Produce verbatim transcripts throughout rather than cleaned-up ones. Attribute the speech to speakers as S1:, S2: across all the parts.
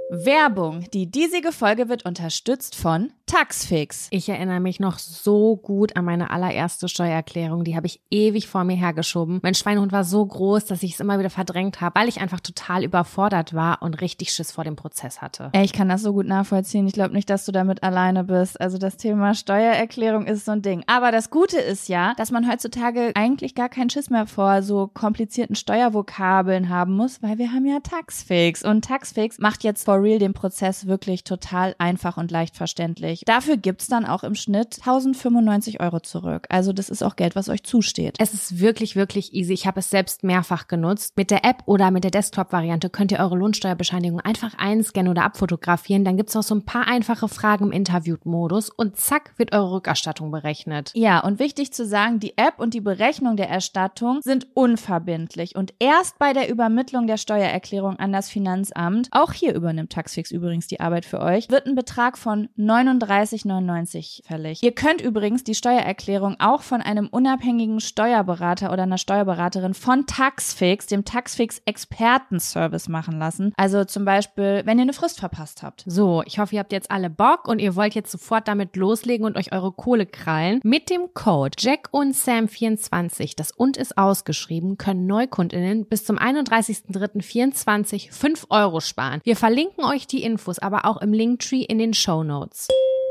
S1: Werbung. Die diesige Folge wird unterstützt von Taxfix.
S2: Ich erinnere mich noch so gut an meine allererste Steuererklärung. Die habe ich ewig vor mir hergeschoben. Mein Schweinehund war so groß, dass ich es immer wieder verdrängt habe, weil ich einfach total überfordert war und richtig Schiss vor dem Prozess hatte.
S1: Ey, ich kann das so gut nachvollziehen. Ich glaube nicht, dass du damit alleine bist. Also das Thema Steuererklärung ist so ein Ding. Aber das Gute ist ja, dass man heutzutage eigentlich gar keinen Schiss mehr vor so komplizierten Steuervokabeln haben muss, weil wir haben ja Taxfix. Und Taxfix macht jetzt for real den Prozess wirklich total einfach und leicht verständlich. Dafür gibt's dann auch im Schnitt tausendfünfundneunzig Euro zurück. Also das ist auch Geld, was euch zusteht.
S2: Es ist wirklich, wirklich easy. Ich habe es selbst mehrfach genutzt. Mit der App oder mit der Desktop-Variante könnt ihr eure Lohnsteuerbescheinigung einfach einscannen oder abfotografieren. Dann gibt's noch so ein paar einfache Fragen im Interview-Modus und zack, wird eure Rückerstattung berechnet.
S1: Ja, und wichtig zu sagen, die App und die Berechnung der Erstattung sind unverbindlich. Und erst bei der Übermittlung der Steuererklärung an das Finanzamt, auch hier übernimmt Taxfix übrigens die Arbeit für euch, wird ein Betrag von neununddreißig neunundneunzig fällig. Ihr könnt übrigens die Steuererklärung auch von einem unabhängigen Steuerberater oder einer Steuerberaterin von Taxfix, dem Taxfix Expertenservice machen lassen. Also zum Beispiel, wenn ihr eine Frist verpasst habt.
S2: So, ich hoffe, ihr habt jetzt alle Bock und ihr wollt jetzt sofort damit loslegen und euch eure Kohle krallen. Mit dem Code Jack und Sam vierundzwanzig, das und ist ausgeschrieben, können NeukundInnen bis zum einunddreißigsten dritten vierundzwanzig fünf Euro sparen. Wir verlinken euch die Infos aber auch im Linktree in den Shownotes.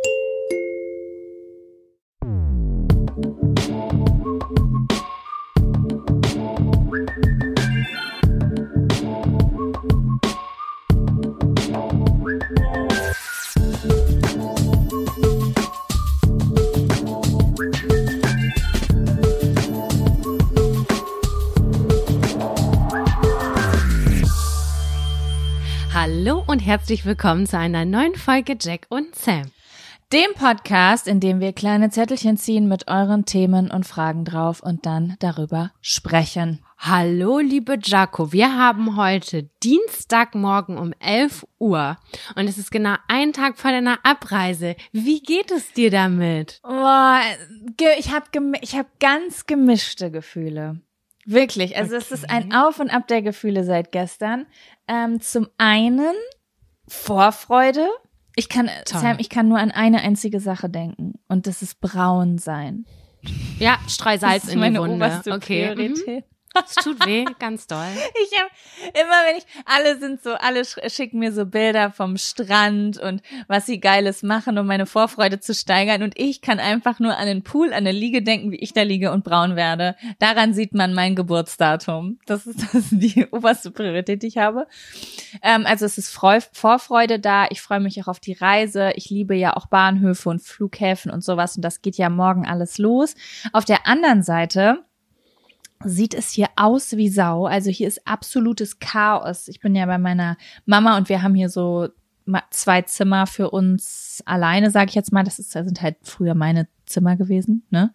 S2: Hallo und herzlich willkommen zu einer neuen Folge Jack und Sam.
S1: Dem Podcast, in dem wir kleine Zettelchen ziehen mit euren Themen und Fragen drauf und dann darüber sprechen.
S2: Hallo, liebe Jaco, wir haben heute Dienstagmorgen um elf Uhr und es ist genau ein Tag vor deiner Abreise. Wie geht es dir damit?
S1: Boah, ich habe ich hab ganz gemischte Gefühle. Wirklich, also okay. Es ist ein Auf und Ab der Gefühle seit gestern. Ähm, zum einen Vorfreude. Ich kann, Toll. Sam, ich kann nur an eine einzige Sache denken und das ist braun sein.
S2: Ja, streu Salz in die Wunde.
S1: Das ist meine oberste
S2: okay.
S1: Priorität.
S2: Es tut weh, ganz doll.
S1: Ich habe immer, wenn ich, alle sind so, alle schicken mir so Bilder vom Strand und was sie Geiles machen, um meine Vorfreude zu steigern und ich kann einfach nur an den Pool, an eine Liege denken, wie ich da liege und braun werde. Daran sieht man mein Geburtsdatum. Das ist, das ist die oberste Priorität, die ich habe. Ähm, also es ist Freu- Vorfreude da. Ich freue mich auch auf die Reise. Ich liebe ja auch Bahnhöfe und Flughäfen und sowas und das geht ja morgen alles los. Auf der anderen Seite sieht es hier aus wie Sau. Also hier ist absolutes Chaos. Ich bin ja bei meiner Mama und wir haben hier so zwei Zimmer für uns alleine, sage ich jetzt mal. Das ist, das sind halt früher meine Zimmer gewesen, ne?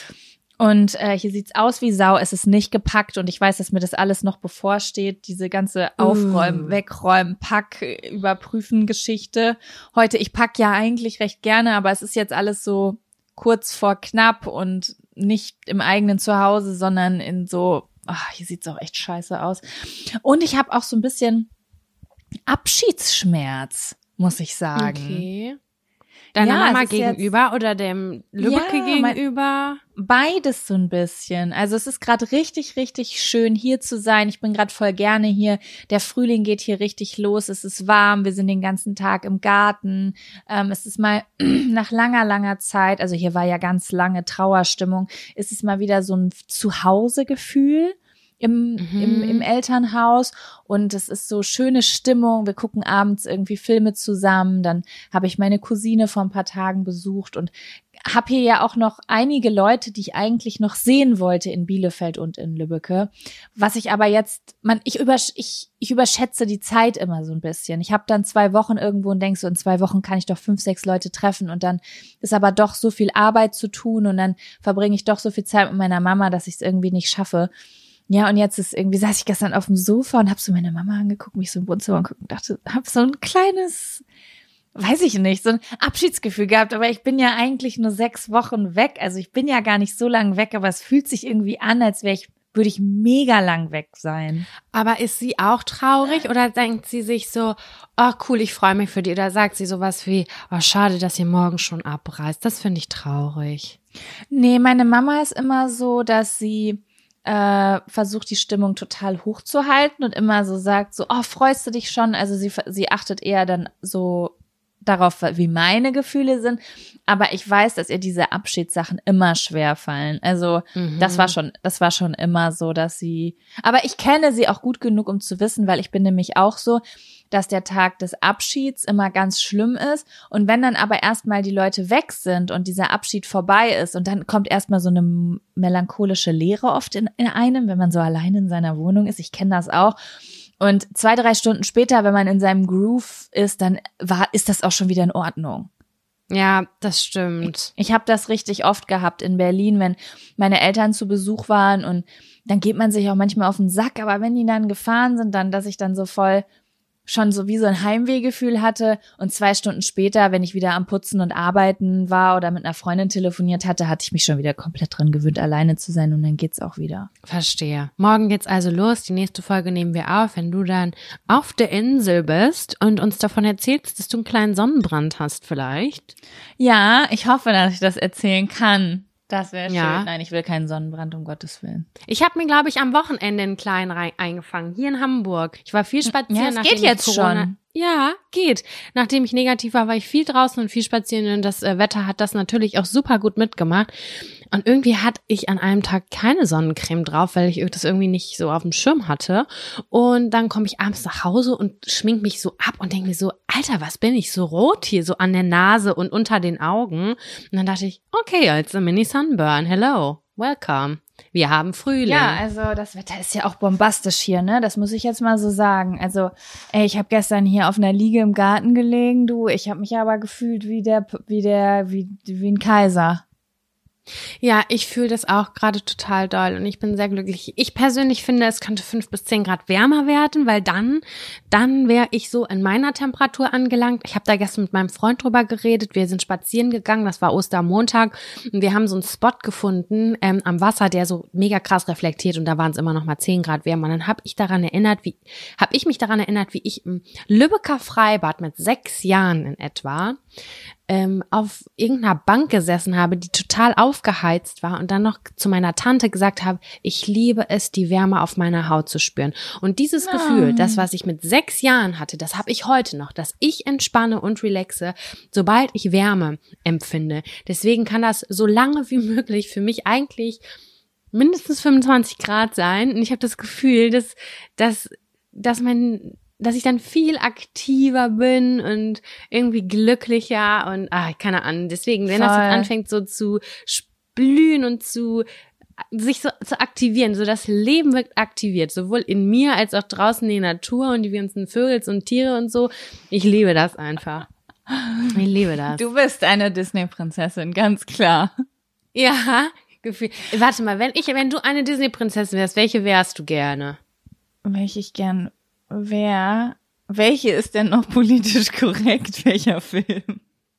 S1: Und äh, hier sieht's aus wie Sau. Es ist nicht gepackt und ich weiß, dass mir das alles noch bevorsteht. Diese ganze Aufräumen, uh. Wegräumen, Pack, Überprüfen Geschichte. Heute, ich pack ja eigentlich recht gerne, aber es ist jetzt alles so kurz vor knapp und nicht im eigenen Zuhause, sondern in so, ach, hier sieht's auch echt scheiße aus. Und ich habe auch so ein bisschen Abschiedsschmerz, muss ich sagen.
S2: Okay. Deiner ja, Mama gegenüber jetzt, oder dem Lübbecke ja, gegenüber?
S1: Beides so ein bisschen. Also es ist gerade richtig, richtig schön, hier zu sein. Ich bin gerade voll gerne hier. Der Frühling geht hier richtig los. Es ist warm. Wir sind den ganzen Tag im Garten. Ähm, es ist mal nach langer, langer Zeit, also hier war ja ganz lange Trauerstimmung, ist es mal wieder so ein Zuhausegefühl im, mhm. im, im Elternhaus und es ist so schöne Stimmung. Wir gucken abends irgendwie Filme zusammen. Dann habe ich meine Cousine vor ein paar Tagen besucht und habe hier ja auch noch einige Leute, die ich eigentlich noch sehen wollte in Bielefeld und in Lübbecke. Was ich aber jetzt, man, ich, übersch, ich, ich überschätze die Zeit immer so ein bisschen. Ich habe dann zwei Wochen irgendwo und denk so, in zwei Wochen kann ich doch fünf, sechs Leute treffen und dann ist aber doch so viel Arbeit zu tun und dann verbringe ich doch so viel Zeit mit meiner Mama, dass ich es irgendwie nicht schaffe. Ja, und jetzt ist irgendwie, saß ich gestern auf dem Sofa und hab so meine Mama angeguckt, mich so im Wohnzimmer angeguckt und dachte, hab so ein kleines, weiß ich nicht, so ein Abschiedsgefühl gehabt. Aber ich bin ja eigentlich nur sechs Wochen weg. Also ich bin ja gar nicht so lange weg, aber es fühlt sich irgendwie an, als wäre ich würde ich mega lang weg sein.
S2: Aber ist sie auch traurig oder denkt sie sich so, oh cool, ich freue mich für die? Oder sagt sie sowas wie, oh schade, dass ihr morgen schon abreist? Das finde ich traurig.
S1: Nee, meine Mama ist immer so, dass sie äh, versucht, die Stimmung total hochzuhalten und immer so sagt, so, oh, freust du dich schon? Also sie, sie achtet eher dann so darauf, wie meine Gefühle sind. Aber ich weiß, dass ihr diese Abschiedssachen immer schwer fallen. Also mhm. das war schon, das war schon immer so, dass sie, aber ich kenne sie auch gut genug, um zu wissen, weil ich bin nämlich auch so, dass der Tag des Abschieds immer ganz schlimm ist. Und wenn dann aber erstmal die Leute weg sind und dieser Abschied vorbei ist und dann kommt erstmal so eine melancholische Leere oft in, in einem, wenn man so allein in seiner Wohnung ist. Ich kenne das auch. Und zwei, drei Stunden später, wenn man in seinem Groove ist, dann war, ist das auch schon wieder in Ordnung.
S2: Ja, das stimmt.
S1: Ich, ich habe das richtig oft gehabt in Berlin, wenn meine Eltern zu Besuch waren und dann geht man sich auch manchmal auf den Sack, aber wenn die dann gefahren sind, dann, dass ich dann so voll schon so wie so ein Heimwehgefühl hatte und zwei Stunden später, wenn ich wieder am Putzen und Arbeiten war oder mit einer Freundin telefoniert hatte, hatte ich mich schon wieder komplett dran gewöhnt, alleine zu sein und dann geht's auch wieder.
S2: Verstehe. Morgen geht's also los. Die nächste Folge nehmen wir auf, wenn du dann auf der Insel bist und uns davon erzählst, dass du einen kleinen Sonnenbrand hast vielleicht.
S1: Ja, ich hoffe, dass ich das erzählen kann. Das wäre schön.
S2: Ja.
S1: Nein, ich will keinen Sonnenbrand, um Gottes Willen.
S2: Ich habe mir, glaube ich, am Wochenende einen kleinen rein eingefangen, hier in Hamburg. Ich war viel spazieren.
S1: Ja, es geht jetzt
S2: Corona
S1: schon.
S2: Ja, geht. Nachdem ich negativ war, war ich viel draußen und viel spazieren und das äh, Wetter hat das natürlich auch super gut mitgemacht. Und irgendwie hatte ich an einem Tag keine Sonnencreme drauf, weil ich das irgendwie nicht so auf dem Schirm hatte. Und dann komme ich abends nach Hause und schmink mich so ab und denke mir so, Alter, was bin ich so rot hier, so an der Nase und unter den Augen. Und dann dachte ich, okay, it's a mini sunburn, hello, welcome. Wir haben Frühling.
S1: Ja, also das Wetter ist ja auch bombastisch hier, ne? Das muss ich jetzt mal so sagen. Also, ey, ich habe gestern hier auf einer Liege im Garten gelegen, du. Ich habe mich aber gefühlt wie der, wie der, wie wie ein Kaiser.
S2: Ja, ich fühle das auch gerade total doll und ich bin sehr glücklich. Ich persönlich finde, es könnte fünf bis zehn Grad wärmer werden, weil dann, dann wäre ich so in meiner Temperatur angelangt. Ich habe da gestern mit meinem Freund drüber geredet. Wir sind spazieren gegangen, das war Ostermontag und wir haben so einen Spot gefunden ähm, am Wasser, der so mega krass reflektiert und da waren es immer noch mal zehn Grad wärmer. Und dann habe ich daran erinnert, wie, habe ich mich daran erinnert, wie ich im Lübecker Freibad mit sechs Jahren in etwa ähm, auf irgendeiner Bank gesessen habe, die total aufgeheizt war und dann noch zu meiner Tante gesagt habe, ich liebe es, die Wärme auf meiner Haut zu spüren. Und dieses
S1: Oh.
S2: Gefühl, das, was ich mit sechs Jahren hatte, das habe ich heute noch, dass ich entspanne und relaxe, sobald ich Wärme empfinde. Deswegen kann das so lange wie möglich für mich eigentlich mindestens fünfundzwanzig Grad sein. Und ich habe das Gefühl, dass, dass, dass mein dass ich dann viel aktiver bin und irgendwie glücklicher und ah, keine Ahnung. Deswegen, wenn
S1: Voll.
S2: das jetzt anfängt so zu sprühen und zu sich so zu aktivieren, so das Leben wird aktiviert, sowohl in mir als auch draußen in der Natur und die ganzen Vögel und Tiere und so. Ich liebe das einfach. Ich liebe das.
S1: Du bist eine Disney-Prinzessin, ganz klar.
S2: Ja, Gefühl. Warte mal, wenn ich, wenn du eine Disney-Prinzessin wärst, welche wärst du gerne?
S1: Welche ich gern wär, welche ist denn noch politisch korrekt, welcher Film?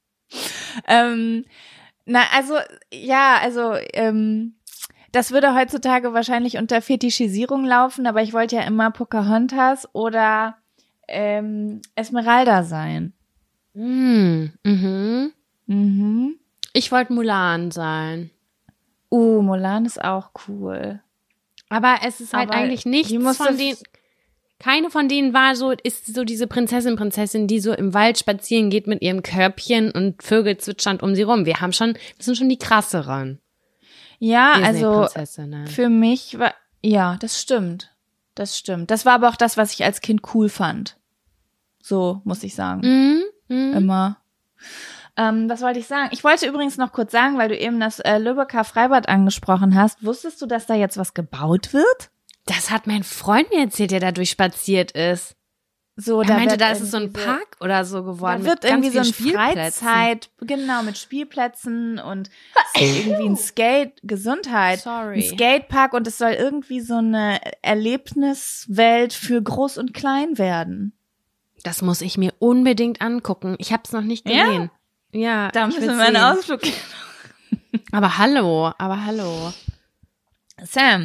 S1: ähm, na, also, ja, also, ähm, das würde heutzutage wahrscheinlich unter Fetischisierung laufen, aber ich wollte ja immer Pocahontas oder ähm, Esmeralda sein.
S2: Mm, mhm.
S1: Mhm.
S2: Ich wollte Mulan sein.
S1: Uh, Mulan ist auch cool.
S2: Aber es ist halt
S1: Aber
S2: eigentlich nichts
S1: die musste
S2: von denen. Keine von denen war so, ist so diese Prinzessin, Prinzessin, die so im Wald spazieren geht mit ihrem Körbchen und Vögel zwitschernd um sie rum. Wir haben schon, das sind schon die krasseren.
S1: Ja, also
S2: Disney-Prinzessinnen.
S1: für mich war, ja, das stimmt. Das stimmt. Das war aber auch das, was ich als Kind cool fand. So, muss ich sagen.
S2: Mhm, mhm.
S1: Immer. Ähm, was wollte ich sagen? Ich wollte übrigens noch kurz sagen, weil du eben das äh, Lübecker Freibad angesprochen hast. Wusstest du, dass da jetzt was gebaut wird?
S2: Das hat mein Freund mir erzählt, der da durchspaziert ist.
S1: So,
S2: Er
S1: da
S2: meinte,
S1: wird
S2: da ist es so ein
S1: irgendwie so-
S2: Park oder so geworden.
S1: Da wird
S2: mit ganz
S1: irgendwie so ein
S2: vielen Spielplätzen.
S1: Freizeit, genau, mit Spielplätzen und irgendwie ein Skate, Gesundheit,
S2: Sorry.
S1: ein Skatepark und es soll irgendwie so eine Erlebniswelt für Groß und Klein werden.
S2: Das muss ich mir unbedingt angucken. Ich habe es noch nicht
S1: Ja?
S2: gesehen. Ja,
S1: Da
S2: ich
S1: müssen
S2: will's
S1: wir einen
S2: sehen.
S1: Ausflug.
S2: Aber hallo, aber hallo.
S1: Sam,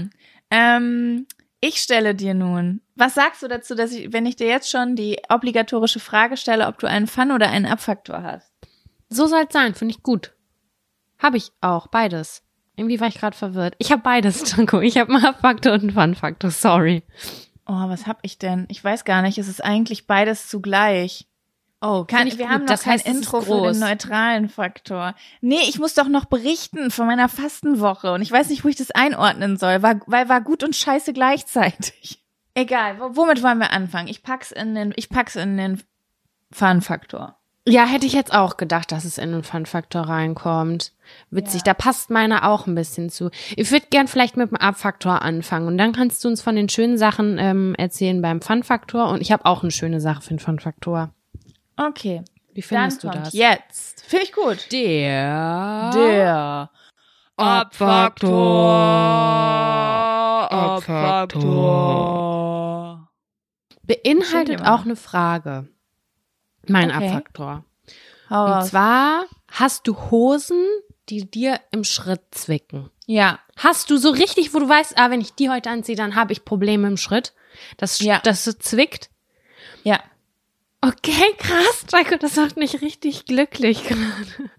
S1: Ähm, ich stelle dir nun, was sagst du dazu, dass ich, wenn ich dir jetzt schon die obligatorische Frage stelle, ob du einen Fun- oder einen Abfaktor hast?
S2: So soll es sein, finde ich gut. Habe ich auch, beides. Irgendwie war ich gerade verwirrt. Ich habe beides, Janko. Ich habe einen Abfaktor und einen Fun-Faktor, sorry.
S1: Oh, was hab ich denn? Ich weiß gar nicht, es ist eigentlich beides zugleich.
S2: Oh,
S1: Kann,
S2: ich
S1: wir
S2: gut.
S1: haben noch
S2: Das
S1: kein
S2: heißt, es ist
S1: Intro für
S2: groß.
S1: den neutralen Faktor. Nee, ich muss doch noch berichten von meiner Fastenwoche und ich weiß nicht, wo ich das einordnen soll, war, weil war gut und scheiße gleichzeitig. Egal, w- womit wollen wir anfangen? Ich pack's in den, ich pack's in den Fun-Faktor.
S2: Ja, hätte ich jetzt auch gedacht, dass es in den Fun-Faktor reinkommt. Witzig,
S1: Ja.
S2: da passt meiner auch ein bisschen zu. Ich würde gern vielleicht mit dem Ab-Faktor anfangen und dann kannst du uns von den schönen Sachen ähm, erzählen beim Fun-Faktor und ich habe auch eine schöne Sache für den Fun-Faktor.
S1: Okay.
S2: Wie findest
S1: Dann
S2: du
S1: kommt
S2: das?
S1: jetzt. Finde ich gut.
S2: Der
S1: Der
S2: Abfaktor.
S1: Abfaktor.
S2: beinhaltet
S1: Stimmt, ja.
S2: auch eine Frage. Mein
S1: Okay.
S2: Abfaktor.
S1: Hau
S2: Und
S1: raus.
S2: zwar, hast du Hosen, die dir im Schritt zwicken?
S1: Ja.
S2: Hast du so richtig, wo du weißt, ah, wenn ich die heute anziehe, dann habe ich Probleme im Schritt? Das,
S1: Ja.
S2: das so zwickt?
S1: Ja.
S2: Okay, krass, Jaco, das macht mich richtig glücklich gerade.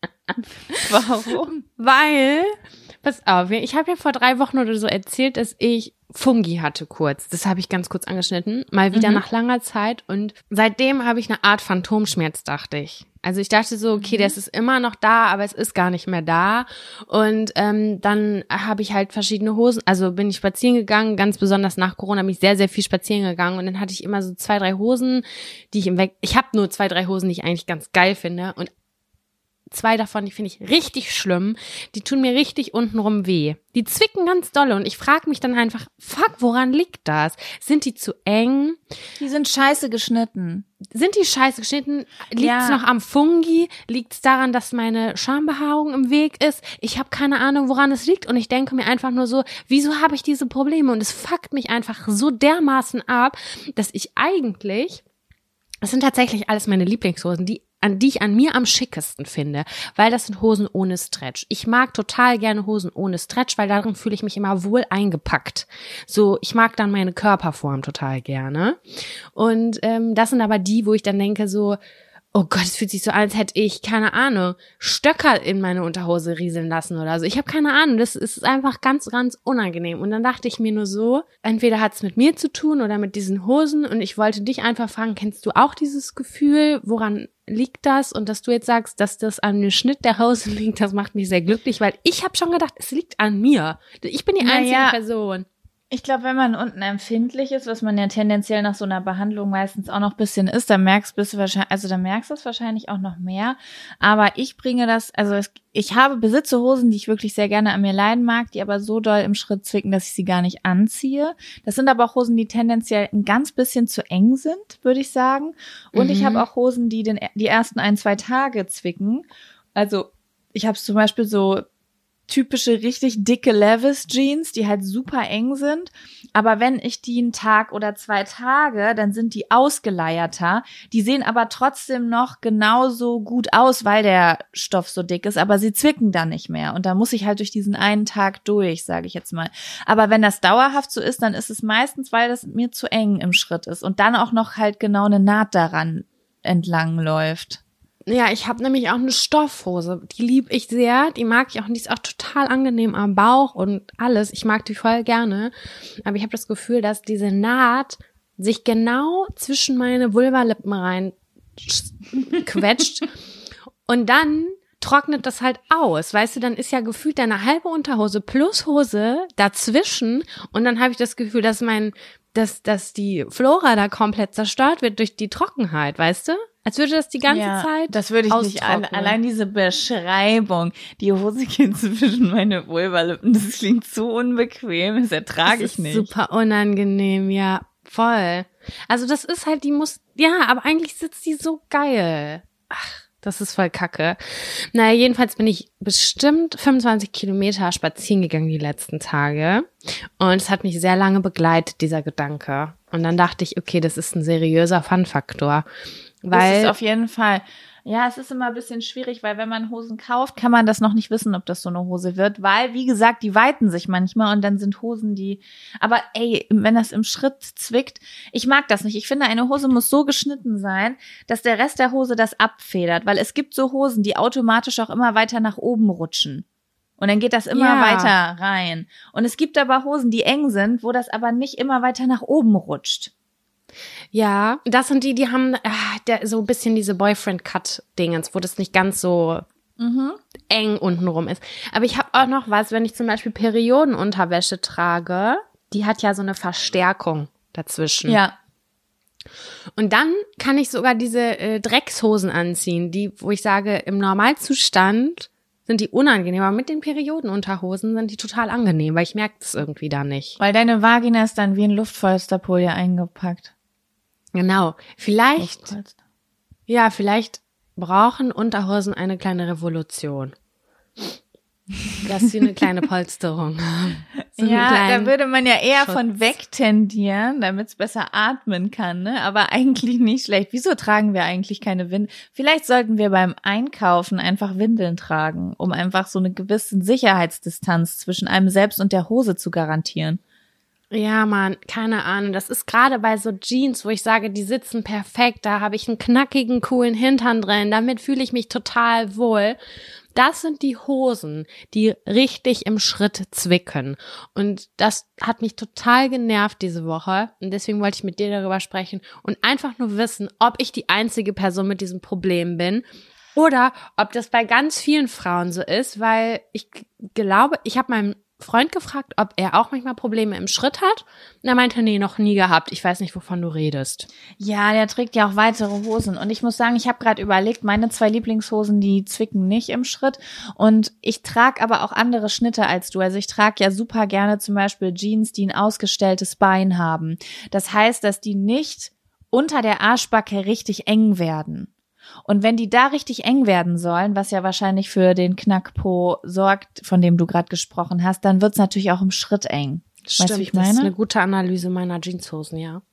S1: Warum?
S2: Weil, pass auf, ich habe ja vor drei Wochen oder so erzählt, dass ich Fungi hatte kurz. Das habe ich ganz kurz angeschnitten. Mal wieder
S1: Mhm.
S2: nach langer Zeit. Und seitdem habe ich eine Art Phantomschmerz, dachte ich. Also ich dachte so, okay,
S1: Mhm.
S2: das ist immer noch da, aber es ist gar nicht mehr da. Und ähm, dann habe ich halt verschiedene Hosen, also bin ich spazieren gegangen, ganz besonders nach Corona bin ich sehr, sehr viel spazieren gegangen. Und dann hatte ich immer so zwei, drei Hosen, die ich im Weg... Ich habe nur zwei, drei Hosen, die ich eigentlich ganz geil finde. Und zwei davon, die finde ich richtig schlimm. Die tun mir richtig untenrum weh. Die zwicken ganz dolle und ich frage mich dann einfach, fuck, woran liegt das? Sind die zu eng?
S1: Die sind scheiße geschnitten.
S2: Sind die scheiße geschnitten? Liegt es
S1: Ja.
S2: noch am Fungi? Liegt es daran, dass meine Schambehaarung im Weg ist? Ich habe keine Ahnung, woran es liegt und ich denke mir einfach nur so, wieso habe ich diese Probleme? Und es fuckt mich einfach so dermaßen ab, dass ich eigentlich, das sind tatsächlich alles meine Lieblingshosen, die an die ich an mir am schickesten finde, weil das sind Hosen ohne Stretch. Ich mag total gerne Hosen ohne Stretch, weil darin fühle ich mich immer wohl eingepackt. So, ich mag dann meine Körperform total gerne. Und ähm, das sind aber die, wo ich dann denke so, oh Gott, es fühlt sich so an, als hätte ich, keine Ahnung, Stöcker in meine Unterhose rieseln lassen oder so. Ich habe keine Ahnung, das ist einfach ganz, ganz unangenehm. Und dann dachte ich mir nur so, entweder hat es mit mir zu tun oder mit diesen Hosen. Und ich wollte dich einfach fragen, kennst du auch dieses Gefühl? Woran liegt das? Und dass du jetzt sagst, dass das an dem Schnitt der Hose liegt, das macht mich sehr glücklich, weil ich habe schon gedacht, es liegt an mir. Ich bin die
S1: Na
S2: einzige
S1: ja.
S2: Person.
S1: Ich glaube, wenn man unten empfindlich ist, was man ja tendenziell nach so einer Behandlung meistens auch noch ein bisschen ist, dann merkst du wahrscheinlich, also dann merkst du es wahrscheinlich auch noch mehr. Aber ich bringe das, also es, ich habe besitze Hosen, die ich wirklich sehr gerne an mir leiden mag, die aber so doll im Schritt zwicken, dass ich sie gar nicht anziehe. Das sind aber auch Hosen, die tendenziell ein ganz bisschen zu eng sind, würde ich sagen. Und
S2: Mhm.
S1: ich habe auch Hosen, die den die ersten ein, zwei Tage zwicken. Also ich habe zum Beispiel so typische, richtig dicke Levi's-Jeans, die halt super eng sind. Aber wenn ich die einen Tag oder zwei Tage, dann sind die ausgeleierter. Die sehen aber trotzdem noch genauso gut aus, weil der Stoff so dick ist, aber sie zwicken dann nicht mehr. Und da muss ich halt durch diesen einen Tag durch, sage ich jetzt mal. Aber wenn das dauerhaft so ist, dann ist es meistens, weil das mir zu eng im Schritt ist. Und dann auch noch halt genau eine Naht daran entlang läuft.
S2: Ja, ich habe nämlich auch eine Stoffhose. Die liebe ich sehr. Die mag ich auch. Die ist auch total angenehm am Bauch und alles. Ich mag die voll gerne. Aber ich habe das Gefühl, dass diese Naht sich genau zwischen meine Vulvalippen rein quetscht. Und dann trocknet das halt aus. Weißt du, dann ist ja gefühlt deine halbe Unterhose plus Hose dazwischen. Und dann habe ich das Gefühl, dass mein, dass, dass die Flora da komplett zerstört wird durch die Trockenheit. Weißt du? Als würde das die ganze
S1: Ja,
S2: Zeit
S1: das würde ich nicht. Alle,
S2: austrocknen.
S1: allein diese Beschreibung, die Hose geht zwischen meine Vulvalippen, das klingt so unbequem, das ertrage
S2: Das
S1: ich
S2: ist
S1: nicht.
S2: super unangenehm, ja, voll. Also das ist halt, die muss, ja, aber eigentlich sitzt die so geil. Ach, das ist voll kacke. Naja, jedenfalls bin ich bestimmt fünfundzwanzig Kilometer spazieren gegangen die letzten Tage. Und es hat mich sehr lange begleitet, dieser Gedanke. Und dann dachte ich, okay, das ist ein seriöser Fun-Faktor. Weil
S1: ist es auf jeden Fall. Ja, es ist immer ein bisschen schwierig, weil wenn man Hosen kauft, kann man das noch nicht wissen, ob das so eine Hose wird, weil, wie gesagt, die weiten sich manchmal und dann sind Hosen, die, aber ey, wenn das im Schritt zwickt, ich mag das nicht. Ich finde, eine Hose muss so geschnitten sein, dass der Rest der Hose das abfedert, weil es gibt so Hosen, die automatisch auch immer weiter nach oben rutschen. Und dann geht das immer
S2: Ja.
S1: weiter rein. Und es gibt aber Hosen, die eng sind, wo das aber nicht immer weiter nach oben rutscht.
S2: Ja, das sind die, die haben ah, der, so ein bisschen diese Boyfriend-Cut-Dingens, wo das nicht ganz so
S1: Mhm.
S2: eng untenrum ist. Aber ich habe auch noch was, wenn ich zum Beispiel Periodenunterwäsche trage, die hat ja so eine Verstärkung dazwischen.
S1: Ja.
S2: Und dann kann ich sogar diese äh, Dreckshosen anziehen, die, wo ich sage, im Normalzustand sind die unangenehm, aber mit den Periodenunterhosen sind die total angenehm, weil ich merke es irgendwie da nicht.
S1: Weil deine Vagina ist dann wie ein Luftpolsterfolie eingepackt.
S2: Genau. Vielleicht,
S1: Luftpolster.
S2: ja, vielleicht brauchen Unterhosen eine kleine Revolution. Dass sie eine kleine Polsterung haben. So einen
S1: Ja,
S2: kleinen
S1: da würde man ja eher
S2: Schutz.
S1: von weg tendieren, damit es besser atmen kann, ne? Aber eigentlich nicht schlecht. Wieso tragen wir eigentlich keine Windeln? Vielleicht sollten wir beim Einkaufen einfach Windeln tragen, um einfach so eine gewisse Sicherheitsdistanz zwischen einem selbst und der Hose zu garantieren.
S2: Ja, Mann, keine Ahnung. Das ist gerade bei so Jeans, wo ich sage, die sitzen perfekt. Da habe ich einen knackigen, coolen Hintern drin. Damit fühle ich mich total wohl. Das sind die Hosen, die richtig im Schritt zwicken. Und das hat mich total genervt diese Woche. Und deswegen wollte ich mit dir darüber sprechen und einfach nur wissen, ob ich die einzige Person mit diesem Problem bin oder ob das bei ganz vielen Frauen so ist, weil ich glaube, ich habe meinen Freund gefragt, ob er auch manchmal Probleme im Schritt hat. Und er meinte, nee, noch nie gehabt. Ich weiß nicht, wovon du redest.
S1: Ja, der trägt ja auch weitere Hosen. Und ich muss sagen, ich habe gerade überlegt, meine zwei Lieblingshosen, die zwicken nicht im Schritt. Und ich trage aber auch andere Schnitte als du. Also ich trage ja super gerne zum Beispiel Jeans, die ein ausgestelltes Bein haben. Das heißt, dass die nicht unter der Arschbacke richtig eng werden. Und wenn die da richtig eng werden sollen, was ja wahrscheinlich für den Knackpo sorgt, von dem du gerade gesprochen hast, dann wird's natürlich auch im Schritt eng. Weißt du, wie ich
S2: das ist
S1: meine?
S2: eine gute Analyse meiner Jeanshosen, ja.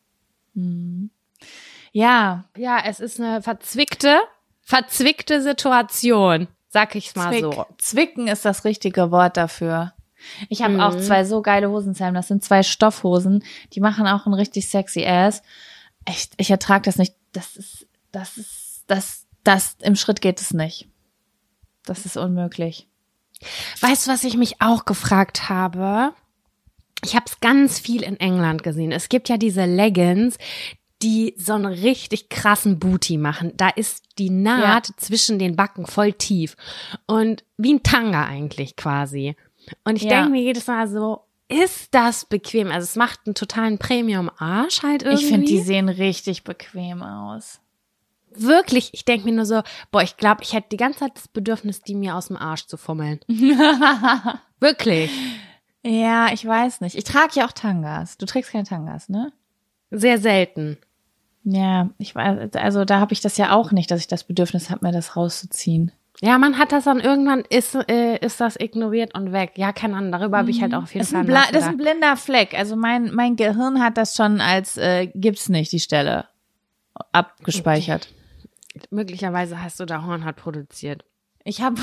S1: Ja,
S2: Ja, es ist eine verzwickte, verzwickte Situation, sag ich's mal
S1: Zwick.
S2: so.
S1: Zwicken ist das richtige Wort dafür. Ich habe
S2: Mhm.
S1: auch zwei so geile Hosen, Sam. Das sind zwei Stoffhosen. Die machen auch einen richtig sexy Ass. Echt, ich ertrage das nicht. Das ist, das ist, das, das, im Schritt geht es nicht. Das ist unmöglich.
S2: Weißt du, was ich mich auch gefragt habe? Ich habe es ganz viel in England gesehen. Es gibt ja diese Leggings, die so einen richtig krassen Booty machen. Da ist die Naht
S1: Ja.
S2: zwischen den Backen voll tief. Und wie ein Tanga eigentlich quasi. Und ich
S1: Ja.
S2: denke mir jedes Mal so, ist das bequem? Also es macht einen totalen Premium-Arsch halt irgendwie.
S1: Ich finde, die sehen richtig bequem aus.
S2: Wirklich, ich denke mir nur so, boah, ich glaube, ich hätte die ganze Zeit das Bedürfnis, die mir aus dem Arsch zu fummeln. Wirklich.
S1: Ja, ich weiß nicht. Ich trage ja auch Tangas. Du trägst keine Tangas, ne?
S2: Sehr selten.
S1: Ja, ich weiß, also da habe ich das ja auch nicht, dass ich das Bedürfnis habe, mir das rauszuziehen.
S2: Ja, man hat das dann irgendwann, ist, äh, ist das ignoriert und weg. Ja, keine Ahnung, darüber habe ich halt auch auf jeden
S1: Das ist,
S2: Fall
S1: ein Bla- das ist
S2: nachgedacht.
S1: ein blinder Fleck. Also mein, mein Gehirn hat das schon als äh, gibt's nicht, die Stelle abgespeichert.
S2: Möglicherweise hast du da Hornhaut produziert.
S1: Ich habe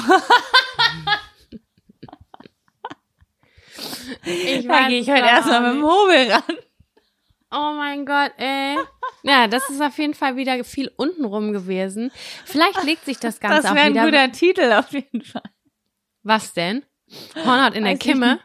S2: Ich
S1: da gehe ich heute erstmal mit dem Hobel ran.
S2: Oh mein Gott, ey. Ja, das ist auf jeden Fall wieder viel untenrum gewesen. Vielleicht legt sich das Ganze
S1: Das
S2: auch
S1: wäre ein
S2: wieder.
S1: guter Titel auf jeden Fall.
S2: Was denn? Hornhaut in der
S1: Weiß ich
S2: Kimme?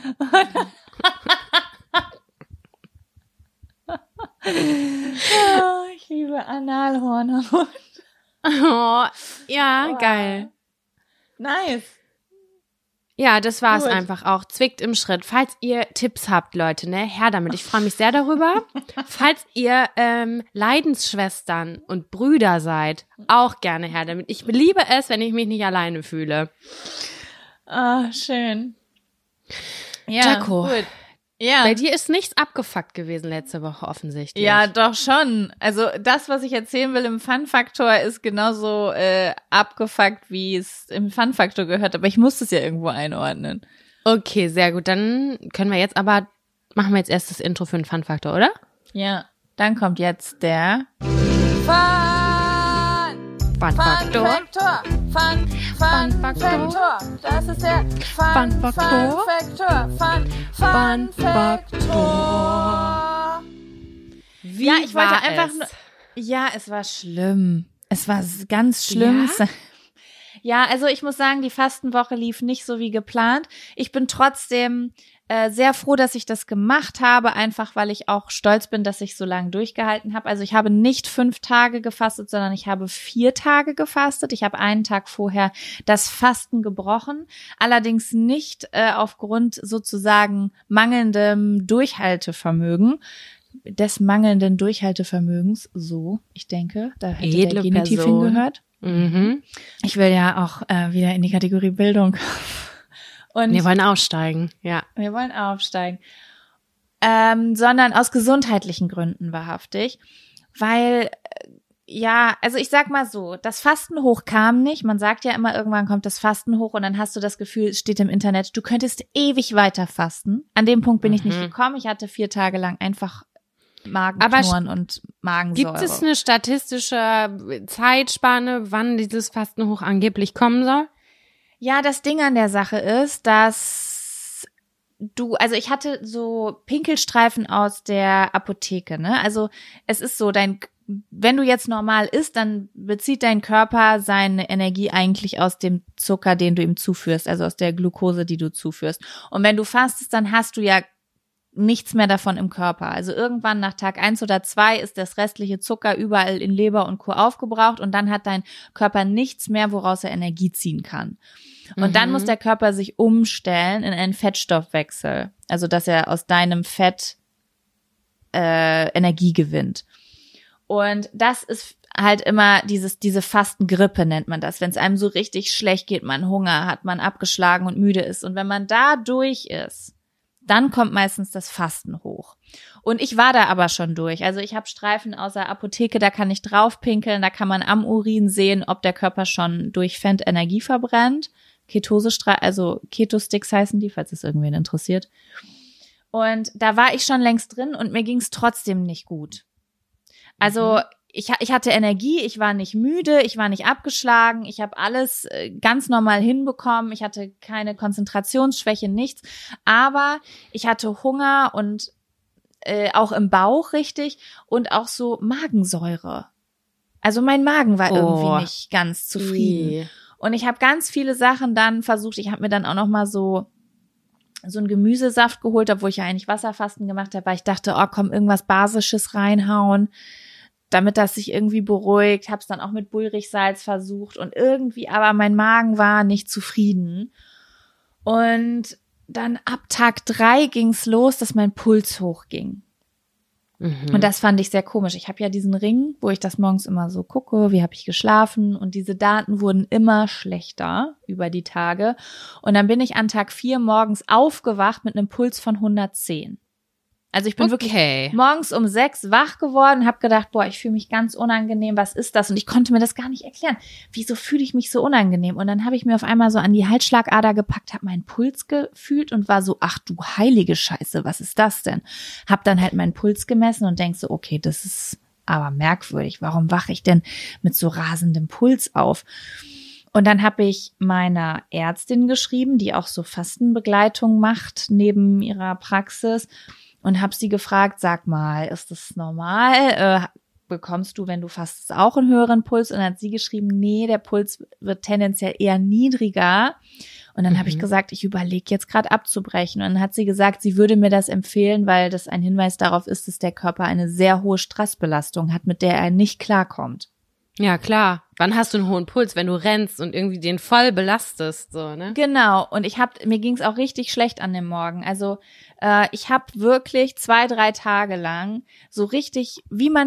S1: Oh, ich liebe Analhornhaut.
S2: Oh, ja,
S1: Wow.
S2: geil.
S1: Nice.
S2: Ja, das war's
S1: Gut.
S2: einfach auch. Zwickt im Schritt. Falls ihr Tipps habt, Leute, ne, her damit. Ich freue mich sehr darüber. Falls ihr ähm, Leidensschwestern und Brüder seid, auch gerne her damit. Ich liebe es, wenn ich mich nicht alleine fühle.
S1: Ah, schön. Ja,
S2: Jaco.
S1: gut. Ja.
S2: Bei dir ist nichts abgefuckt gewesen letzte Woche offensichtlich.
S1: Ja, doch schon. Also das, was ich erzählen will im Fun-Faktor, ist genauso äh, abgefuckt, wie es im Fun-Faktor gehört. Aber ich muss es ja irgendwo einordnen.
S2: Okay, sehr gut. Dann können wir jetzt aber, machen wir jetzt erst das Intro für den Fun-Faktor, oder?
S1: Ja, dann kommt jetzt der Fun
S2: Fun-Faktor.
S1: Fun, Fun, Faktor. Das ist der Fun,
S2: Fun-Faktor.
S1: Faktor. Fun, Fun, Faktor.
S2: Wie
S1: Ja, ich wollte
S2: war
S1: einfach
S2: es?
S1: nur. Ja, es war schlimm. Es war ganz schlimm.
S2: Ja?
S1: Ja, also ich muss sagen, die Fastenwoche lief nicht so wie geplant. Ich bin trotzdem äh, sehr froh, dass ich das gemacht habe, einfach weil ich auch stolz bin, dass ich so lange durchgehalten habe. Also ich habe nicht fünf Tage gefastet, sondern ich habe vier Tage gefastet. Ich habe einen Tag vorher das Fasten gebrochen, allerdings nicht äh, aufgrund sozusagen mangelndem Durchhaltevermögen. Des mangelnden Durchhaltevermögens, so, ich denke, da hätte
S2: Edle
S1: der Genitiv
S2: Person.
S1: hingehört.
S2: Mhm.
S1: Ich will ja auch äh, wieder in die Kategorie Bildung. Und
S2: Wir wollen aufsteigen, ja.
S1: wir wollen aufsteigen. Ähm, sondern aus gesundheitlichen Gründen wahrhaftig. Weil, äh, ja, also ich sag mal so, das Fastenhoch kam nicht. Man sagt ja immer, irgendwann kommt das Fasten hoch und dann hast du das Gefühl, es steht im Internet, du könntest ewig weiter fasten. An dem Punkt bin
S2: Mhm.
S1: ich nicht gekommen. Ich hatte vier Tage lang einfach
S2: Aber
S1: Magenknurren und Magensäure.
S2: Gibt es eine statistische Zeitspanne, wann dieses Fastenhoch angeblich kommen soll?
S1: Ja, das Ding an der Sache ist, dass du, also ich hatte so Pinkelstreifen aus der Apotheke, ne? Also es ist so, dein, wenn du jetzt normal isst, dann bezieht dein Körper seine Energie eigentlich aus dem Zucker, den du ihm zuführst, also aus der Glucose, die du zuführst. Und wenn du fastest, dann hast du ja nichts mehr davon im Körper. Also irgendwann nach Tag eins oder zwei ist das restliche Zucker überall in Leber und Co. aufgebraucht und dann hat dein Körper nichts mehr, woraus er Energie ziehen kann. Und
S2: Mhm.
S1: dann muss der Körper sich umstellen in einen Fettstoffwechsel. Also dass er aus deinem Fett äh, Energie gewinnt. Und das ist halt immer dieses, diese Fastengrippe nennt man das. Wenn es einem so richtig schlecht geht, man Hunger hat, man abgeschlagen und müde ist. Und wenn man da durch ist, dann kommt meistens das Fasten hoch. Und ich war da aber schon durch. Also ich habe Streifen aus der Apotheke, da kann ich drauf pinkeln, da kann man am Urin sehen, ob der Körper schon durch Fett Energie verbrennt. Ketose, also Keto-Sticks heißen die, falls es irgendwen interessiert. Und da war ich schon längst drin und mir ging es trotzdem nicht gut. Also
S2: Mhm.
S1: ich, ich hatte Energie, ich war nicht müde, ich war nicht abgeschlagen, ich habe alles äh, ganz normal hinbekommen, ich hatte keine Konzentrationsschwäche, nichts, aber ich hatte Hunger und äh, auch im Bauch richtig und auch so Magensäure. Also mein Magen war
S2: Oh.
S1: irgendwie nicht ganz zufrieden.
S2: Ih.
S1: Und ich habe ganz viele Sachen dann versucht, ich habe mir dann auch noch mal so so einen Gemüsesaft geholt, obwohl ich ja eigentlich Wasserfasten gemacht habe, weil ich dachte, oh komm, irgendwas Basisches reinhauen, damit das sich irgendwie beruhigt. Habe es dann auch mit Bullrichsalz versucht und irgendwie, aber mein Magen war nicht zufrieden. Und dann ab Tag drei ging's los, dass mein Puls hochging.
S2: Mhm.
S1: Und das fand ich sehr komisch. Ich habe ja diesen Ring, wo ich das morgens immer so gucke, wie habe ich geschlafen, und diese Daten wurden immer schlechter über die Tage. Und dann bin ich an Tag vier morgens aufgewacht mit einem Puls von hundertzehn. Also ich bin
S2: Okay.
S1: wirklich morgens um sechs wach geworden, habe gedacht, boah, ich fühle mich ganz unangenehm, was ist das? Und ich konnte mir das gar nicht erklären. Wieso fühle ich mich so unangenehm? Und dann habe ich mir auf einmal so an die Halsschlagader gepackt, habe meinen Puls gefühlt und war so, ach du heilige Scheiße, was ist das denn? Hab dann halt meinen Puls gemessen und denk so, okay, das ist aber merkwürdig. Warum wache ich denn mit so rasendem Puls auf? Und dann habe ich meiner Ärztin geschrieben, die auch so Fastenbegleitung macht neben ihrer Praxis, und habe sie gefragt, sag mal, ist das normal? Äh, bekommst du, wenn du fastest, auch einen höheren Puls? Und dann hat sie geschrieben, nee, der Puls wird tendenziell eher niedriger. Und dann
S2: Mhm.
S1: habe ich gesagt, ich überlege jetzt gerade abzubrechen. Und dann hat sie gesagt, sie würde mir das empfehlen, weil das ein Hinweis darauf ist, dass der Körper eine sehr hohe Stressbelastung hat, mit der er nicht klarkommt.
S2: Ja, klar. Wann hast du einen hohen Puls, wenn du rennst und irgendwie den voll belastest, so, ne?
S1: Genau. Und ich hab, mir ging's auch richtig schlecht an dem Morgen. Also äh, ich habe wirklich zwei, drei Tage lang so richtig, wie man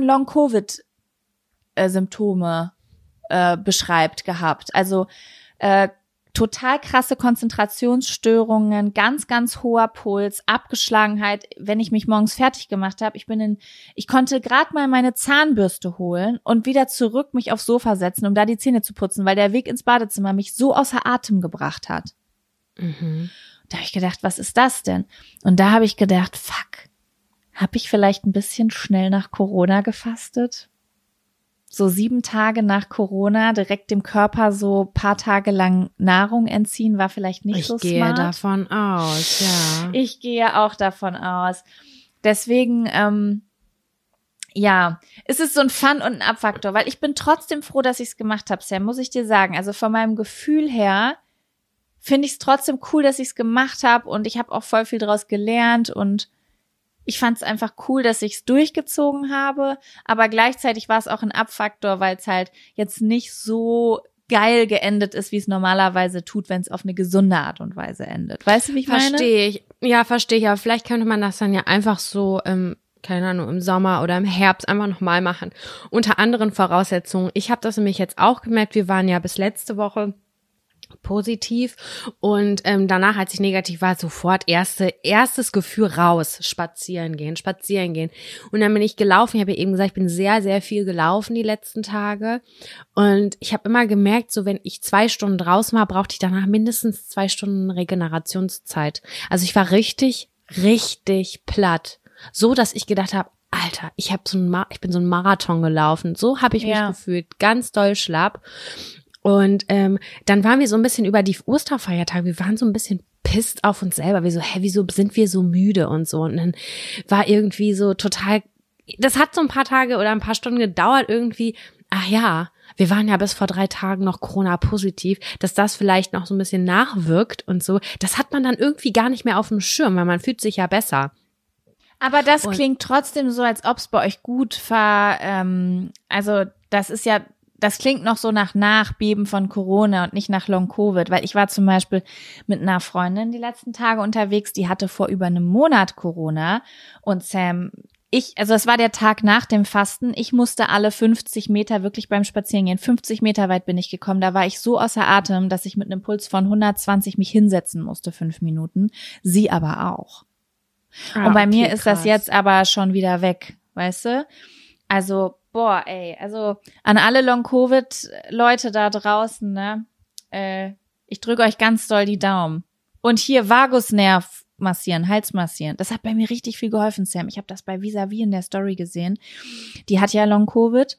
S1: Long-Covid-Symptome äh, beschreibt, gehabt. Also äh, total krasse Konzentrationsstörungen, ganz, ganz hoher Puls, Abgeschlagenheit, wenn ich mich morgens fertig gemacht habe. Ich bin in, ich konnte gerade mal meine Zahnbürste holen und wieder zurück mich aufs Sofa setzen, um da die Zähne zu putzen, weil der Weg ins Badezimmer mich so außer Atem gebracht hat.
S2: Mhm.
S1: Da habe ich gedacht, was ist das denn? Und da habe ich gedacht, fuck, habe ich vielleicht ein bisschen schnell nach Corona gefastet? so sieben Tage nach Corona direkt dem Körper so paar Tage lang Nahrung entziehen, war vielleicht nicht
S2: ich
S1: so smart.
S2: Ich gehe davon aus, ja.
S1: Ich gehe auch davon aus. Deswegen, ähm, ja, es ist so ein Fun- und ein Abfaktor, weil ich bin trotzdem froh, dass ich es gemacht habe, Sam, muss ich dir sagen. Also von meinem Gefühl her finde ich es trotzdem cool, dass ich es gemacht habe und ich habe auch voll viel daraus gelernt und ich fand es einfach cool, dass ich es durchgezogen habe, aber gleichzeitig war es auch ein Abfaktor, weil es halt jetzt nicht so geil geendet ist, wie es normalerweise tut, wenn es auf eine gesunde Art und Weise endet. Weißt du, wie ich meine?
S2: Verstehe ich. Ja, verstehe ich. Aber vielleicht könnte man das dann ja einfach so im, keine Ahnung, im Sommer oder im Herbst einfach nochmal machen. Unter anderen Voraussetzungen. Ich habe das nämlich jetzt auch gemerkt. Wir waren ja bis letzte Woche positiv und ähm, danach, als ich negativ war, sofort erste erstes Gefühl raus, spazieren gehen, spazieren gehen. Und dann bin ich gelaufen, ich habe ja eben gesagt, ich bin sehr, sehr viel gelaufen die letzten Tage und ich habe immer gemerkt, so wenn ich zwei Stunden draußen war, brauchte ich danach mindestens zwei Stunden Regenerationszeit. Also ich war richtig, richtig platt, so dass ich gedacht habe, Alter, ich habe so ein Ma- ich bin so einen Marathon gelaufen, so habe ich mich
S1: Ja.
S2: gefühlt, ganz doll schlapp. Und ähm, dann waren wir so ein bisschen über die Osterfeiertage, wir waren so ein bisschen pisst auf uns selber. Wir so, hä, wieso sind wir so müde und so. Und dann war irgendwie so total, das hat so ein paar Tage oder ein paar Stunden gedauert irgendwie, ach ja, wir waren ja bis vor drei Tagen noch Corona-positiv, dass das vielleicht noch so ein bisschen nachwirkt und so. Das hat man dann irgendwie gar nicht mehr auf dem Schirm, weil man fühlt sich ja besser.
S1: Aber das
S2: Und
S1: klingt trotzdem so, als ob es bei euch gut war. Ähm, also das ist ja, das klingt noch so nach Nachbeben von Corona und nicht nach Long-Covid, weil ich war zum Beispiel mit einer Freundin die letzten Tage unterwegs, die hatte vor über einem Monat Corona und Sam, ich, also es war der Tag nach dem Fasten, ich musste alle fünfzig Meter wirklich beim Spazierengehen, fünfzig Meter weit bin ich gekommen, da war ich so außer Atem, dass ich mit einem Puls von hundertzwanzig mich hinsetzen musste, fünf Minuten, sie aber auch.
S2: Ah,
S1: und bei
S2: okay,
S1: mir ist das
S2: krass.
S1: jetzt aber schon wieder weg, weißt du? Also, boah, ey, also an alle Long-Covid-Leute da draußen, ne, äh, ich drücke euch ganz doll die Daumen. Und hier Vagusnerv massieren, Hals massieren, das hat bei mir richtig viel geholfen, Sam. Ich habe das bei Visavi in der Story gesehen. Die hat ja Long-Covid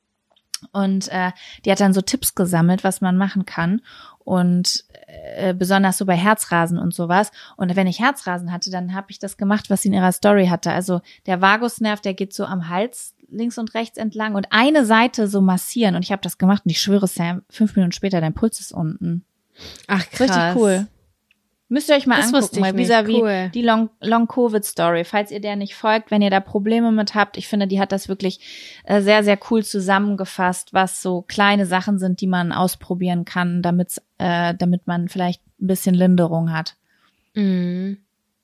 S1: und äh, die hat dann so Tipps gesammelt, was man machen kann und äh, besonders so bei Herzrasen und sowas. Und wenn ich Herzrasen hatte, dann habe ich das gemacht, was sie in ihrer Story hatte. Also der Vagusnerv, der geht so am Hals links und rechts entlang und eine Seite so massieren. Und ich habe das gemacht und ich schwöre, Sam, fünf Minuten später, dein Puls ist unten.
S2: Ach, krass.
S1: Richtig cool. Müsst ihr euch mal
S2: Das
S1: angucken,
S2: wusste ich
S1: weil
S2: nicht.
S1: vis-à-vis
S2: Cool.
S1: die Long- Long-Covid-Story, falls ihr der nicht folgt, wenn ihr da Probleme mit habt, ich finde, die hat das wirklich äh, sehr, sehr cool zusammengefasst, was so kleine Sachen sind, die man ausprobieren kann, damit, äh, damit man vielleicht ein bisschen Linderung hat.
S2: Mhm.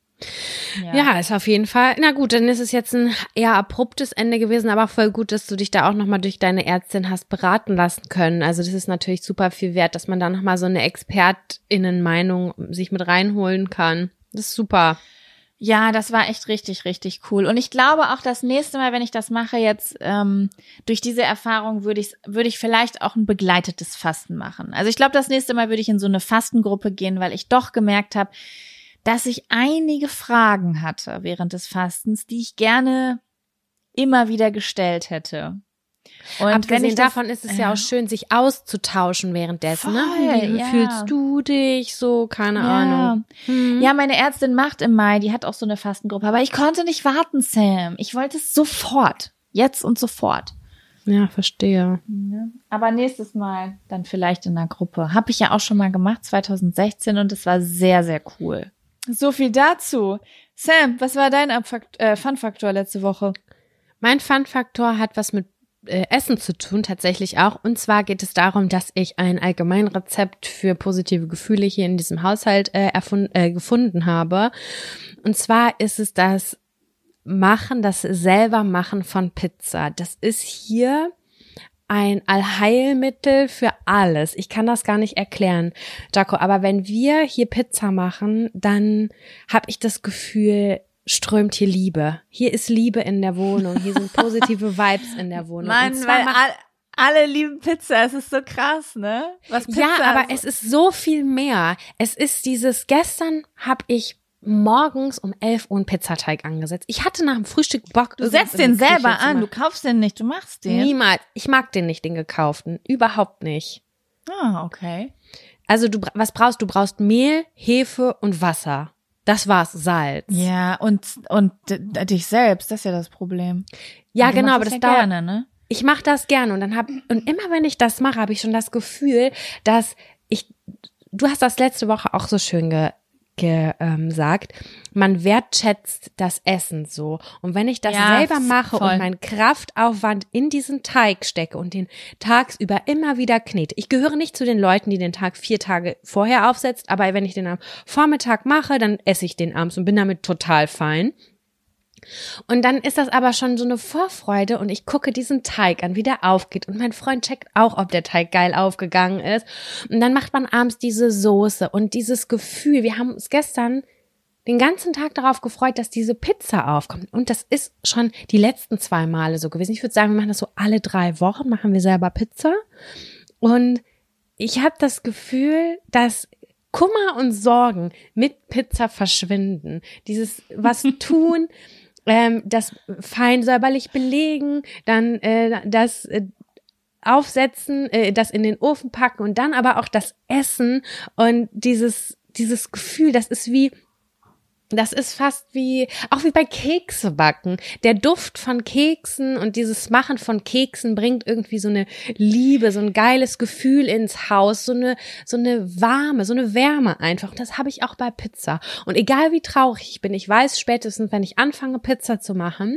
S2: Ja, ist auf jeden Fall. Na gut, dann ist es jetzt ein eher abruptes Ende gewesen, aber voll gut, dass du dich da auch nochmal durch deine Ärztin hast beraten lassen können. Also das ist natürlich super viel wert, dass man da nochmal so eine ExpertInnen-Meinung sich mit reinholen kann. Das ist super.
S1: Ja, das war echt richtig, richtig cool. Und ich glaube auch das nächste Mal, wenn ich das mache jetzt, ähm, durch diese Erfahrung würde ich, würde ich vielleicht auch ein begleitetes Fasten machen. Also ich glaube, das nächste Mal würde ich in so eine Fastengruppe gehen, weil ich doch gemerkt habe, dass ich einige Fragen hatte während des Fastens, die ich gerne immer wieder gestellt hätte. Und
S2: Abgesehen
S1: wenn ich das,
S2: davon ist es ja auch schön, sich auszutauschen währenddessen.
S1: Voll,
S2: ne? Wie
S1: ja.
S2: fühlst du dich? So, keine
S1: ja.
S2: Ahnung. Hm.
S1: Ja, meine Ärztin macht im Mai, die hat auch so eine Fastengruppe, aber ich konnte nicht warten, Sam. Ich wollte es sofort. Jetzt und sofort.
S2: Ja, verstehe.
S1: Ja. Aber nächstes Mal dann vielleicht in einer Gruppe. Habe ich ja auch schon mal gemacht, zwanzig sechzehn, und es war sehr, sehr cool. So viel dazu. Sam, was war dein Abfakt- äh, Fun-Faktor letzte Woche?
S2: Mein Fun-Faktor hat was mit äh, Essen zu tun, tatsächlich auch. Und zwar geht es darum, dass ich ein Allgemeinrezept für positive Gefühle hier in diesem Haushalt äh, erfund- äh, gefunden habe. Und zwar ist es das Machen, das Selbermachen von Pizza. Das ist hier ein Allheilmittel für alles. Ich kann das gar nicht erklären, Jaco, aber wenn wir hier Pizza machen, dann habe ich das Gefühl, strömt hier Liebe. Hier ist Liebe in der Wohnung, hier sind positive Vibes in der Wohnung.
S1: Mann,
S2: Und zwar
S1: weil
S2: macht-
S1: all, alle lieben Pizza, es ist so krass, ne? Was Pizza
S2: ja, aber
S1: so-
S2: es ist so viel mehr. Es ist dieses, gestern habe ich morgens um elf Uhr einen Pizzateig angesetzt. Ich hatte nach dem Frühstück Bock.
S1: Du setzt den selber an, du kaufst den nicht, du machst den.
S2: Niemals. Ich mag den nicht, den gekauften. Überhaupt nicht.
S1: Ah, okay.
S2: Also du, was brauchst du? Du brauchst Mehl, Hefe und Wasser. Das war's, Salz.
S1: Ja, und und d- dich selbst, das ist ja das Problem.
S2: Ja,
S1: du
S2: genau,
S1: machst
S2: aber
S1: das
S2: das
S1: ja
S2: dauert.
S1: gerne, ne?
S2: Ich mache das gerne und dann hab und immer wenn ich das mache, habe ich schon das Gefühl, dass ich. Du hast das letzte Woche auch so schön ge, ge, ähm, gesagt. Man wertschätzt das Essen so. Und wenn ich das
S1: Ja,
S2: selber mache
S1: voll.
S2: und meinen Kraftaufwand in diesen Teig stecke und den tagsüber immer wieder knete. Ich gehöre nicht zu den Leuten, die den Tag vier Tage vorher aufsetzt, aber wenn ich den am Vormittag mache, dann esse ich den abends und bin damit total fein. Und dann ist das aber schon so eine Vorfreude und ich gucke diesen Teig an, wie der aufgeht und mein Freund checkt auch, ob der Teig geil aufgegangen ist und dann macht man abends diese Soße und dieses Gefühl, wir haben uns gestern den ganzen Tag darauf gefreut, dass diese Pizza aufkommt und das ist schon die letzten zwei Male so gewesen. Ich würde sagen, wir machen das so alle drei Wochen, machen wir selber Pizza und ich habe das Gefühl, dass Kummer und Sorgen mit Pizza verschwinden. Dieses was tun, ähm, das fein säuberlich belegen, dann äh, das äh, aufsetzen, äh, das in den Ofen packen und dann aber auch das Essen und dieses dieses Gefühl, das ist wie Das ist fast wie, auch wie bei Kekse backen. Der Duft von Keksen und dieses Machen von Keksen bringt irgendwie so eine Liebe, so ein geiles Gefühl ins Haus, so eine, so eine warme, so eine Wärme einfach. Und das habe ich auch bei Pizza. Und egal wie traurig ich bin, ich weiß spätestens, wenn ich anfange, Pizza zu machen,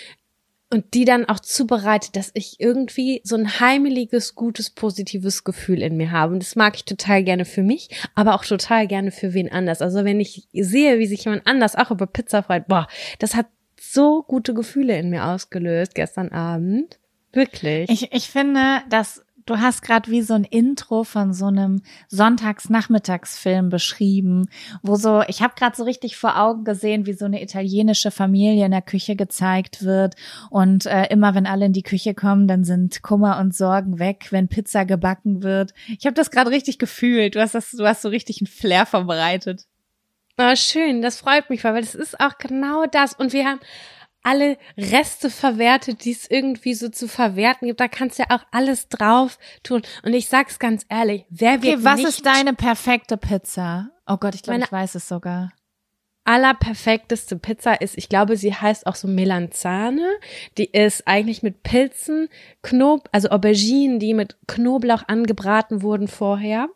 S2: und die dann auch zubereitet, dass ich irgendwie so ein heimeliges, gutes, positives Gefühl in mir habe. Und das mag ich total gerne für mich, aber auch total gerne für wen anders. Also wenn ich sehe, wie sich jemand anders auch über Pizza freut, boah, das hat so gute Gefühle in mir ausgelöst gestern Abend. Wirklich.
S1: Ich, ich finde, dass du hast gerade wie so ein Intro von so einem Sonntagsnachmittagsfilm beschrieben, wo so, ich habe gerade so richtig vor Augen gesehen, wie so eine italienische Familie in der Küche gezeigt wird und äh, immer wenn alle in die Küche kommen, dann sind Kummer und Sorgen weg, wenn Pizza gebacken wird. Ich habe das gerade richtig gefühlt. Du hast das, du hast so richtig einen Flair verbreitet.
S2: Oh, schön, das freut mich, weil das ist auch genau das. Und wir haben alle Reste verwertet, die es irgendwie so zu verwerten gibt. Da kannst du ja auch alles drauf tun. Und ich sag's ganz ehrlich, wer wird
S1: Okay, was
S2: nicht
S1: ist deine perfekte Pizza? Oh Gott, ich glaube,
S2: Meine-
S1: ich weiß es sogar.
S2: allerperfekteste Pizza ist, ich glaube, sie heißt auch so Melanzane. Die ist eigentlich mit Pilzen, Knob, also Auberginen, die mit Knoblauch angebraten wurden vorher.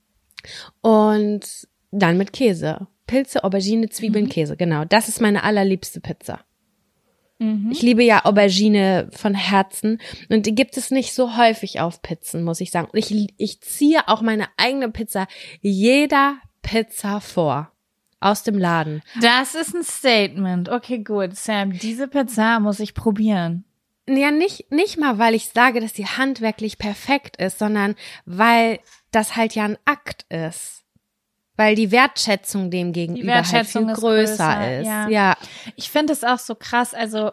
S2: Und dann mit Käse. Pilze, Aubergine, Zwiebeln,
S1: Mhm.
S2: Käse. Genau, das ist meine allerliebste Pizza.
S1: Mhm.
S2: Ich liebe ja Aubergine von Herzen und die gibt es nicht so häufig auf Pizzen, muss ich sagen. Und ich, ich ziehe auch meine eigene Pizza jeder Pizza vor. Aus dem Laden.
S1: Das ist ein Statement. Okay, gut. Sam, diese Pizza muss ich probieren.
S2: Ja, nicht, nicht mal, weil ich sage, dass die handwerklich perfekt ist, sondern weil das halt ja ein Akt ist. Weil die Wertschätzung dem gegenüber halt viel
S1: Wertschätzung ist
S2: größer,
S1: größer,
S2: ist.
S1: ja.
S2: ja.
S1: Ich finde es auch so krass, also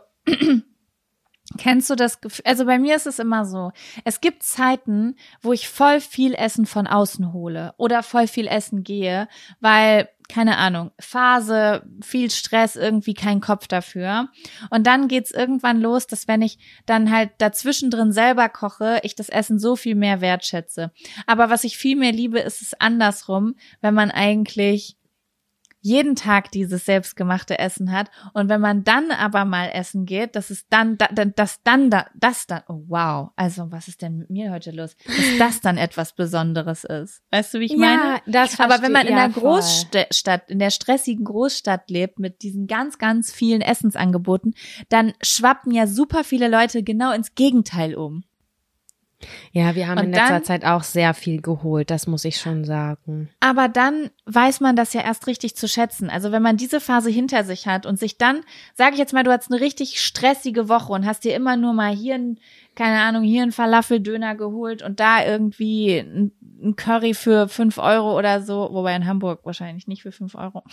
S1: kennst du das Gefühl, also bei mir ist es immer so, es gibt Zeiten, wo ich voll viel Essen von außen hole oder voll viel essen gehe, weil, keine Ahnung, Phase, viel Stress, irgendwie kein Kopf dafür. Und dann geht's irgendwann los, dass wenn ich dann halt dazwischen drin selber koche, ich das Essen so viel mehr wertschätze. Aber was ich viel mehr liebe, ist es andersrum, wenn man eigentlich jeden Tag dieses selbstgemachte Essen hat und wenn man dann aber mal essen geht, dass es dann, da, das dann, da, das dann, oh wow, also was ist denn mit mir heute los, dass das dann etwas Besonderes ist. Weißt du, wie ich meine?
S2: Ja, das
S1: Aber wenn man in
S2: ja,
S1: der Großstadt, in der stressigen Großstadt lebt mit diesen ganz, ganz vielen Essensangeboten, dann schwappen ja super viele Leute genau ins Gegenteil um.
S2: Ja, wir haben
S1: Und
S2: in letzter
S1: dann-
S2: Zeit auch sehr viel geholt, das muss ich schon sagen.
S1: Aber dann weiß man das ja erst richtig zu schätzen. Also wenn man diese Phase hinter sich hat und sich dann, sage ich jetzt mal, du hast eine richtig stressige Woche und hast dir immer nur mal hier ein, keine Ahnung, hier ein Falafeldöner geholt und da irgendwie ein, ein Curry für fünf Euro oder so, wobei in Hamburg wahrscheinlich nicht für fünf Euro.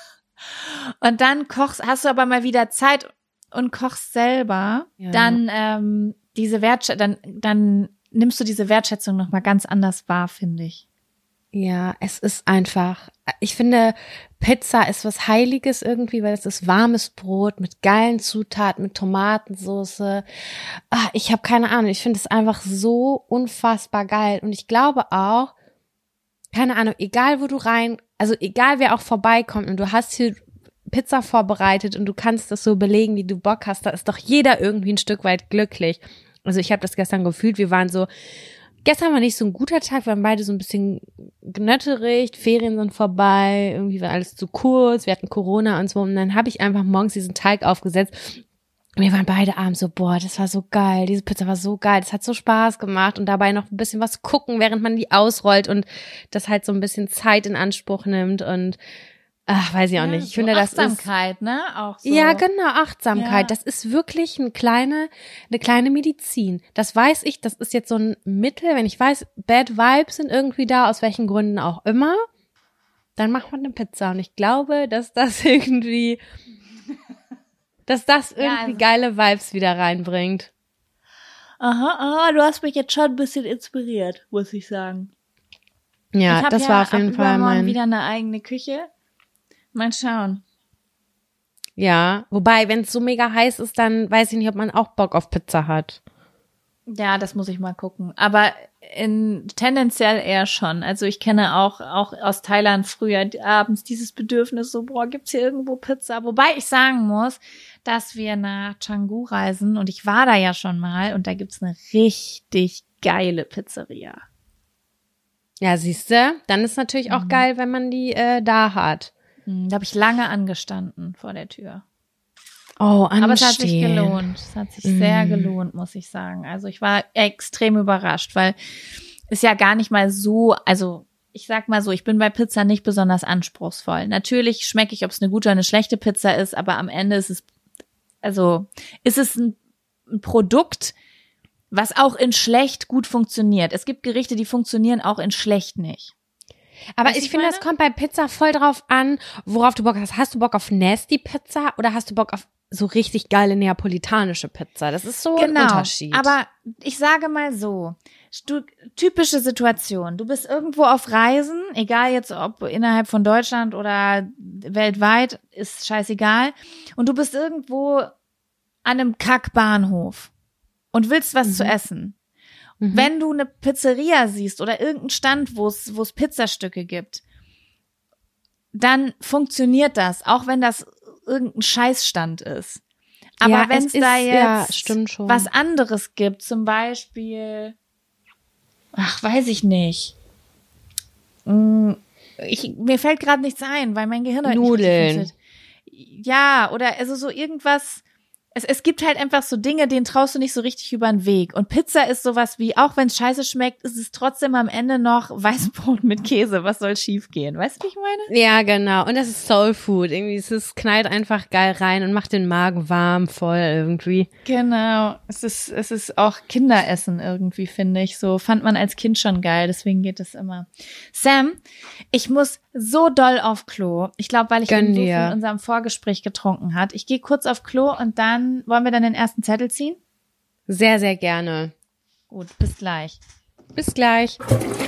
S1: Und dann kochst, hast du aber mal wieder Zeit und kochst selber,
S2: Ja.
S1: dann ähm, diese Wertschätzung, dann, dann nimmst du diese Wertschätzung nochmal ganz anders wahr, finde ich.
S2: Ja, es ist einfach, ich finde, Pizza ist was Heiliges irgendwie, weil es ist warmes Brot mit geilen Zutaten, mit Tomatensauce. Ah, ich habe keine Ahnung, ich finde es einfach so unfassbar geil. Und ich glaube auch, keine Ahnung, egal wo du rein, also egal wer auch vorbeikommt und du hast hier Pizza vorbereitet und du kannst das so belegen, wie du Bock hast, da ist doch jeder irgendwie ein Stück weit glücklich. Also ich habe das gestern gefühlt, wir waren so, gestern war nicht so ein guter Tag, wir waren beide so ein bisschen gnötterig, Ferien sind vorbei, irgendwie war alles zu kurz, wir hatten Corona und so und dann habe ich einfach morgens diesen Teig aufgesetzt und wir waren beide abends so, boah, das war so geil, diese Pizza war so geil, das hat so Spaß gemacht und dabei noch ein bisschen was gucken, während man die ausrollt und das halt so ein bisschen Zeit in Anspruch nimmt und ach, weiß ich auch
S1: Ja,
S2: nicht. Ich
S1: so
S2: finde, das ist
S1: Achtsamkeit, ne? Auch so.
S2: Ja, genau, Achtsamkeit.
S1: Ja.
S2: Das ist wirklich eine kleine, eine kleine Medizin. Das weiß ich, das ist jetzt so ein Mittel, wenn ich weiß, Bad Vibes sind irgendwie da, aus welchen Gründen auch immer, dann macht man eine Pizza. Und ich glaube, dass das irgendwie, dass das irgendwie
S1: Ja, also-
S2: geile Vibes wieder reinbringt.
S1: Aha, aha, du hast mich jetzt schon ein bisschen inspiriert, muss ich sagen.
S2: Ja,
S1: ich hab
S2: das
S1: ja
S2: war auf jeden
S1: ab
S2: Fall
S1: übermorgen
S2: mein,
S1: wieder eine eigene Küche. Mal schauen.
S2: ja. Wobei, wenn es so mega heiß ist, dann weiß ich nicht, ob man auch Bock auf Pizza hat.
S1: Ja, das muss ich mal gucken. Aber in, tendenziell eher schon. Also ich kenne auch, auch aus Thailand früher die- abends dieses Bedürfnis so, boah, gibt's hier irgendwo Pizza? Wobei ich sagen muss, dass wir nach Canggu reisen und ich war da ja schon mal und da gibt's eine richtig geile Pizzeria.
S2: Ja, siehste, dann ist natürlich auch
S1: Mhm.
S2: geil, wenn man die äh, da hat.
S1: Hm, Da habe ich lange angestanden vor der Tür.
S2: Oh, anstehen.
S1: Aber es hat sich gelohnt. Es hat sich sehr
S2: Mm.
S1: gelohnt, muss ich sagen. Also ich war extrem überrascht, weil es ja gar nicht mal so, also ich sag mal so, ich bin bei Pizza nicht besonders anspruchsvoll. Natürlich schmecke ich, ob es eine gute oder eine schlechte Pizza ist, aber am Ende ist es, also ist es ein, ein Produkt, was auch in schlecht gut funktioniert. Es gibt Gerichte, die funktionieren auch in schlecht nicht.
S2: Aber
S1: Weißt du,
S2: ich
S1: ich
S2: finde,
S1: meine?
S2: das kommt bei Pizza voll drauf an, worauf du Bock hast. Hast du Bock auf Nasty Pizza oder hast du Bock auf so richtig geile neapolitanische Pizza? Das ist so ein Unterschied.
S1: Genau, aber ich sage mal so, du, typische Situation, du bist irgendwo auf Reisen, egal jetzt ob innerhalb von Deutschland oder weltweit, ist scheißegal, und du bist irgendwo an einem Kackbahnhof und willst was
S2: Mhm.
S1: zu essen.
S2: Mhm.
S1: Wenn du eine Pizzeria siehst oder irgendeinen Stand, wo es wo es Pizzastücke gibt, dann funktioniert das, auch wenn das irgendein Scheißstand ist. Aber
S2: Ja,
S1: wenn
S2: es
S1: es da
S2: ist-
S1: jetzt
S2: ja, stimmt schon.
S1: was anderes gibt, zum Beispiel, ach, weiß ich nicht. Mm, Ich, mir fällt gerade nichts ein, weil mein Gehirn heute nicht richtig
S2: Nudeln.
S1: funktioniert. Ja, oder also so irgendwas. Es, es gibt halt einfach so Dinge, denen traust du nicht so richtig über den Weg. Und Pizza ist sowas wie, auch wenn es scheiße schmeckt, ist es trotzdem am Ende noch Weißbrot mit Käse. Was soll schief gehen? Weißt du, wie ich meine?
S2: Ja, genau. Und das ist Soul Food. Irgendwie, es ist, knallt einfach geil rein und macht den Magen warm, voll irgendwie.
S1: Genau. Es ist, es ist auch Kinderessen irgendwie, finde ich. So fand man als Kind schon geil, deswegen geht es immer. Sam, ich muss so doll auf Klo. Ich glaube, weil ich
S2: Gönn
S1: eben so viel
S2: dir.
S1: in unserem Vorgespräch getrunken hat. Ich gehe kurz auf Klo und dann, wollen wir dann den ersten Zettel ziehen?
S2: Sehr, sehr gerne.
S1: Gut, bis gleich.
S2: Bis gleich.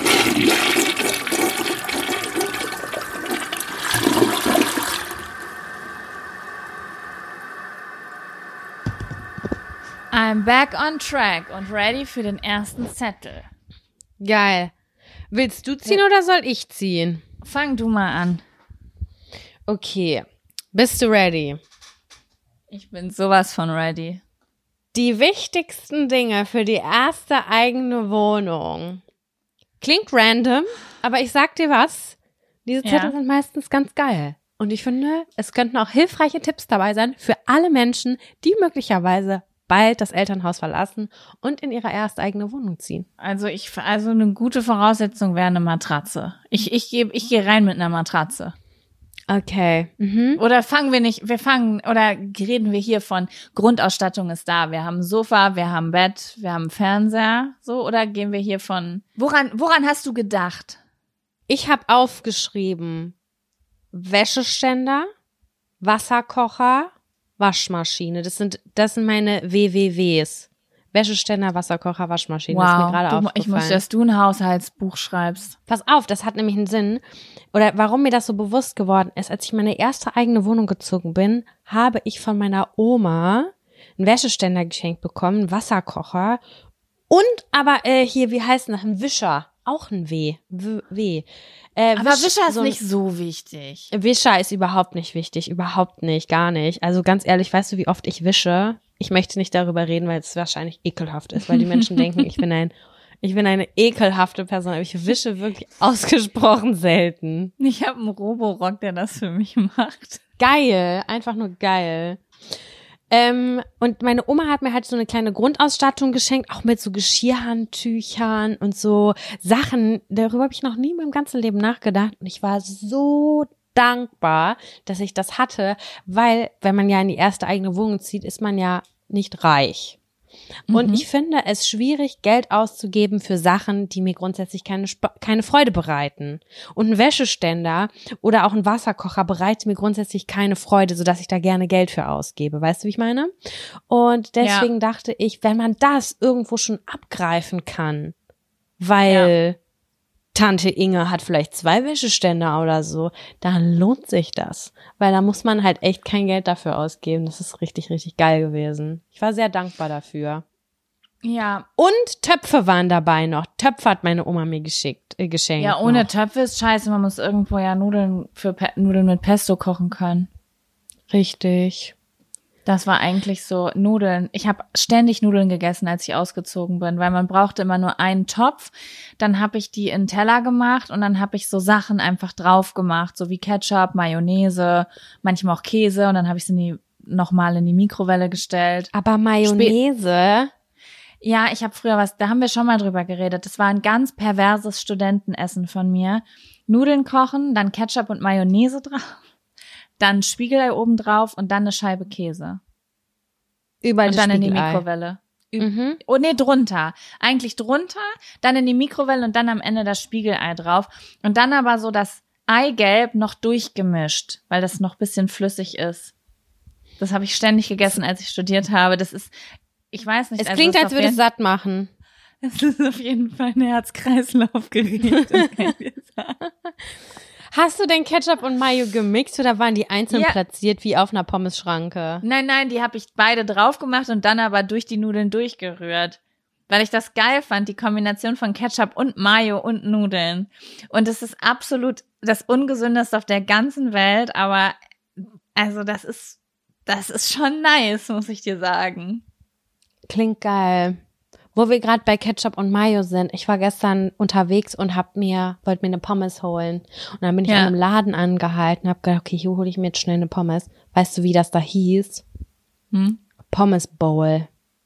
S1: I'm back on track und ready für den ersten Zettel.
S2: Geil. Willst du ziehen oder soll ich ziehen?
S1: Fang du mal an.
S2: Okay. Bist du ready?
S1: Ich bin sowas von ready.
S2: Die wichtigsten Dinge für die erste eigene Wohnung. Klingt random, aber ich sag dir was. Diese Zettel
S1: Ja.
S2: sind meistens ganz geil. Und ich finde, es könnten auch hilfreiche Tipps dabei sein für alle Menschen, die möglicherweise bald das Elternhaus verlassen und in ihre erste eigene Wohnung ziehen.
S1: Also ich, also eine gute Voraussetzung wäre eine Matratze. Ich, ich gehe, ich gehe rein mit einer Matratze.
S2: Okay. Mhm.
S1: Oder fangen wir nicht, wir fangen, oder reden wir hier von Grundausstattung ist da. Wir haben ein Sofa, wir haben ein Bett, wir haben einen Fernseher, so, oder gehen wir hier von, woran, woran hast du gedacht?
S2: Ich habe aufgeschrieben Wäscheständer, Wasserkocher, Waschmaschine. Das sind, das sind meine W W Ws. Wäscheständer, Wasserkocher, Waschmaschine. Das ist mir
S1: Wow,
S2: gerade
S1: du,
S2: aufgefallen.
S1: ich möchte, dass du ein Haushaltsbuch schreibst.
S2: Pass auf, das hat nämlich einen Sinn. Oder warum mir das so bewusst geworden ist, als ich in meine erste eigene Wohnung gezogen bin, habe ich von meiner Oma einen Wäscheständer geschenkt bekommen, einen Wasserkocher und aber äh, hier, wie heißt das, ein Wischer. Auch ein W. W. w. Äh,
S1: Aber
S2: Wisch,
S1: Wischer ist
S2: so ein,
S1: nicht so wichtig.
S2: Wischer ist überhaupt nicht wichtig, überhaupt nicht, gar nicht. Also ganz ehrlich, weißt du, wie oft ich wische? Ich möchte nicht darüber reden, weil es wahrscheinlich ekelhaft ist, weil die Menschen denken, ich bin ein, ich bin eine ekelhafte Person, aber ich wische wirklich ausgesprochen selten.
S1: Ich habe einen Roborock, der das für mich macht.
S2: Geil, einfach nur geil. Ähm, und meine Oma hat mir halt so eine kleine Grundausstattung geschenkt, auch mit so Geschirrhandtüchern und so Sachen. Darüber habe ich noch nie in meinem ganzen Leben nachgedacht. Und ich war so dankbar, dass ich das hatte, weil, wenn man ja in die erste eigene Wohnung zieht, ist man ja nicht reich. Und
S1: Mhm.
S2: ich finde es schwierig, Geld auszugeben für Sachen, die mir grundsätzlich keine Sp- keine Freude bereiten. Und ein Wäscheständer oder auch ein Wasserkocher bereitet mir grundsätzlich keine Freude, sodass ich da gerne Geld für ausgebe. Weißt du, wie ich meine? Und deswegen
S1: Ja.
S2: dachte ich, wenn man das irgendwo schon abgreifen kann, weil ja. Tante Inge hat vielleicht zwei Wäscheständer oder so, dann lohnt sich das. Weil da muss man halt echt kein Geld dafür ausgeben. Das ist richtig, richtig geil gewesen. Ich war sehr dankbar dafür.
S1: Ja.
S2: Und Töpfe waren dabei noch. Töpfe hat meine Oma mir geschickt, äh, geschenkt.
S1: Ja, ohne
S2: noch.
S1: Töpfe ist scheiße. Man muss irgendwo ja Nudeln für Pe- Nudeln mit Pesto kochen können.
S2: Richtig.
S1: Das war eigentlich so Nudeln. Ich habe ständig Nudeln gegessen, als ich ausgezogen bin, weil man brauchte immer nur einen Topf. Dann habe ich die in einen Teller gemacht und dann habe ich so Sachen einfach drauf gemacht, so wie Ketchup, Mayonnaise, manchmal auch Käse und dann habe ich sie in die, nochmal in die Mikrowelle gestellt.
S2: Aber Mayonnaise?
S1: Ja, ich habe früher was, da haben wir schon mal drüber geredet. Das war ein ganz perverses Studentenessen von mir. Nudeln kochen, dann Ketchup und Mayonnaise drauf. Dann Spiegelei oben drauf und dann eine Scheibe Käse.
S2: Überall
S1: und dann in die Mikrowelle. Ü-
S2: Mhm.
S1: Oh nee, drunter. Eigentlich drunter, dann in die Mikrowelle und dann am Ende das Spiegelei drauf. Und dann aber so das Eigelb noch durchgemischt, weil das noch ein bisschen flüssig ist. Das habe ich ständig gegessen, als ich studiert habe. Das ist, ich weiß nicht.
S2: Es
S1: also
S2: klingt,
S1: ist
S2: als
S1: auf
S2: würde es
S1: jeden-
S2: satt machen.
S1: Es ist auf jeden Fall ein Herz-Kreislauf-Gerät. das kann ich dir sagen.
S2: Hast du denn Ketchup und Mayo gemixt oder waren die einzeln
S1: Ja.
S2: platziert wie auf einer Pommesschranke?
S1: Nein, nein, die habe ich beide drauf gemacht und dann aber durch die Nudeln durchgerührt. Weil ich das geil fand, die Kombination von Ketchup und Mayo und Nudeln. Und es ist absolut das Ungesündeste auf der ganzen Welt, aber also das ist, das ist schon nice, muss ich dir sagen.
S2: Klingt geil. Wo wir gerade bei Ketchup und Mayo sind, ich war gestern unterwegs und hab mir, wollte mir eine Pommes holen. Und dann bin ich
S1: Ja.
S2: an einem Laden angehalten, hab gedacht, okay, hier hole ich mir jetzt schnell eine Pommes. Weißt du, wie das da hieß?
S1: Hm?
S2: Pommes Bowl.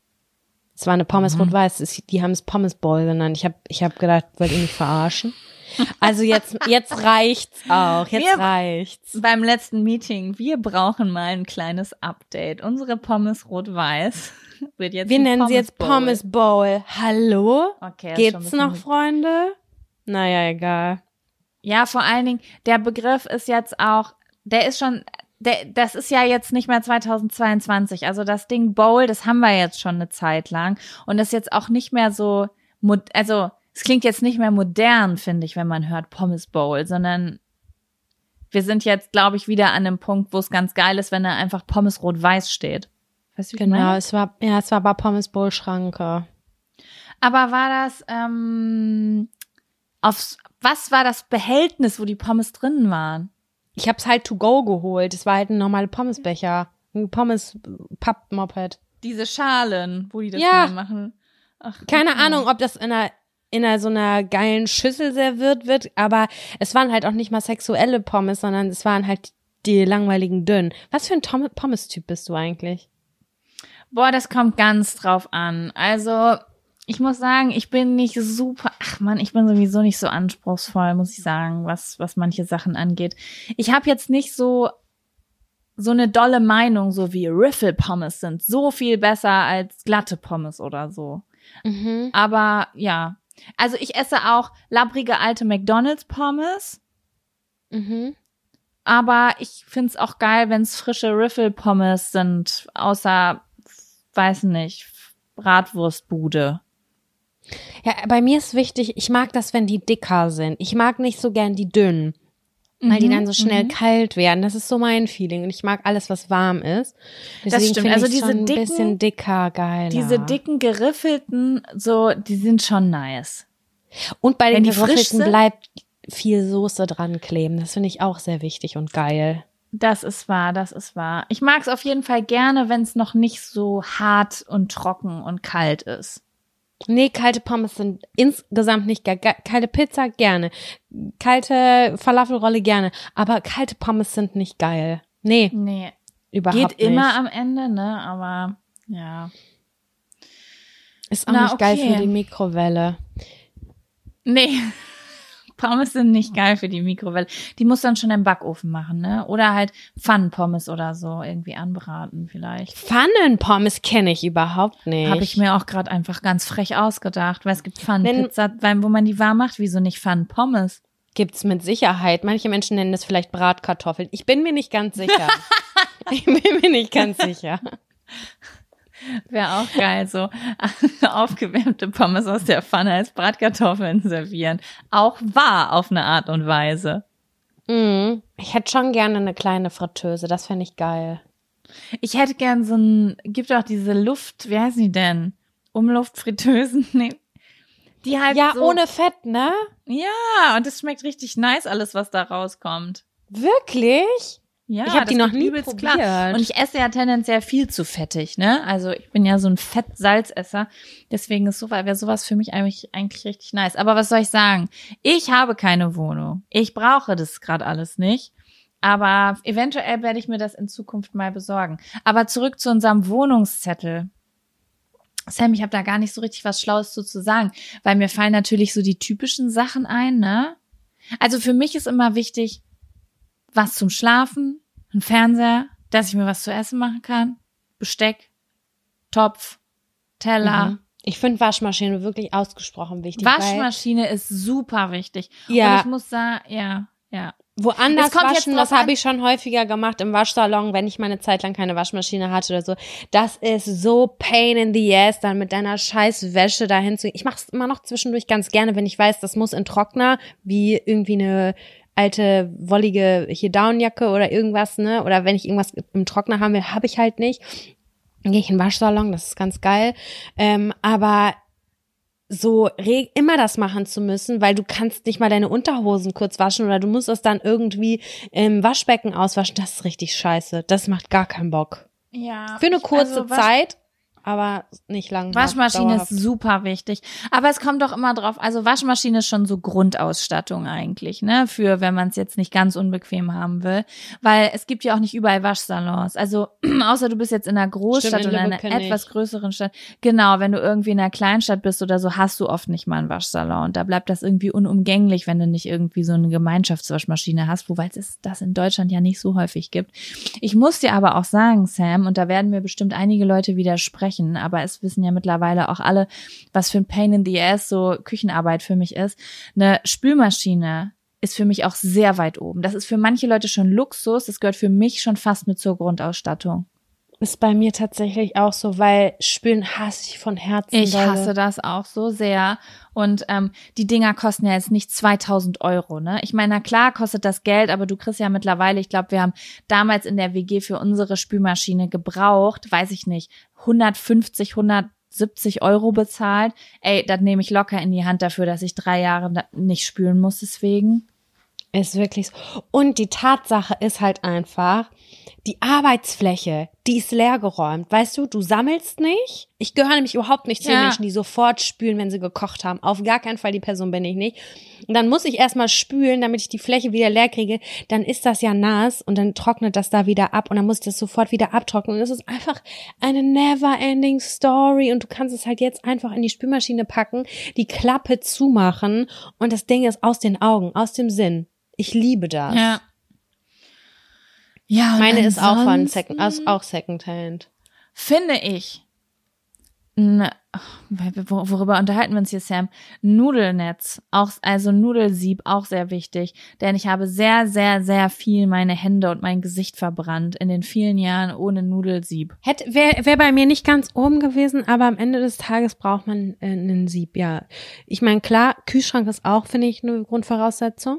S2: Es war eine Pommes
S1: Mhm.
S2: rot-weiß, es- die haben es Pommes Bowl genannt. Ich hab, ich hab gedacht, wollt ihr mich verarschen? Also jetzt, jetzt reicht's auch, jetzt
S1: Wir-
S2: reicht's.
S1: Beim letzten Meeting, wir brauchen mal ein kleines Update. Unsere Pommes rot-weiß wird jetzt
S2: Wir
S1: die
S2: nennen sie jetzt
S1: Bowl.
S2: Pommes Bowl. Hallo?
S1: Okay, das ist schon ein
S2: Geht's
S1: bisschen
S2: noch,
S1: mit-
S2: Freunde? Naja, egal.
S1: Ja, vor allen Dingen, der Begriff ist jetzt auch, der ist schon, der, das ist ja jetzt nicht mehr zweitausendzweiundzwanzig. Also das Ding Bowl, das haben wir jetzt schon eine Zeit lang. Und das ist jetzt auch nicht mehr so, mod- also es klingt jetzt nicht mehr modern, finde ich, wenn man hört Pommes Bowl, sondern wir sind jetzt, glaube ich, wieder an einem Punkt, wo es ganz geil ist, wenn da einfach Pommes rot-weiß steht. Weißt du, wie ich
S2: Genau,
S1: meine?
S2: es war, ja, es war bei Pommes Bowl Schranke.
S1: Aber war das, ähm, aufs, was war das Behältnis, wo die Pommes drin waren?
S2: Ich hab's halt to go geholt. Es war halt ein normaler Pommesbecher. Ein Pommes-Papp-Moped.
S1: Diese Schalen, wo die das
S2: Ja.
S1: immer machen. Ach,
S2: Keine
S1: okay.
S2: Ahnung, ob das in einer, in einer so einer geilen Schüssel serviert wird, aber es waren halt auch nicht mal sexuelle Pommes, sondern es waren halt die langweiligen dünnen. Was für ein Tom- Pommes-Typ bist du eigentlich?
S1: Boah, das kommt ganz drauf an. Also, ich muss sagen, ich bin nicht super, ach man, ich bin sowieso nicht so anspruchsvoll, muss ich sagen, was, was manche Sachen angeht. Ich habe jetzt nicht so, so eine dolle Meinung, so wie Riffle-Pommes sind so viel besser als glatte Pommes oder so.
S2: Mhm.
S1: Aber ja, also ich esse auch labbrige alte McDonald's-Pommes,
S2: Mhm.
S1: aber ich find's auch geil, wenn's frische Riffle-Pommes sind, außer, weiß nicht, Bratwurstbude.
S2: Ja, bei mir ist wichtig, ich mag das, wenn die dicker sind. Ich mag nicht so gern die dünnen, weil die dann so schnell
S1: mhm.
S2: kalt werden. Das ist so mein Feeling und ich mag alles, was warm ist. Deswegen
S1: Das stimmt,
S2: finde
S1: also
S2: ich
S1: diese
S2: schon ein
S1: dicken,
S2: bisschen dicker geiler.
S1: Diese dicken geriffelten, so, die sind schon nice.
S2: Und bei
S1: wenn
S2: den
S1: die frisch
S2: geriffelten
S1: sind,
S2: bleibt viel Soße dran kleben. Das finde ich auch sehr wichtig und geil.
S1: Das ist wahr, das ist wahr. Ich mag es auf jeden Fall gerne, wenn es noch nicht so hart und trocken und kalt ist.
S2: Nee, kalte Pommes sind insgesamt nicht geil. Ge- Kalte Pizza gerne. Kalte Falafelrolle gerne. Aber kalte Pommes sind nicht geil. Nee,
S1: Nee,
S2: überhaupt
S1: geht
S2: nicht.
S1: immer am Ende, ne, aber ja.
S2: Ist auch
S1: Na,
S2: nicht geil
S1: okay.
S2: für die Mikrowelle.
S1: Nee, Pommes sind nicht geil für die Mikrowelle. Die muss dann schon im Backofen machen, ne? Oder halt Pfannenpommes oder so irgendwie anbraten vielleicht.
S2: Pfannenpommes kenne ich überhaupt nicht.
S1: Habe ich mir auch gerade einfach ganz frech ausgedacht, weil es gibt Pfannenpizza, weil- wo man die warm macht. Wieso nicht Pfannenpommes?
S2: Gibt's mit Sicherheit. Manche Menschen nennen das vielleicht Bratkartoffeln. Ich bin mir nicht ganz sicher. Ich bin mir nicht ganz sicher.
S1: Wäre auch geil, so aufgewärmte Pommes aus der Pfanne als Bratkartoffeln servieren. Auch wahr auf eine Art und Weise.
S2: Mm. Ich hätte schon gerne eine kleine Fritteuse. Das fände ich geil.
S1: Ich hätte gern so ein, gibt auch diese Luft, wie heißen die denn? Umluftfritteusen? Nee. Die halt
S2: Ja,
S1: so,
S2: ohne Fett, ne?
S1: Ja, und es schmeckt richtig nice, alles, was da rauskommt.
S2: Wirklich?
S1: Ja,
S2: Ich hab die
S1: das
S2: noch
S1: geht
S2: nie
S1: übelst
S2: probiert.
S1: klar. Und ich esse ja tendenziell viel zu fettig, ne? Also ich bin ja so ein Fett-Salzesser. Deswegen ist so, wäre sowas für mich eigentlich, eigentlich richtig nice. Aber was soll ich sagen? Ich habe keine Wohnung. Ich brauche das gerade alles nicht. Aber eventuell werde ich mir das in Zukunft mal besorgen. Aber zurück zu unserem Wohnungszettel. Sam, ich habe da gar nicht so richtig was Schlaues zu, zu sagen, weil mir fallen natürlich so die typischen Sachen ein, ne? Also für mich ist immer wichtig, was zum Schlafen, ein Fernseher, dass ich mir was zu essen machen kann, Besteck, Topf, Teller.
S2: Mhm. Ich finde Waschmaschine wirklich ausgesprochen wichtig.
S1: Waschmaschine ist super wichtig.
S2: Ja.
S1: Und ich muss sagen, ja, ja.
S2: Woanders
S1: Es kommt jetzt
S2: waschen,
S1: drauf
S2: das habe
S1: an-
S2: ich schon häufiger gemacht im Waschsalon, wenn ich mal eine Zeit lang keine Waschmaschine hatte oder so. Das ist so pain in the ass, dann mit deiner scheiß Wäsche dahin zu gehen. Ich mache es immer noch zwischendurch ganz gerne, wenn ich weiß, das muss in Trockner, wie irgendwie eine alte, wollige hier Downjacke oder irgendwas, ne? Oder wenn ich irgendwas im Trockner haben will, habe ich halt nicht. Dann gehe ich in den Waschsalon, das ist ganz geil. Ähm, aber so reg immer das machen zu müssen, weil du kannst nicht mal deine Unterhosen kurz waschen oder du musst es dann irgendwie im Waschbecken auswaschen, das ist richtig scheiße. Das macht gar keinen Bock.
S1: Ja.
S2: Für eine
S1: ich-
S2: kurze
S1: also Wasch-
S2: Zeit, aber nicht lang.
S1: Waschmaschine ist super wichtig. Aber es kommt doch immer drauf, also Waschmaschine ist schon so Grundausstattung eigentlich, ne? Für, wenn man es jetzt nicht ganz unbequem haben will. Weil es gibt ja auch nicht überall Waschsalons. Also, außer du bist jetzt in einer Großstadt
S2: Stimmt, in
S1: oder in
S2: Lübeck
S1: einer
S2: kenn
S1: etwas
S2: ich.
S1: größeren Stadt. Genau, wenn du irgendwie in einer Kleinstadt bist oder so, hast du oft nicht mal einen Waschsalon. Und da bleibt das irgendwie unumgänglich, wenn du nicht irgendwie so eine Gemeinschaftswaschmaschine hast, wobei es das in Deutschland ja nicht so häufig gibt. Ich muss dir aber auch sagen, Sam, und da werden mir bestimmt einige Leute widersprechen, aber es wissen ja mittlerweile auch alle, was für ein Pain in the Ass so Küchenarbeit für mich ist. Eine Spülmaschine ist für mich auch sehr weit oben. Das ist für manche Leute schon Luxus, das gehört für mich schon fast mit zur Grundausstattung.
S2: Ist bei mir tatsächlich auch so, weil Spülen hasse ich von Herzen.
S1: Ich
S2: dolle.
S1: hasse das auch so sehr. Und ähm, die Dinger kosten ja jetzt nicht zweitausend Euro, ne? Ich meine, na klar kostet das Geld, aber du kriegst ja mittlerweile, ich glaube, wir haben damals in der W G für unsere Spülmaschine gebraucht, weiß ich nicht, hundertfünfzig, hundertsiebzig Euro bezahlt. Ey, das nehme ich locker in die Hand dafür, dass ich drei Jahre da- nicht spülen muss deswegen.
S2: Ist wirklich so. Und die Tatsache ist halt einfach, die Arbeitsfläche, die ist leergeräumt. Weißt du, du sammelst nicht. Ich gehöre nämlich überhaupt nicht zu den
S1: Ja.
S2: Menschen, die sofort spülen, wenn sie gekocht haben. Auf gar keinen Fall, die Person bin ich nicht. Und dann muss ich erstmal spülen, damit ich die Fläche wieder leer kriege. Dann ist das ja nass und dann trocknet das da wieder ab und dann muss ich das sofort wieder abtrocknen. Und es ist einfach eine never-ending Story und du kannst es halt jetzt einfach in die Spülmaschine packen, die Klappe zumachen und das Ding ist aus den Augen, aus dem Sinn. Ich liebe das.
S1: Ja. Ja, und
S2: Meine ist auch von
S1: ansonsten
S2: Second, ist auch Secondhand.
S1: finde ich, N- wor- Worüber unterhalten wir uns hier, Sam? Nudelnetz, auch, also Nudelsieb, auch sehr wichtig. Denn ich habe sehr, sehr, sehr viel meine Hände und mein Gesicht verbrannt in den vielen Jahren ohne Nudelsieb.
S2: Hätte, wäre wär bei mir nicht ganz oben gewesen, aber am Ende des Tages braucht man äh, einen Sieb, ja. Ich meine, klar, Kühlschrank ist auch, finde ich, eine Grundvoraussetzung.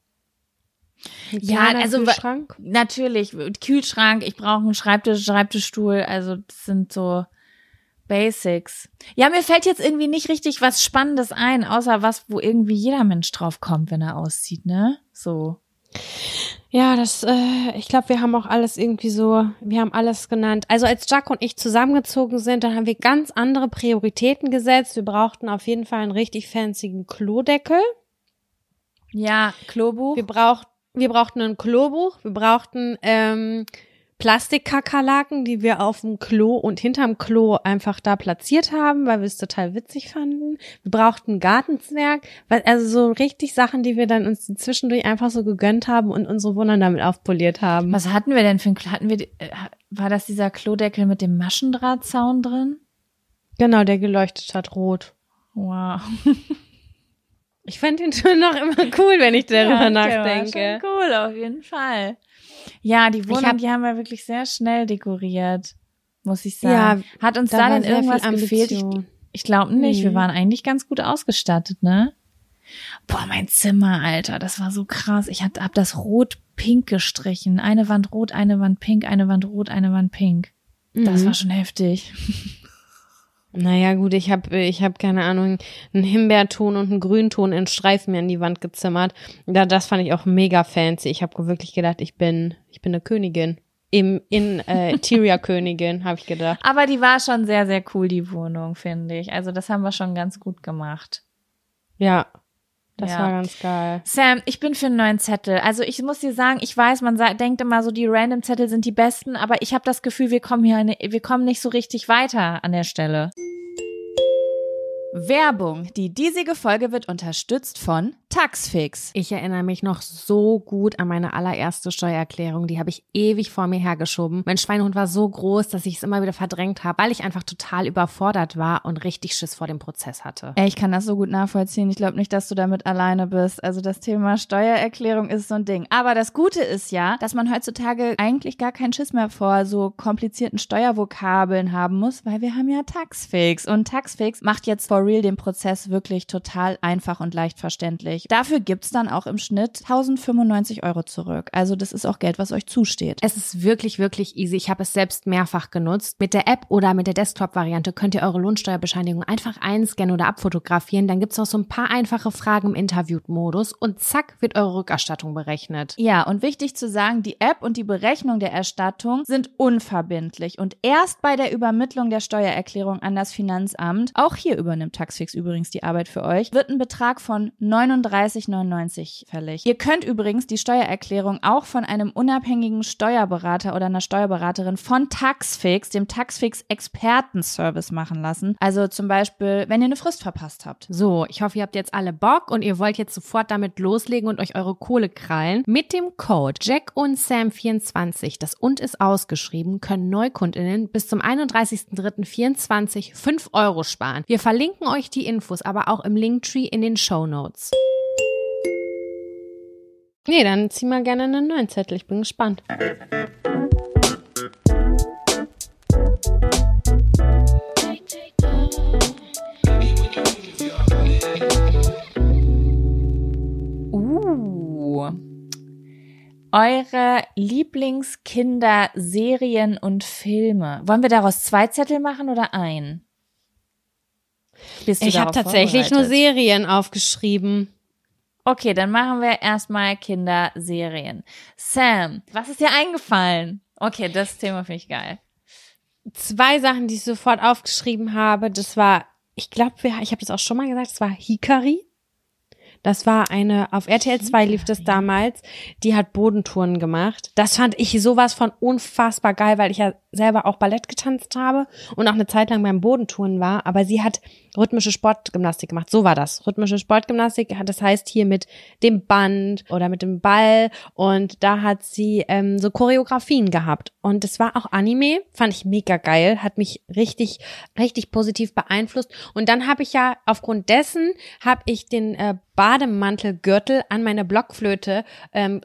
S2: Ein
S1: Ja,
S2: kleiner
S1: also wa-
S2: Kühlschrank.
S1: Natürlich, Kühlschrank, ich brauche einen Schreibtisch, Schreibtischstuhl, also das sind so Basics. Ja, mir fällt jetzt irgendwie nicht richtig was Spannendes ein, außer was, wo irgendwie jeder Mensch drauf kommt, wenn er auszieht, ne? So.
S2: Ja, das, äh, ich glaube, wir haben auch alles irgendwie so, wir haben alles genannt. Also als Jack und ich zusammengezogen sind, dann haben wir ganz andere Prioritäten gesetzt. Wir brauchten auf jeden Fall einen richtig fancygen Klodeckel.
S1: Ja, Klobuch.
S2: Wir braucht, wir brauchten ein Klobuch. Wir brauchten ähm, Plastikkakerlaken, die wir auf dem Klo und hinterm Klo einfach da platziert haben, weil wir es total witzig fanden. Wir brauchten einen Gartenzwerg, weil, also so richtig Sachen, die wir dann uns zwischendurch einfach so gegönnt haben und unsere Wohnung damit aufpoliert haben.
S1: Was hatten wir denn für ein Klo? Hatten wir, äh, war das dieser Klodeckel mit dem Maschendrahtzaun drin?
S2: Genau, der geleuchtet hat rot.
S1: Wow.
S2: Ich fand den schon noch immer cool, wenn ich darüber
S1: Ja,
S2: nachdenke.
S1: der war schon cool, auf jeden Fall. Ja, die Wohnung,
S2: hab-
S1: die haben wir wirklich sehr schnell dekoriert, muss ich sagen. Hat uns da,
S2: war
S1: denn
S2: sehr
S1: irgendwas
S2: viel
S1: gefehlt? Ich,
S2: Ambition.
S1: ich glaube nicht.
S2: Mhm.
S1: Wir waren eigentlich ganz gut ausgestattet, ne? Boah, mein Zimmer, Alter, das war so krass. Ich hab, hab das rot-pink gestrichen. Eine Wand rot, eine Wand pink, eine Wand rot, eine Wand pink. Das
S2: Mhm.
S1: war schon heftig.
S2: Naja, gut, ich habe, ich hab, keine Ahnung, einen Himbeerton und einen Grünton in Streifen mir an die Wand gezimmert. Da, das fand ich auch mega fancy. Ich habe wirklich gedacht, ich bin, ich bin eine Königin. Im, in äh, Tyria-Königin, habe ich gedacht.
S1: Aber die war schon sehr, sehr cool, die Wohnung, finde ich. Also das haben wir schon ganz gut gemacht.
S2: Ja, das
S1: Ja.
S2: war ganz geil.
S1: Sam, ich bin für einen neuen Zettel. Also ich muss dir sagen, ich weiß, man sa- denkt immer so, die random Zettel sind die besten, aber ich habe das Gefühl, wir kommen hier, ne- wir kommen nicht so richtig weiter an der Stelle. Werbung. Die diesige Folge wird unterstützt von Taxfix.
S2: Ich erinnere mich noch so gut an meine allererste Steuererklärung. Die habe ich ewig vor mir hergeschoben. Mein Schweinehund war so groß, dass ich es immer wieder verdrängt habe, weil ich einfach total überfordert war und richtig Schiss vor dem Prozess hatte.
S1: Ey, ich kann das so gut nachvollziehen. Ich glaube nicht, dass du damit alleine bist. Also das Thema Steuererklärung ist so ein Ding. Aber das Gute ist ja, dass man heutzutage eigentlich gar keinen Schiss mehr vor so komplizierten Steuervokabeln haben muss, weil wir haben ja Taxfix. Und Taxfix macht jetzt for real den Prozess wirklich total einfach und leicht verständlich. Dafür gibt's dann auch im Schnitt tausendfünfundneunzig Euro zurück. Also das ist auch Geld, was euch zusteht.
S2: Es ist wirklich, wirklich easy. Ich habe es selbst mehrfach genutzt. Mit der App oder mit der Desktop-Variante könnt ihr eure Lohnsteuerbescheinigung einfach einscannen oder abfotografieren. Dann gibt's noch so ein paar einfache Fragen im Interview-Modus und zack, wird eure Rückerstattung berechnet.
S1: Ja, und wichtig zu sagen, die App und die Berechnung der Erstattung sind unverbindlich. Und erst bei der Übermittlung der Steuererklärung an das Finanzamt, auch hier übernimmt Taxfix übrigens die Arbeit für euch, wird ein Betrag von neununddreißig neunundneunzig fällig. Ihr könnt übrigens die Steuererklärung auch von einem unabhängigen Steuerberater oder einer Steuerberaterin von Taxfix, dem Taxfix Expertenservice machen lassen. Also zum Beispiel, wenn ihr eine Frist verpasst habt.
S2: So, ich hoffe, ihr habt jetzt alle Bock und ihr wollt jetzt sofort damit loslegen und euch eure Kohle krallen. Mit dem Code Jack und Sam vierundzwanzig, das und ist ausgeschrieben, können NeukundInnen bis zum einunddreißigsten dritten vierundzwanzig fünf Euro sparen. Wir verlinken euch die Infos aber auch im Linktree in den Shownotes. Nee, dann zieh mal gerne einen neuen Zettel. Ich bin gespannt.
S1: Uh. Eure Lieblingskinderserien und Filme. Wollen wir daraus zwei Zettel machen oder ein? Bist du
S2: Ich habe
S1: darauf
S2: tatsächlich nur
S1: vorbereitet?
S2: Serien aufgeschrieben.
S1: Okay, dann machen wir erstmal Kinderserien. Sam, was ist dir eingefallen? Okay, das Thema finde ich geil.
S2: Zwei Sachen, die ich sofort aufgeschrieben habe. Das war, ich glaube, ich habe das auch schon mal gesagt, das war Hikari. Das war eine, auf R T L zwei lief das damals, die hat Bodentouren gemacht. Das fand ich sowas von unfassbar geil, weil ich ja selber auch Ballett getanzt habe und auch eine Zeit lang beim Bodentouren war, aber sie hat rhythmische Sportgymnastik gemacht. So war das. Rhythmische Sportgymnastik, das heißt hier mit dem Band oder mit dem Ball, und da hat sie ähm, so Choreografien gehabt und das war auch Anime, fand ich mega geil, hat mich richtig, richtig positiv beeinflusst, und dann habe ich ja aufgrund dessen, habe ich den äh, Bademantelgürtel an meine Blockflöte ähm,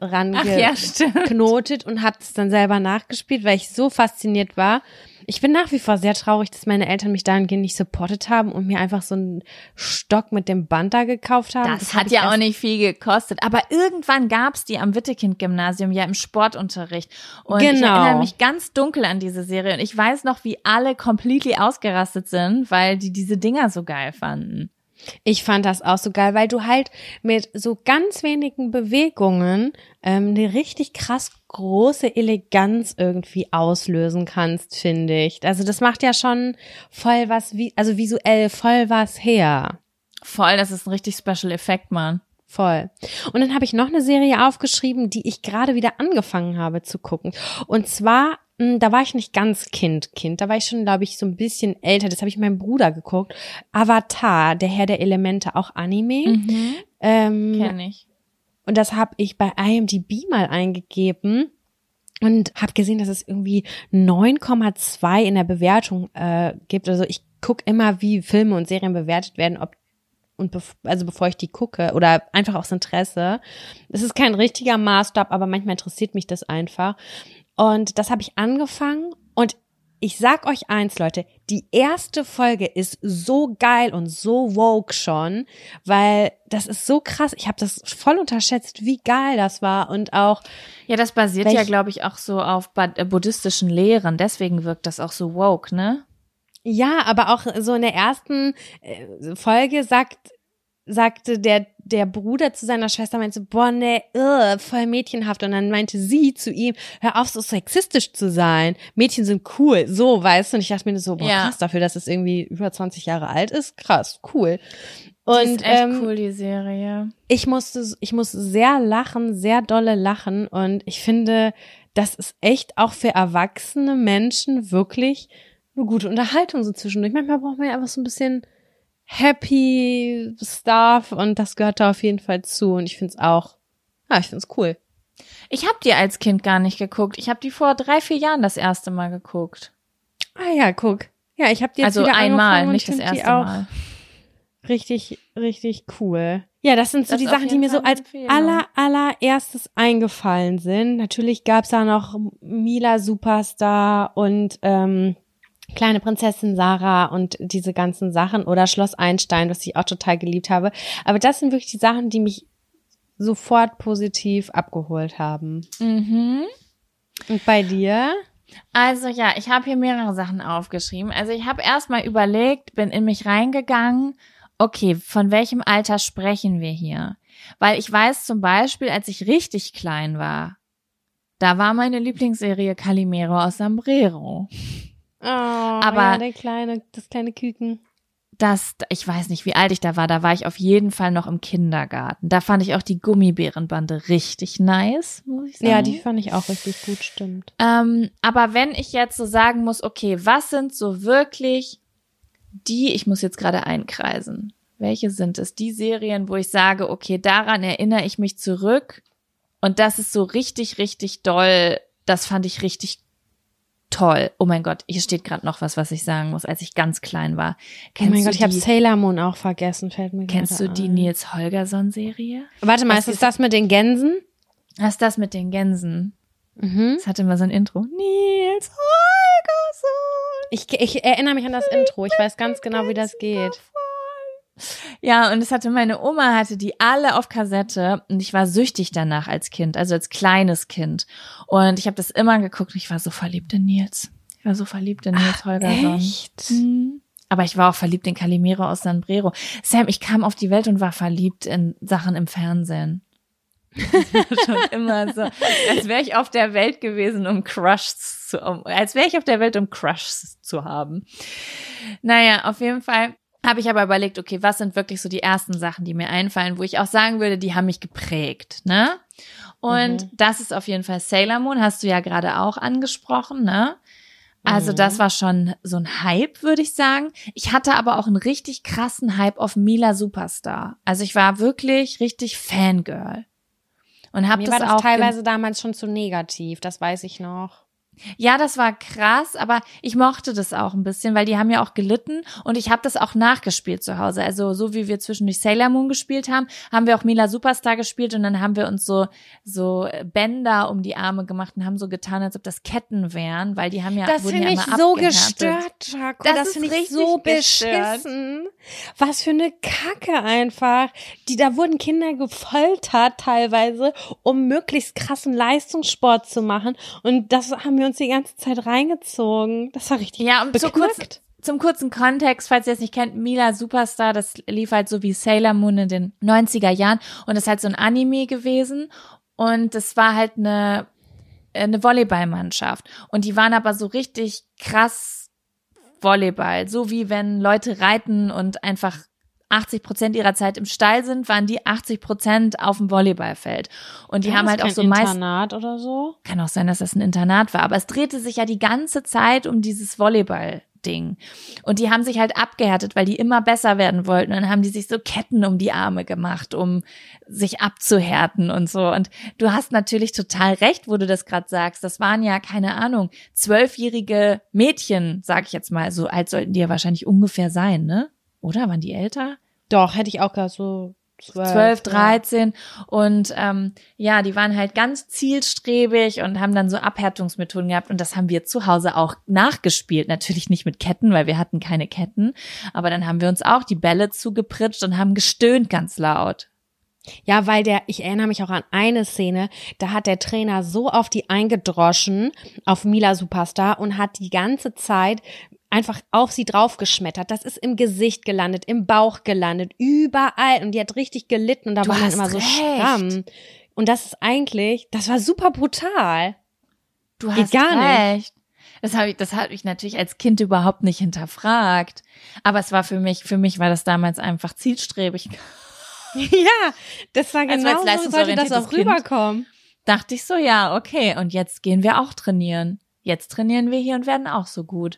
S2: rangeknotet ja, und habe es dann selber nachgespielt, weil ich so fasziniert war. Ich bin nach wie vor sehr traurig, dass meine Eltern mich dahingehend nicht supportet haben und mir einfach so einen Stock mit dem Band da gekauft haben.
S1: Das, das hat ja auch nicht viel gekostet. Aber irgendwann gab's die am Wittekind-Gymnasium ja im Sportunterricht. Und genau. Ich erinnere mich ganz dunkel an diese Serie. Und ich weiß noch, wie alle completely ausgerastet sind, weil die diese Dinger so geil fanden.
S2: Ich fand das auch so geil, weil du halt mit so ganz wenigen Bewegungen ähm, eine richtig krass große Eleganz irgendwie auslösen kannst, finde ich. Also das macht ja schon voll was, wie, also visuell voll was her.
S1: Voll, das ist ein richtig Special Effekt, Mann.
S2: Voll. Und dann habe ich noch eine Serie aufgeschrieben, die ich gerade wieder angefangen habe zu gucken. Und zwar, da war ich nicht ganz Kind, Kind. Da war ich schon, glaube ich, so ein bisschen älter. Das habe ich mit meinem Bruder geguckt. Avatar, der Herr der Elemente, auch Anime.
S1: Mhm.
S2: Ähm,
S1: Kenn ich.
S2: Und das habe ich bei I M D B mal eingegeben und habe gesehen, dass es irgendwie neun Komma zwei in der Bewertung äh, gibt. Also ich gucke immer, wie Filme und Serien bewertet werden, ob und bev- also bevor ich die gucke oder einfach aus Interesse. Es ist kein richtiger Maßstab, aber manchmal interessiert mich das einfach. Und das habe ich angefangen, und ich sag euch eins, Leute, die erste Folge ist so geil und so woke schon, weil das ist so krass. Ich habe das voll unterschätzt, wie geil das war, und auch
S1: ja, das basiert welch- ja, glaube ich, auch so auf buddhistischen Lehren. Deswegen wirkt das auch so woke, ne?
S2: Ja, aber auch so in der ersten äh, Folge sagt sagte der der Bruder zu seiner Schwester, meinte so, boah, ne, ugh, voll mädchenhaft. Und dann meinte sie zu ihm, hör auf, so sexistisch zu sein. Mädchen sind cool. So, weißt du? Und ich dachte mir so, boah,
S1: ja.
S2: krass, dafür, dass es irgendwie über zwanzig Jahre alt ist. Krass, cool. Und,
S1: die ist echt
S2: ähm,
S1: cool, die Serie.
S2: Ich musste, ich musste sehr lachen, sehr dolle lachen. Und ich finde, das ist echt auch für erwachsene Menschen wirklich eine gute Unterhaltung so zwischendurch. Manchmal braucht man ja einfach so ein bisschen happy stuff, und das gehört da auf jeden Fall zu, und ich find's auch, ja, ich find's cool.
S1: Ich hab die als Kind gar nicht geguckt. Ich hab die vor drei, vier Jahren das erste Mal geguckt.
S2: Ah ja, guck. Ja, ich hab die jetzt
S1: also
S2: wieder
S1: einmal,
S2: und
S1: nicht das erste Mal.
S2: Richtig, richtig cool. Ja, das sind so
S1: das
S2: die Sachen, die mir so als aller, allererstes eingefallen sind. Natürlich gab's da noch Mila Superstar und ähm, Kleine Prinzessin Sarah und diese ganzen Sachen, oder Schloss Einstein, was ich auch total geliebt habe. Aber das sind wirklich die Sachen, die mich sofort positiv abgeholt haben.
S1: Mhm.
S2: Und bei dir?
S1: Also ja, ich habe hier mehrere Sachen aufgeschrieben. Also ich habe erstmal überlegt, bin in mich reingegangen, okay, von welchem Alter sprechen wir hier? Weil ich weiß zum Beispiel, als ich richtig klein war, da war meine Lieblingsserie Calimero aus Sombrero.
S2: Oh, aber ja, der kleine, das kleine Küken.
S1: Das, ich weiß nicht, wie alt ich da war. Da war ich auf jeden Fall noch im Kindergarten. Da fand ich auch die Gummibärenbande richtig nice, muss ich sagen.
S2: Ja, die fand ich auch richtig gut, stimmt.
S1: Ähm, aber wenn ich jetzt so sagen muss, okay, was sind so wirklich die, ich muss jetzt gerade einkreisen. Welche sind es? Die Serien, wo ich sage, okay, daran erinnere ich mich zurück. Und das ist so richtig, richtig doll. Das fand ich richtig toll. Oh mein Gott, hier steht gerade noch was, was ich sagen muss, als ich ganz klein war.
S2: Kennst oh mein Gott, ich habe Sailor Moon auch vergessen, fällt mir gerade
S1: Kennst du die
S2: ein.
S1: Nils Holgersson-Serie?
S2: Warte mal, was ist das mit den Gänsen?
S1: Was ist das mit den Gänsen?
S2: Mhm.
S1: Das hatte immer so ein Intro. Nils Holgersson.
S2: Ich, ich erinnere mich an das Intro. Ich weiß ganz genau, wie das geht.
S1: Ja, und es hatte meine Oma, hatte die alle auf Kassette, und ich war süchtig danach als Kind, also als kleines Kind. Und ich habe das immer geguckt und ich war so verliebt in Nils. Ich war so verliebt in Nils
S2: Ach,
S1: Holgersson.
S2: Echt?
S1: Mhm. Aber ich war auch verliebt in Calimero aus Sombrero. Sam, ich kam auf die Welt und war verliebt in Sachen im Fernsehen. Das war schon immer so, als wäre ich auf der Welt gewesen, um Crushs zu, um, als wäre ich auf der Welt, um Crushs zu haben. Naja, auf jeden Fall habe ich aber überlegt, okay, was sind wirklich so die ersten Sachen, die mir einfallen, wo ich auch sagen würde, die haben mich geprägt, ne? Und mhm. das ist auf jeden Fall Sailor Moon, hast du ja gerade auch angesprochen, ne? Also das war schon so ein Hype, würde ich sagen. Ich hatte aber auch einen richtig krassen Hype auf Mila Superstar. Also ich war wirklich richtig Fangirl. Und hab
S2: Mir
S1: das
S2: war das
S1: auch
S2: teilweise damals schon zu negativ, das weiß ich noch.
S1: Ja, das war krass, aber ich mochte das auch ein bisschen, weil die haben ja auch gelitten und ich habe das auch nachgespielt zu Hause. Also so wie wir zwischendurch Sailor Moon gespielt haben, haben wir auch Mila Superstar gespielt und dann haben wir uns so so Bänder um die Arme gemacht und haben so getan, als ob das Ketten wären, weil die haben ja
S2: das
S1: wurden ja
S2: finde ich
S1: immer
S2: so
S1: abgehärtet.
S2: gestört, Jaco.
S1: Das
S2: Das,
S1: ist
S2: finde ich
S1: richtig
S2: so
S1: gestört.
S2: beschissen. Was für eine Kacke einfach. Die, da wurden Kinder gefoltert teilweise, um möglichst krassen Leistungssport zu machen. Und das haben wir uns die ganze Zeit reingezogen. Das war richtig
S1: Ja, und zu kurz,
S2: beknackt.
S1: zum kurzen Kontext, falls ihr es nicht kennt, Mila Superstar, das lief halt so wie Sailor Moon in den neunziger Jahren und das ist halt so ein Anime gewesen und das war halt eine, eine Volleyballmannschaft und die waren aber so richtig krass Volleyball, so wie wenn Leute reiten und einfach achtzig Prozent ihrer Zeit im Stall sind, waren die achtzig Prozent auf dem Volleyballfeld. Und die
S2: Ja,
S1: haben
S2: ist
S1: halt auch
S2: kein
S1: so meist
S2: Internat oder so.
S1: Kann auch sein, dass das ein Internat war, aber es drehte sich ja die ganze Zeit um dieses Volleyball-Ding. Und die haben sich halt abgehärtet, weil die immer besser werden wollten. Und dann haben die sich so Ketten um die Arme gemacht, um sich abzuhärten und so. Und du hast natürlich total recht, wo du das gerade sagst. Das waren ja, keine Ahnung, zwölfjährige Mädchen, sag ich jetzt mal. So alt sollten die ja wahrscheinlich ungefähr sein, ne? Oder? Waren die älter?
S2: Doch, hätte ich auch gerade so zwölf,
S1: zwölf, dreizehn und ähm, ja, die waren halt ganz zielstrebig und haben dann so Abhärtungsmethoden gehabt und das haben wir zu Hause auch nachgespielt. Natürlich nicht mit Ketten, weil wir hatten keine Ketten, aber dann haben wir uns auch die Bälle zugepritscht und haben gestöhnt ganz laut.
S2: Ja, weil der, ich erinnere mich auch an eine Szene, da hat der Trainer so auf die eingedroschen, auf Mila Superstar und hat die ganze Zeit einfach auf sie draufgeschmettert. Das ist im Gesicht gelandet, im Bauch gelandet, überall. Und die hat richtig gelitten und da
S1: Du
S2: waren dann
S1: hast
S2: immer so
S1: recht.
S2: Schrammen. Und das ist eigentlich, das war super brutal.
S1: Du
S2: Geht
S1: hast
S2: gar nicht.
S1: recht. Das habe ich, das habe ich natürlich als Kind überhaupt nicht hinterfragt. Aber es war für mich, für mich war das damals einfach zielstrebig.
S2: Ja, das war
S1: Also
S2: genau
S1: als
S2: so, sollte das
S1: leistungsorientiertes
S2: auch
S1: Kind.
S2: rüberkommen.
S1: Dachte ich so, ja, okay. Und jetzt gehen wir auch trainieren. Jetzt trainieren wir hier und werden auch so gut.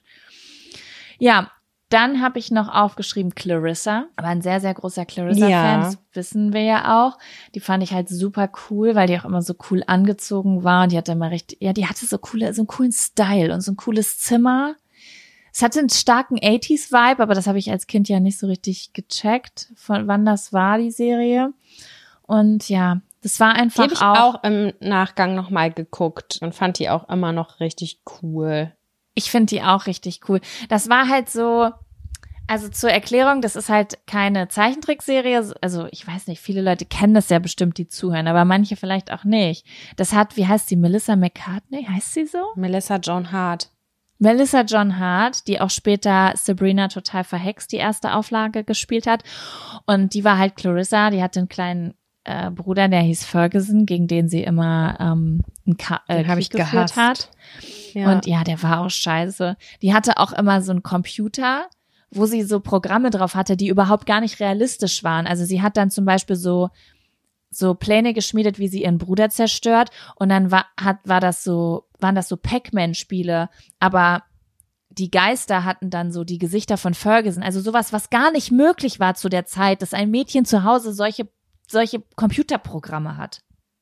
S1: Ja, dann habe ich noch aufgeschrieben Clarissa. Aber ein sehr, sehr großer Clarissa-Fan,
S2: Ja.
S1: das wissen wir ja auch. Die fand ich halt super cool, weil die auch immer so cool angezogen war. Und die hatte immer richtig, ja, die hatte so coole, so einen coolen Style und so ein cooles Zimmer. Es hatte einen starken achtziger-Vibe, aber das habe ich als Kind ja nicht so richtig gecheckt, von wann das war, die Serie. Und ja, das war
S2: Die
S1: einfach
S2: habe ich
S1: auch,
S2: auch im Nachgang nochmal geguckt und fand die auch immer noch richtig cool.
S1: ich finde die auch richtig cool. Das war halt so, also zur Erklärung, das ist halt keine Zeichentrickserie, also ich weiß nicht, viele Leute kennen das ja bestimmt, die zuhören, aber manche vielleicht auch nicht. Das hat, wie heißt die, Melissa McCartney, heißt sie so?
S2: Melissa Joan Hart.
S1: Melissa Joan Hart, die auch später Sabrina total verhext, die erste Auflage gespielt hat. Und die war halt Clarissa, die hatte einen kleinen äh, Bruder, der hieß Ferguson, gegen den sie immer ähm, einen Ka- äh,
S2: Den hab
S1: Krieg
S2: ich
S1: geführt
S2: gehasst.
S1: hat.
S2: Ja.
S1: Und ja, der war auch scheiße. Die hatte auch immer so einen Computer, wo sie so Programme drauf hatte, die überhaupt gar nicht realistisch waren. Also sie hat dann zum Beispiel so so Pläne geschmiedet, wie sie ihren Bruder zerstört. Und dann war, hat, war das so, waren das so Pac-Man-Spiele. Aber die Geister hatten dann so die Gesichter von Ferguson. Also sowas, was gar nicht möglich war zu der Zeit, dass ein Mädchen zu Hause solche, solche Computerprogramme hat.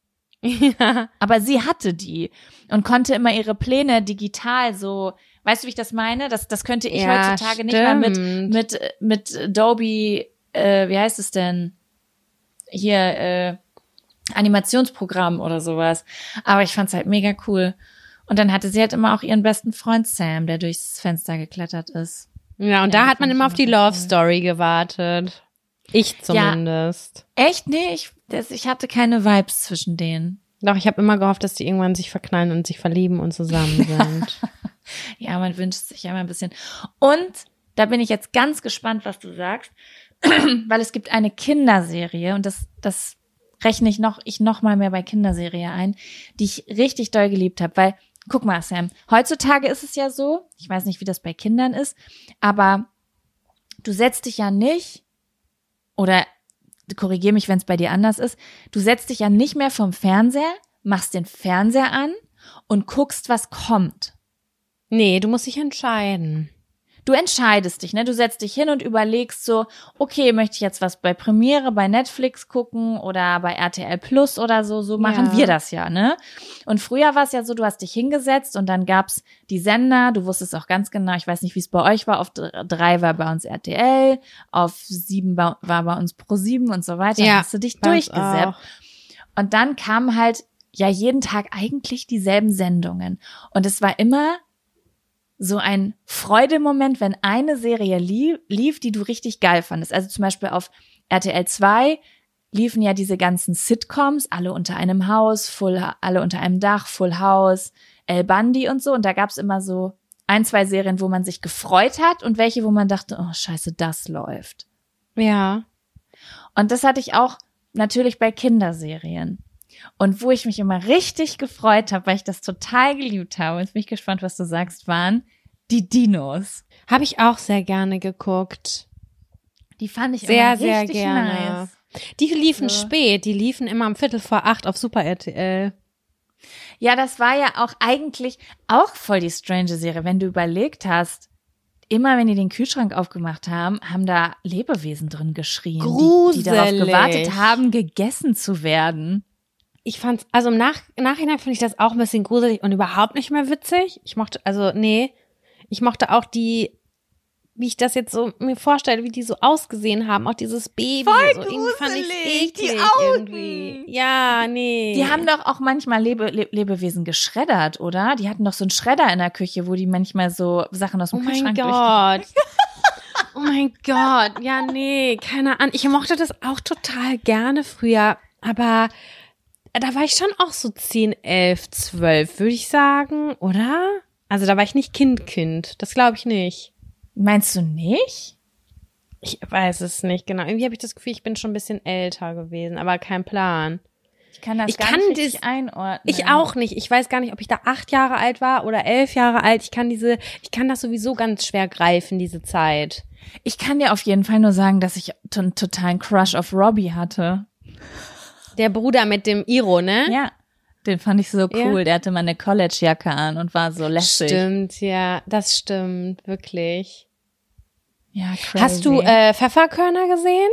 S2: Ja.
S1: Aber sie hatte die und konnte immer ihre Pläne digital so, weißt du, wie ich das meine? Das, das könnte ich
S2: Ja,
S1: heutzutage nicht mal mit,
S2: stimmt.
S1: mit, mit Adobe, äh, wie heißt es denn? Hier, äh, Animationsprogramm oder sowas. Aber ich fand's halt mega cool. Und dann hatte sie halt immer auch ihren besten Freund Sam, der durchs Fenster geklettert ist.
S2: Ja, und
S1: Ja,
S2: da hat
S1: fand
S2: man
S1: ich
S2: immer auf die
S1: immer
S2: Love
S1: cool.
S2: Story gewartet. Ich zumindest.
S1: Echt? Nee, ich, das, ich hatte keine Vibes zwischen denen.
S2: Doch, ich habe immer gehofft, dass die irgendwann sich verknallen und sich verlieben und zusammen sind.
S1: Ja, man wünscht sich ja immer ein bisschen. Und da bin ich jetzt ganz gespannt, was du sagst, weil es gibt eine Kinderserie und das, das rechne ich noch, ich noch mal mehr bei Kinderserie ein, die ich richtig doll geliebt habe, weil, guck mal, Sam, heutzutage ist es ja so, ich weiß nicht, wie das bei Kindern ist, aber du setzt dich ja nicht, oder korrigier mich, wenn es bei dir anders ist, du setzt dich ja nicht mehr vom Fernseher, machst den Fernseher an und guckst, was kommt.
S2: Nee, du musst dich entscheiden.
S1: Du entscheidest dich, ne? Du setzt dich hin und überlegst so, okay, möchte ich jetzt was bei Premiere, bei Netflix gucken oder bei R T L Plus oder so, so machen
S2: Ja.
S1: wir das ja, ne? Und früher war es ja so, du hast dich hingesetzt und dann gab's die Sender, du wusstest auch ganz genau, ich weiß nicht, wie es bei euch war, auf drei war bei uns R T L, auf sieben war bei uns ProSieben und so weiter,
S2: Ja,
S1: dann hast du dich
S2: bei uns
S1: durchgesäppt.
S2: auch.
S1: Und dann kamen halt ja jeden Tag eigentlich dieselben Sendungen und es war immer so ein Freudemoment, wenn eine Serie lief, lief, die du richtig geil fandest. Also zum Beispiel auf R T L zwei liefen ja diese ganzen Sitcoms, alle unter einem Haus, Full, alle unter einem Dach, Full House, El Bundy und so. Und da gab's immer so ein, zwei Serien, wo man sich gefreut hat und welche, wo man dachte, oh scheiße, das läuft.
S2: Ja.
S1: Und das hatte ich auch natürlich bei Kinderserien. Und wo ich mich immer richtig gefreut habe, weil ich das total geliebt habe, jetzt bin ich gespannt, was du sagst, waren die Dinos.
S2: Habe ich auch sehr gerne geguckt.
S1: Die fand ich
S2: Sehr,
S1: immer
S2: sehr
S1: richtig
S2: gerne.
S1: nice.
S2: Die liefen
S1: So.
S2: spät, die liefen immer um Viertel vor acht auf Super R T L.
S1: Ja, das war ja auch eigentlich auch voll die strange Serie, wenn du überlegt hast, immer wenn die den Kühlschrank aufgemacht haben, haben da Lebewesen drin geschrien, die, die darauf
S2: Gruselig.
S1: gewartet haben, gegessen zu werden.
S2: Ich fand's, also im Nach Nachhinein finde ich das auch ein bisschen gruselig und überhaupt nicht mehr witzig. Ich mochte, also nee, ich mochte auch die, wie ich das jetzt so mir vorstelle, wie die so ausgesehen haben, auch dieses Baby.
S1: Voll
S2: so, irgendwie fand ich's
S1: gruselig, die
S2: eklig
S1: Augen.
S2: irgendwie. Ja, nee.
S1: Die haben doch auch manchmal Lebe, Le Lebewesen geschreddert, oder? Die hatten doch so einen Schredder in der Küche, wo die manchmal so Sachen aus dem
S2: Oh mein
S1: Kühlschrank durch...
S2: Gott. Oh mein Gott. Ja, nee, keine Ahnung. Ich mochte das auch total gerne früher, aber da war ich schon auch so zehn, elf, zwölf, würde ich sagen, oder? Also da war ich nicht Kind, Kind. Das glaube ich nicht.
S1: Meinst du nicht?
S2: Ich weiß es nicht genau. Irgendwie habe ich das Gefühl, ich bin schon ein bisschen älter gewesen, aber kein Plan.
S1: Ich kann das
S2: Ich
S1: gar
S2: kann
S1: nicht richtig
S2: das-
S1: einordnen.
S2: Ich auch nicht. Ich weiß gar nicht, ob ich da acht Jahre alt war oder elf Jahre alt. Ich kann diese, ich kann das sowieso ganz schwer greifen, diese Zeit.
S1: Ich kann dir auf jeden Fall nur sagen, dass ich t- einen totalen Crush auf Robbie hatte.
S2: Der Bruder mit dem Iro, ne?
S1: Ja, den fand ich so cool.
S2: Ja.
S1: Der hatte mal eine College-Jacke an und war so lässig.
S2: Stimmt, ja, das stimmt, wirklich.
S1: Ja, crazy.
S2: Hast du äh, Pfefferkörner gesehen?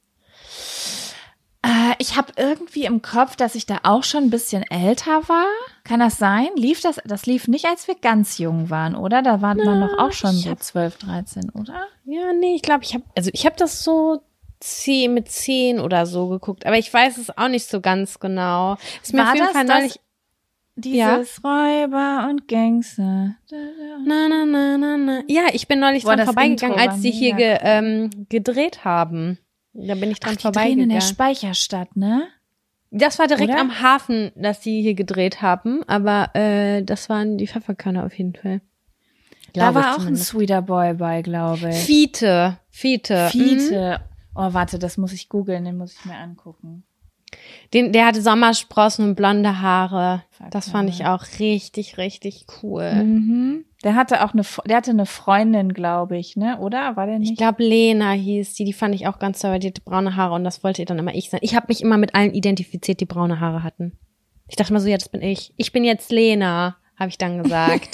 S1: Äh, ich habe irgendwie im Kopf, dass ich da auch schon ein bisschen älter war. Kann das sein? Lief das? Das lief nicht, als wir ganz jung waren, oder? Da war man doch auch schon
S2: ich
S1: so
S2: hab-
S1: zwölf, dreizehn, oder?
S2: Ja, nee, ich glaube, ich habe, also ich habe das so zehn, mit zehn oder so geguckt, aber ich weiß es auch nicht so ganz genau. Ist mir
S1: War
S2: auf jeden
S1: das
S2: Fall
S1: das-
S2: neulich.
S1: Dieses Räuber und Gangster.
S2: Na, na, na, na, na. Ja, ich bin neulich
S1: Boah,
S2: dran
S1: das
S2: vorbeigegangen,
S1: Intro
S2: als
S1: war
S2: die hier
S1: mega
S2: ge, ähm, gedreht haben. Da bin ich
S1: Ach,
S2: dran
S1: die drehen in
S2: vorbeigegangen.
S1: der Speicherstadt, ne?
S2: Das war direkt
S1: Oder?
S2: am Hafen, dass die hier gedreht haben, aber äh, das waren die Pfefferkörner auf jeden Fall.
S1: Da
S2: Glaube ich
S1: war auch ein
S2: zumindest.
S1: sweeter Boy bei, glaube ich.
S2: Fiete, Fiete. Mhm.
S1: Fiete. Oh, warte, das muss ich googeln, den muss ich mir angucken.
S2: Den, der hatte Sommersprossen und blonde Haare.
S1: Fuck,
S2: Das fand ich auch richtig, richtig cool.
S1: Mhm. Der hatte auch eine, der hatte eine Freundin, glaube ich, ne? Oder? War der nicht?
S2: Ich glaube, Lena hieß die, die fand ich auch ganz toll, weil die hatte braune Haare und das wollte dann immer ich sein. Ich habe mich immer mit allen identifiziert, die braune Haare hatten. Ich dachte mal so, ja, das bin ich. Ich bin jetzt Lena, habe ich dann gesagt.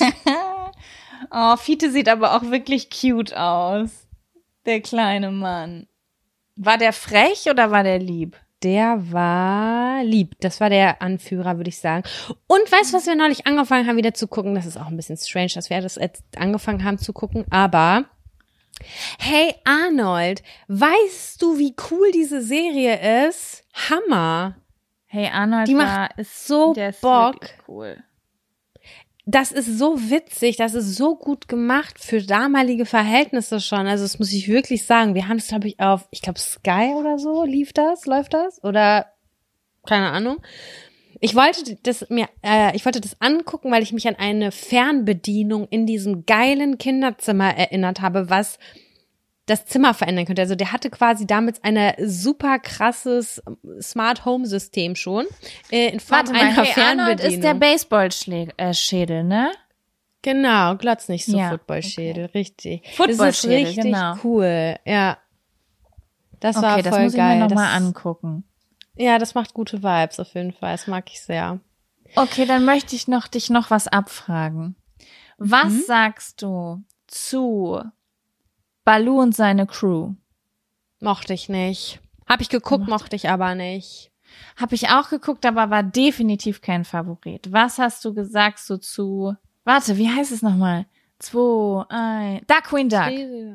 S1: Oh, Fiete sieht aber auch wirklich cute aus. Der kleine Mann. War der frech oder war der lieb?
S2: Der war lieb. Das war der Anführer, würde ich sagen. Und weißt du, was wir neulich angefangen haben, wieder zu gucken? Das ist auch ein bisschen strange, dass wir das jetzt angefangen haben zu gucken. Aber, hey Arnold, weißt du, wie cool diese Serie ist? Hammer.
S1: Hey, Arnold
S2: Die
S1: war,
S2: macht
S1: ist
S2: so
S1: der ist
S2: Bock.
S1: wirklich cool.
S2: Das ist so witzig, das ist so gut gemacht für damalige Verhältnisse schon. Also das muss ich wirklich sagen. Wir haben es, glaube ich, auf, ich glaube Sky oder so, lief das, läuft das? Oder keine Ahnung. Ich wollte das mir, äh, ich wollte das angucken, weil ich mich an eine Fernbedienung in diesem geilen Kinderzimmer erinnert habe, was das Zimmer verändern könnte. Also der hatte quasi damit eine super krasses Smart Home System schon äh, in Form
S1: Warte mal,
S2: einer
S1: hey, Arnold
S2: Fernbedienung.
S1: ist der Baseballschädel, ne?
S2: Genau, glotz nicht so
S1: Ja,
S2: Footballschädel, richtig.
S1: Footballschädel,
S2: das ist richtig
S1: genau.
S2: cool, ja. Das war
S1: Okay,
S2: voll
S1: das muss ich
S2: geil.
S1: mir nochmal
S2: das,
S1: angucken.
S2: Ja, das macht gute Vibes auf jeden Fall. Das mag ich sehr.
S1: Okay, dann möchte ich noch dich noch was abfragen. Was
S2: Mhm.
S1: sagst du zu Baloo und seine Crew?
S2: Mochte ich nicht. Hab ich geguckt, mochte ich aber nicht.
S1: Habe ich auch geguckt, aber war definitiv kein Favorit. Was hast du gesagt so zu, warte, wie heißt es nochmal? Zwei, ein, Duck Queen Duck.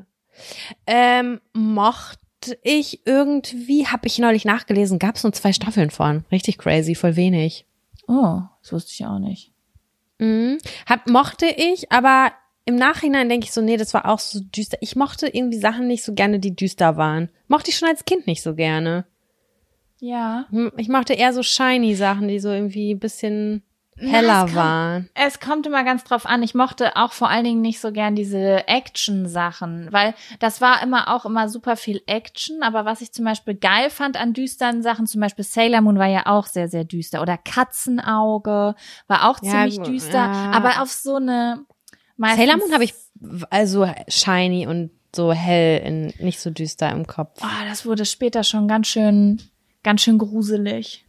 S2: Ähm, mochte ich irgendwie, habe ich neulich nachgelesen, gab es nur zwei Staffeln von. Richtig crazy, voll wenig.
S1: Oh, das wusste ich auch nicht.
S2: Mhm. Hab, mochte ich, aber im Nachhinein denke ich so, nee, das war auch so düster. Ich mochte irgendwie Sachen nicht so gerne, die düster waren. Mochte ich schon als Kind nicht so gerne.
S1: Ja.
S2: Ich mochte eher so shiny Sachen, die so irgendwie ein bisschen heller
S1: Na, es kommt-
S2: waren.
S1: Es kommt immer ganz drauf an. Ich mochte auch vor allen Dingen nicht so gern diese Action-Sachen, weil das war immer auch immer super viel Action. Aber was ich zum Beispiel geil fand an düsteren Sachen, zum Beispiel Sailor Moon war ja auch sehr, sehr düster. Oder Katzenauge war auch
S2: Ja,
S1: ziemlich
S2: gut,
S1: düster.
S2: ja.
S1: Aber auf so eine meistens,
S2: Sailor Moon habe ich also shiny und so hell, in, nicht so düster im Kopf.
S1: Oh, das wurde später schon ganz schön, ganz schön gruselig.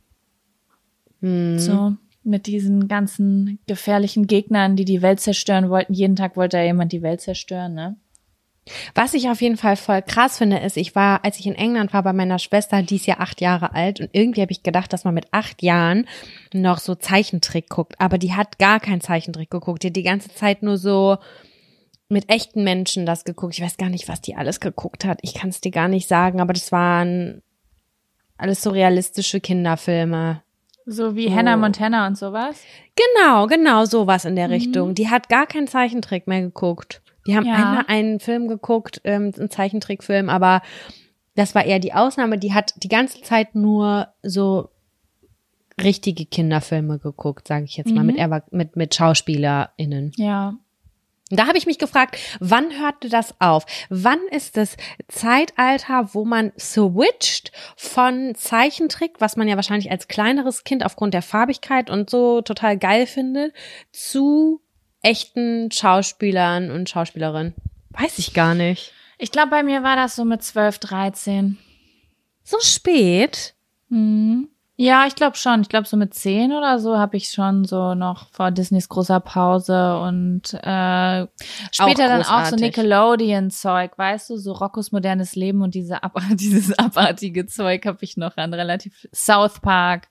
S2: Hm.
S1: So, mit diesen ganzen gefährlichen Gegnern, die die Welt zerstören wollten. Jeden Tag wollte ja jemand die Welt zerstören, ne?
S2: Was ich auf jeden Fall voll krass finde, ist, ich war, als ich in England war bei meiner Schwester, die ist ja acht Jahre alt und irgendwie habe ich gedacht, dass man mit acht Jahren noch so Zeichentrick guckt, aber die hat gar keinen Zeichentrick geguckt, die hat die ganze Zeit nur so mit echten Menschen das geguckt. Ich weiß gar nicht, was die alles geguckt hat, ich kann es dir gar nicht sagen, aber das waren alles so realistische Kinderfilme.
S1: So wie
S2: So.
S1: Hannah Montana und sowas.
S2: Genau, genau sowas in der
S1: Mhm.
S2: Richtung. Die hat gar keinen Zeichentrick mehr geguckt. Die haben
S1: Ja.
S2: einmal einen Film geguckt, ähm, einen Zeichentrickfilm, aber das war eher die Ausnahme. Die hat die ganze Zeit nur so richtige Kinderfilme geguckt, sage ich jetzt mal,
S1: Mhm.
S2: mit, Erwa- mit, mit SchauspielerInnen.
S1: Ja.
S2: Und da habe ich mich gefragt, wann hörte das auf? Wann ist das Zeitalter, wo man switcht von Zeichentrick, was man ja wahrscheinlich als kleineres Kind aufgrund der Farbigkeit und so total geil findet, zu echten Schauspielern und Schauspielerinnen? Weiß ich gar nicht.
S1: Ich glaube, bei mir war das so mit zwölf, dreizehn.
S2: So spät?
S1: Mhm. Ja, ich glaube schon. Ich glaube, so mit zehn oder so habe ich schon so noch vor Disneys großer Pause und äh, später dann auch so
S2: großartig.
S1: Nickelodeon-Zeug, weißt du, so Roccos modernes Leben und diese Ab dieses abartige Zeug habe ich noch an relativ South Park.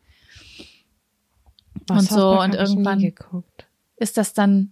S1: Und
S2: South
S1: so,
S2: Park
S1: und
S2: hab ich nie
S1: irgendwann
S2: geguckt.
S1: ist das dann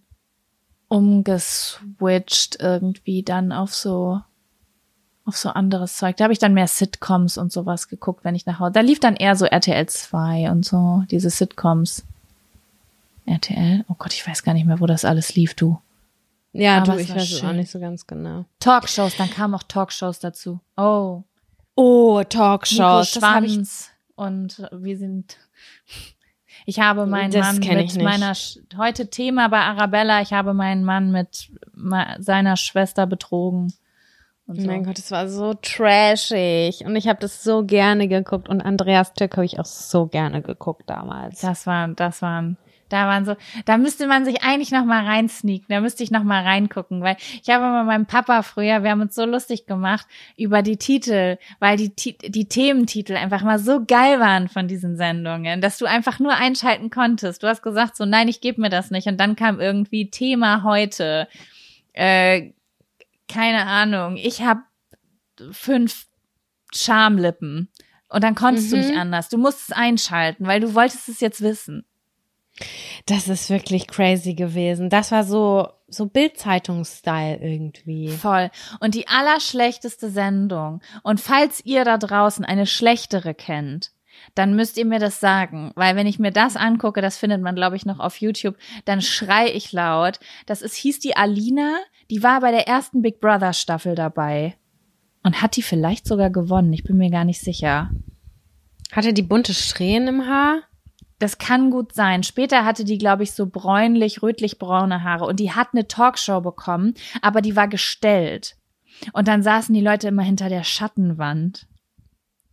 S1: umgeswitcht irgendwie dann auf so auf so anderes Zeug. Da habe ich dann mehr Sitcoms und sowas geguckt, wenn ich nach Hause. Da lief dann eher so R T L zwei und so, diese Sitcoms. R T L? Oh Gott, ich weiß gar nicht mehr, wo das alles lief, du.
S2: Ja,
S1: Aber
S2: du,
S1: es
S2: ich
S1: war
S2: weiß es auch
S1: schön.
S2: nicht so ganz genau.
S1: Talkshows, dann kamen auch Talkshows dazu. Oh,
S2: Oh,
S1: Nico
S2: Talkshows. Das habe ich.
S1: Schwanz und wir sind ich habe meinen
S2: Das
S1: Mann
S2: kenn
S1: mit
S2: ich nicht.
S1: meiner Sch- heute Thema bei Arabella, ich habe meinen Mann mit ma- seiner Schwester betrogen. Und
S2: Oh
S1: so.
S2: mein Gott, das war so trashig. Und ich habe das so gerne geguckt. Und Andreas Türk habe ich auch so gerne geguckt damals.
S1: Das waren, das waren, da waren so, da müsste man sich eigentlich noch mal reinsneaken, da müsste ich noch mal reingucken, weil ich habe mit meinem Papa früher, wir haben uns so lustig gemacht über die Titel, weil die, Ti- die Thementitel einfach mal so geil waren von diesen Sendungen, dass du einfach nur einschalten konntest. Du hast gesagt so, nein, ich gebe mir das nicht. Und dann kam irgendwie Thema heute, äh, keine Ahnung, ich habe fünf Schamlippen. Und dann konntest du
S2: Mhm.
S1: nicht anders. Du musst es einschalten, weil du wolltest es jetzt wissen.
S2: Das ist wirklich crazy gewesen. Das war so, so Bild-Zeitungs-Style irgendwie.
S1: Voll. Und die allerschlechteste Sendung. Und falls ihr da draußen eine schlechtere kennt, dann müsst ihr mir das sagen. Weil wenn ich mir das angucke, das findet man, glaube ich, noch auf YouTube, dann schrei ich laut. Das ist, hieß die Alina, die war bei der ersten Big Brother Staffel dabei. Und hat die vielleicht sogar gewonnen. Ich bin mir gar nicht sicher.
S2: Hatte die bunte Strähnen im Haar?
S1: Das kann gut sein. Später hatte die, glaube ich, so bräunlich, rötlich-braune Haare. Und die hat eine Talkshow bekommen, aber die war gestellt. Und dann saßen die Leute immer hinter der Schattenwand.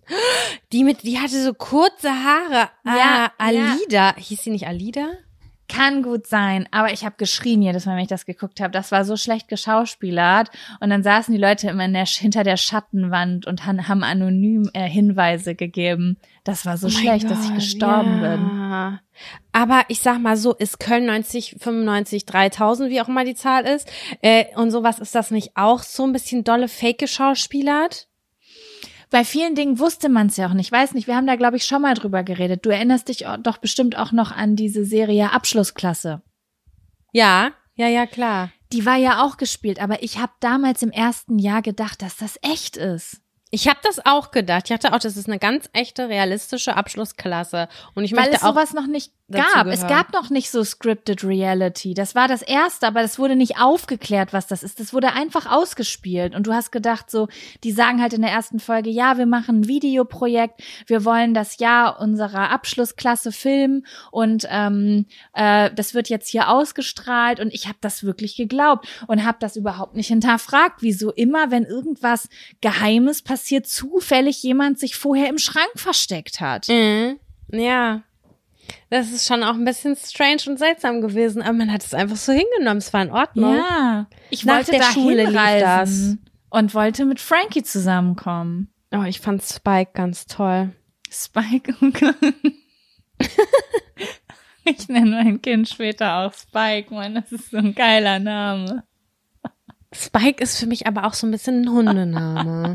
S2: Die mit, die hatte so kurze Haare.
S1: Ja,
S2: ah, Alida. Hieß sie nicht Alida?
S1: Kann gut sein, aber ich habe geschrien jedes Mal, wenn ich das geguckt habe. Das war so schlecht geschauspielert. Und dann saßen die Leute immer in der, hinter der Schattenwand und han, haben anonym äh, Hinweise gegeben. Das war so
S2: Oh
S1: schlecht,
S2: mein
S1: dass ich
S2: Gott,
S1: gestorben
S2: ja.
S1: bin.
S2: Aber ich sag mal so, ist Köln neunzig, fünfundneunzig, dreitausend, wie auch immer die Zahl ist, äh, und sowas, ist das nicht auch so ein bisschen dolle Fake geschauspielert?
S1: Bei vielen Dingen wusste man es ja auch nicht. Ich weiß nicht, wir haben da, glaube ich, schon mal drüber geredet. Du erinnerst dich doch bestimmt auch noch an diese Serie Abschlussklasse.
S2: Ja, ja, ja, klar.
S1: Die war ja auch gespielt, aber ich habe damals im ersten Jahr gedacht, dass das echt ist.
S2: Ich habe das auch gedacht. Ich dachte auch, das ist eine ganz echte, realistische Abschlussklasse. Und ich
S1: Weil
S2: möchte
S1: es
S2: auch
S1: sowas noch nicht gab. Es gab noch nicht so Scripted Reality. Das war das erste, aber das wurde nicht aufgeklärt, was das ist. Das wurde einfach ausgespielt. Und du hast gedacht so, die sagen halt in der ersten Folge, ja, wir machen ein Videoprojekt, wir wollen das Jahr unserer Abschlussklasse filmen und ähm, äh, das wird jetzt hier ausgestrahlt. Und ich habe das wirklich geglaubt und habe das überhaupt nicht hinterfragt, wieso immer, wenn irgendwas Geheimes passiert, zufällig jemand sich vorher im Schrank versteckt hat.
S2: Mhm. Ja. Das ist schon auch ein bisschen strange und seltsam gewesen, aber man hat es einfach so hingenommen, es war in Ordnung.
S1: Ja, ich
S2: Nach
S1: wollte
S2: der
S1: da
S2: Schule lief
S1: hinreisen und wollte mit Frankie zusammenkommen.
S2: Oh, ich fand Spike ganz toll.
S1: Spike, oh Gott. Ich nenne mein Kind später auch Spike, Mann, das ist so ein geiler Name.
S2: Spike ist für mich aber auch so ein bisschen ein Hundename.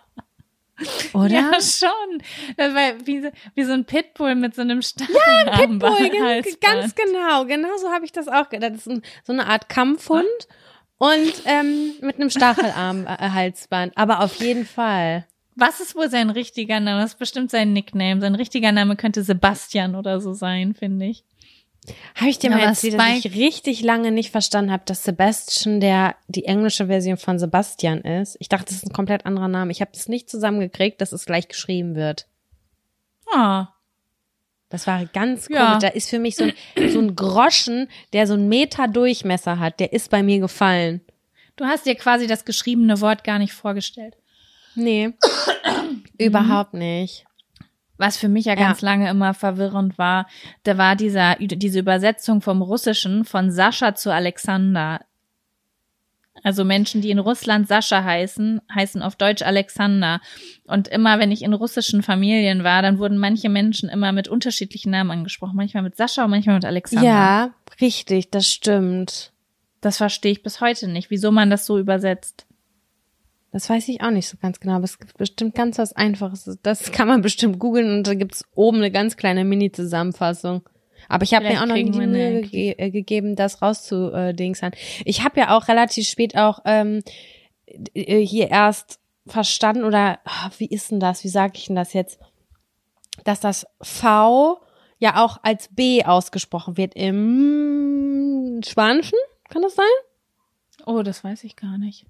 S2: Oder?
S1: Ja, schon. Das war wie so, wie so ein Pitbull mit so einem Stachel.
S2: Ja, ein Pitbull, ganz, ganz genau. Genau so habe ich das auch gedacht. Das ist ein, so eine Art Kampfhund und ähm, mit einem Stachelarm-Halsband. Aber auf jeden Fall.
S1: Was ist wohl sein richtiger Name? Das ist bestimmt sein Nickname. Sein richtiger Name könnte Sebastian oder so sein, finde ich.
S2: Habe ich dir mal
S1: Aber
S2: erzählt, dass
S1: Spike-
S2: ich richtig lange nicht verstanden habe, dass Sebastian der die englische Version von Sebastian ist. Ich dachte, das ist ein komplett anderer Name. Ich habe das nicht zusammengekriegt, dass es gleich geschrieben wird.
S1: Ah.
S2: Das war ganz
S1: Ja.
S2: komisch. Da ist für mich so ein, so ein Groschen, der so einen Meter Durchmesser hat, der ist bei mir gefallen.
S1: Du hast dir quasi das geschriebene Wort gar nicht vorgestellt.
S2: Nee, überhaupt nicht.
S1: Was für mich ja ganz
S2: Ja.
S1: lange immer verwirrend war, da war dieser, diese Übersetzung vom Russischen von Sascha zu Alexander. Also Menschen, die in Russland Sascha heißen, heißen auf Deutsch Alexander. Und immer, wenn ich in russischen Familien war, dann wurden manche Menschen immer mit unterschiedlichen Namen angesprochen. Manchmal mit Sascha und manchmal mit Alexander.
S2: Ja, richtig, das stimmt.
S1: Das verstehe ich bis heute nicht, wieso man das so übersetzt.
S2: Das weiß ich auch nicht so ganz genau, aber es gibt bestimmt ganz was Einfaches. Das kann man bestimmt googeln und da gibt's oben eine ganz kleine Mini-Zusammenfassung. Aber ich habe mir
S1: Vielleicht
S2: auch noch nie
S1: kriegen
S2: die
S1: wir eine-
S2: Mühe ge äh, gegeben, das rauszudingsen. Ich habe ja auch relativ spät auch ähm, äh, hier erst verstanden oder ah, wie ist denn das? Wie sage ich denn das jetzt? Dass das V ja auch als B ausgesprochen wird im Spanischen? Kann das sein?
S1: Oh, das weiß ich gar nicht.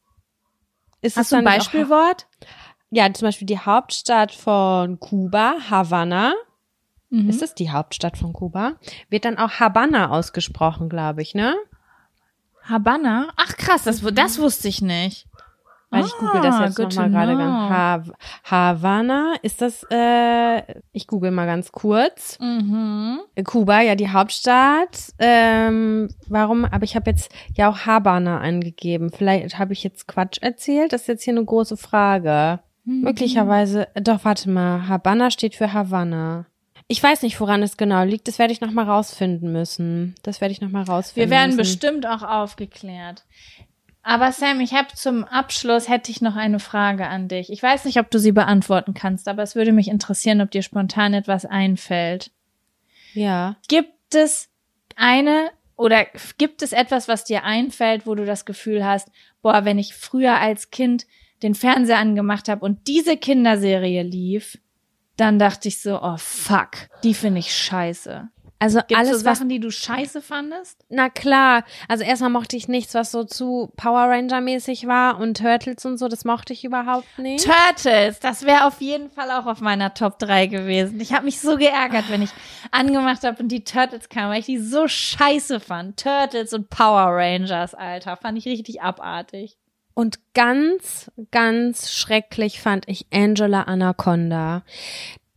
S2: Ist
S1: Hast
S2: es
S1: du ein
S2: dann nicht auch-
S1: Beispielwort?
S2: Ja, zum Beispiel die Hauptstadt von Kuba, Havanna.
S1: Mhm.
S2: Ist das die Hauptstadt von Kuba? Wird dann auch Havanna ausgesprochen, glaube ich, ne?
S1: Havanna? Ach krass, das, das wusste ich nicht.
S2: Weil ich google das
S1: Ah,
S2: jetzt
S1: good
S2: nochmal
S1: to
S2: gerade
S1: know.
S2: ganz. Ha Havanna, ist das, äh, ich google mal ganz kurz.
S1: Mhm.
S2: Kuba, ja, die Hauptstadt. Ähm, warum? Aber ich habe jetzt ja auch Havanna eingegeben. Vielleicht habe ich jetzt Quatsch erzählt. Das ist jetzt hier eine große Frage.
S1: Mhm.
S2: Möglicherweise, doch, warte mal. Havanna steht für Havanna. Ich weiß nicht, woran es genau liegt. Das werde ich noch mal rausfinden müssen. Das werde ich noch mal rausfinden
S1: Wir werden
S2: müssen.
S1: bestimmt auch aufgeklärt. Aber Sam, ich habe zum Abschluss, hätte ich noch eine Frage an dich. Ich weiß nicht, ob du sie beantworten kannst, aber es würde mich interessieren, ob dir spontan etwas einfällt.
S2: Ja.
S1: Gibt es eine oder gibt es etwas, was dir einfällt, wo du das Gefühl hast, boah, wenn ich früher als Kind den Fernseher angemacht habe und diese Kinderserie lief, dann dachte ich so, oh fuck, die finde ich scheiße.
S2: Also
S1: Gibt es
S2: alles,
S1: so
S2: was,
S1: Sachen, die du scheiße fandest?
S2: na klar, also erstmal mochte ich nichts, was so zu Power Ranger mäßig war und Turtles und so, das mochte ich überhaupt nicht.
S1: Turtles, das wäre auf jeden Fall auch auf meiner Top drei gewesen. Ich habe mich so geärgert, wenn ich angemacht habe und die Turtles kamen, weil ich die so scheiße fand. Turtles und Power Rangers, Alter, fand ich richtig abartig.
S2: Und ganz, ganz schrecklich fand ich Angela Anaconda.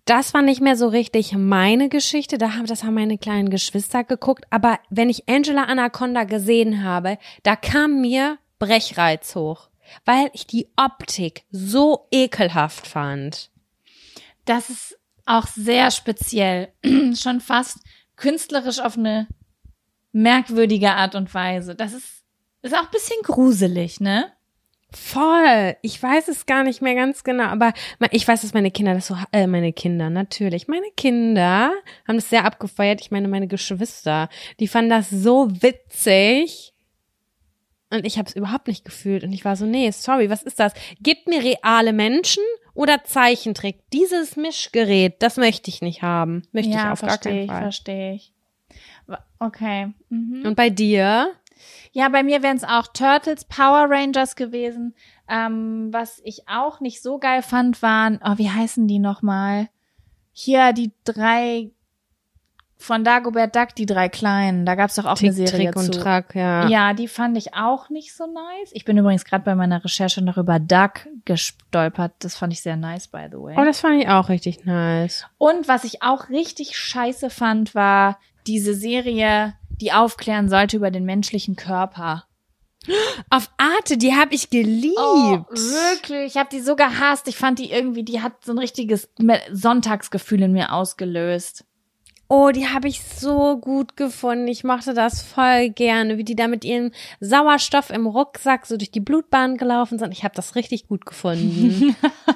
S2: Das war nicht mehr so richtig meine Geschichte, da haben, das haben meine kleinen Geschwister geguckt, aber wenn ich Angela Anaconda gesehen habe, da kam mir Brechreiz hoch, weil ich die Optik so ekelhaft fand.
S1: Das ist auch sehr speziell, schon fast künstlerisch auf eine merkwürdige Art und Weise. Das ist, ist auch ein bisschen gruselig, ne?
S2: Voll. Ich weiß es gar nicht mehr ganz genau, aber ich weiß, dass meine Kinder das so, äh, meine Kinder, natürlich, meine Kinder haben das sehr abgefeiert. Ich meine, meine Geschwister, die fanden das so witzig und ich habe es überhaupt nicht gefühlt und ich war so, nee, sorry, was ist das? Gib mir reale Menschen oder Zeichentrick. Dieses Mischgerät, das möchte ich nicht haben. Möchte
S1: ja,
S2: ich auf gar keinen Fall.
S1: Verstehe ich, verstehe ich. Okay. Mhm.
S2: Und bei dir?
S1: Ja, bei mir wären es auch Turtles, Power Rangers gewesen. Ähm, was ich auch nicht so geil fand, waren, oh, wie heißen die nochmal? Hier die drei von Dagobert Duck, die drei Kleinen. Da gab's doch auch
S2: Tick,
S1: eine Serie
S2: Trick und
S1: zu.
S2: Track, ja.
S1: Ja, die fand ich auch nicht so nice. Ich bin übrigens gerade bei meiner Recherche noch über Duck gestolpert. Das fand ich sehr nice, by the way.
S2: Oh, das fand ich auch richtig nice.
S1: Und was ich auch richtig scheiße fand, war diese Serie, die aufklären sollte über den menschlichen Körper.
S2: Auf Arte, die habe ich geliebt.
S1: Oh, wirklich? Ich habe die so gehasst. Ich fand die irgendwie, die hat so ein richtiges Sonntagsgefühl in mir ausgelöst.
S2: Oh, die habe ich so gut gefunden. Ich mochte das voll gerne, wie die da mit ihrem Sauerstoff im Rucksack so durch die Blutbahn gelaufen sind. Ich habe das richtig gut gefunden.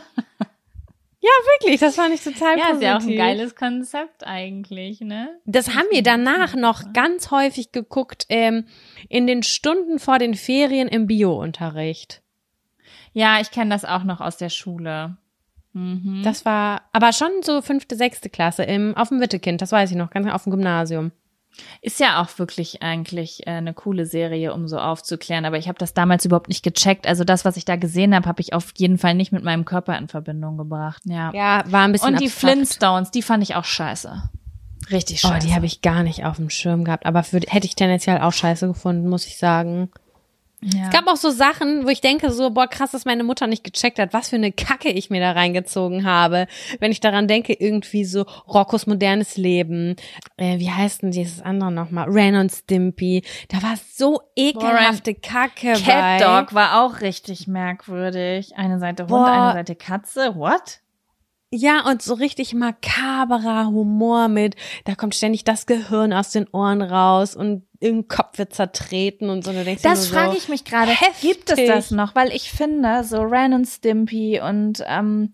S2: Ja, wirklich, das fand ich total
S1: ja,
S2: positiv.
S1: Ja, ist ja auch ein geiles Konzept eigentlich, ne?
S2: Das haben wir danach noch ganz häufig geguckt, ähm, in den Stunden vor den Ferien im Bio-Unterricht.
S1: Ja, ich kenne das auch noch aus der Schule. Mhm.
S2: Das war aber schon so fünfte, sechste Klasse im, auf dem Wittekind, das weiß ich noch, ganz auf dem Gymnasium.
S1: Ist ja auch wirklich eigentlich äh, eine coole Serie, um so aufzuklären, aber ich habe das damals überhaupt nicht gecheckt. Also das, was ich da gesehen habe, habe ich auf jeden Fall nicht mit meinem Körper in Verbindung gebracht. Ja,
S2: ja, war ein bisschen
S1: Und die
S2: abstrakt.
S1: Flintstones, die fand ich auch scheiße. Richtig scheiße.
S2: Oh, die habe ich gar nicht auf dem Schirm gehabt, aber für, hätte ich tendenziell auch scheiße gefunden, muss ich sagen. Ja. Es gab auch so Sachen, wo ich denke so, boah, krass, dass meine Mutter nicht gecheckt hat, was für eine Kacke ich mir da reingezogen habe. Wenn ich daran denke, irgendwie so Roccos modernes Leben, äh, wie heißt denn dieses andere nochmal? Ren und Stimpy. Da war so ekelhafte boah, Kacke
S1: Cat
S2: bei.
S1: Dog war auch richtig merkwürdig. Eine Seite Hund, boah. Eine Seite Katze. What?
S2: Ja, und so richtig makaberer Humor mit, da kommt ständig das Gehirn aus den Ohren raus und irgendein Kopf wird zertreten und so. Und denkst
S1: das frage
S2: so,
S1: ich mich gerade, gibt es das noch? Weil ich finde, so Ren und Stimpy und ähm,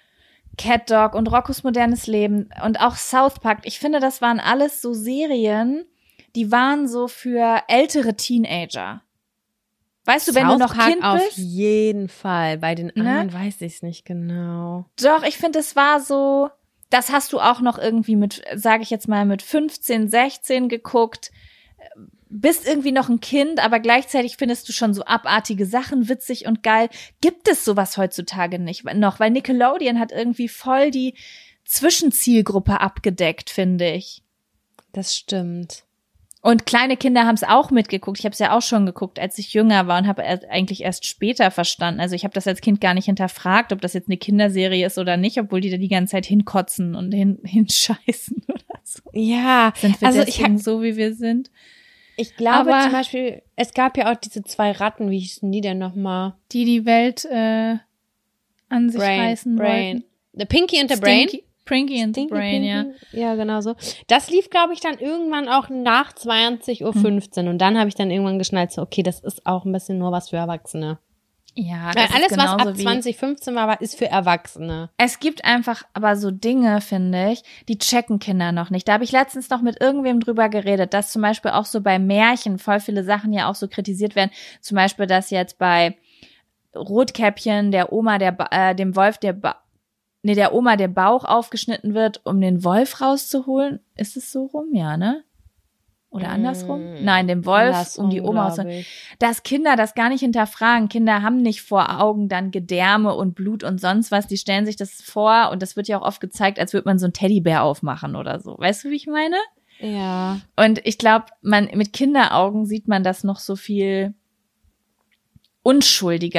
S1: Cat Dog und Roccos modernes Leben und auch South Park, ich finde, das waren alles so Serien, die waren so für ältere Teenager. Weißt du, wenn
S2: South
S1: du noch
S2: Park
S1: Kind
S2: auf
S1: bist?
S2: jeden Fall. Bei den
S1: Ne?
S2: anderen weiß ich es nicht genau.
S1: Doch, ich finde, es war so, das hast du auch noch irgendwie mit, sage ich jetzt mal, mit fünfzehn, sechzehn geguckt. Bist irgendwie noch ein Kind, aber gleichzeitig findest du schon so abartige Sachen witzig und geil. Gibt es sowas heutzutage nicht noch? Weil Nickelodeon hat irgendwie voll die Zwischenzielgruppe abgedeckt, finde ich.
S2: Das stimmt.
S1: Und kleine Kinder haben es auch mitgeguckt. Ich habe es ja auch schon geguckt, als ich jünger war und habe eigentlich erst später verstanden. Also ich habe das als Kind gar nicht hinterfragt, ob das jetzt eine Kinderserie ist oder nicht, obwohl die da die ganze Zeit hinkotzen und hin, hinscheißen oder so.
S2: Ja,
S1: sind wir
S2: also
S1: deswegen
S2: ich
S1: so, wie wir sind?
S2: Ich glaube
S1: Aber
S2: zum Beispiel, es gab ja auch diese zwei Ratten, wie hießen die denn nochmal?
S1: Die die Welt äh, an sich
S2: Brain,
S1: reißen
S2: Brain.
S1: wollten.
S2: The Pinky and the Brain?
S1: Stinky, Pinky and the
S2: Stinky
S1: Brain, ja.
S2: Pinky. Ja, genau so. Das lief, glaube ich, dann irgendwann auch nach zwanzig Uhr fünfzehn. Hm. Und dann habe ich dann irgendwann geschnallt, so, okay, das ist auch ein bisschen nur was für Erwachsene.
S1: Ja,
S2: Weil
S1: das
S2: alles,
S1: ist
S2: was ab
S1: wie,
S2: zwanzig fünfzehn war, war, ist für Erwachsene.
S1: Es gibt einfach aber so Dinge, finde ich, die checken Kinder noch nicht. Da habe ich letztens noch mit irgendwem drüber geredet, dass zum Beispiel auch so bei Märchen voll viele Sachen ja auch so kritisiert werden. Zum Beispiel, dass jetzt bei Rotkäppchen der Oma, der äh, dem Wolf der ba- nee, der Oma der Bauch aufgeschnitten wird, um den Wolf rauszuholen. Ist es so rum? Ja, ne? Oder andersrum? Nein, dem Wolf,
S2: Andersrum,
S1: um die Oma auszuholen. Dass Kinder das gar nicht hinterfragen. Kinder haben nicht vor Augen dann Gedärme und Blut und sonst was. Die stellen sich das vor und das wird ja auch oft gezeigt, als würde man so einen Teddybär aufmachen oder so. Weißt du, wie ich meine?
S2: Ja.
S1: Und ich glaube, man mit Kinderaugen sieht man das noch so viel unschuldiger,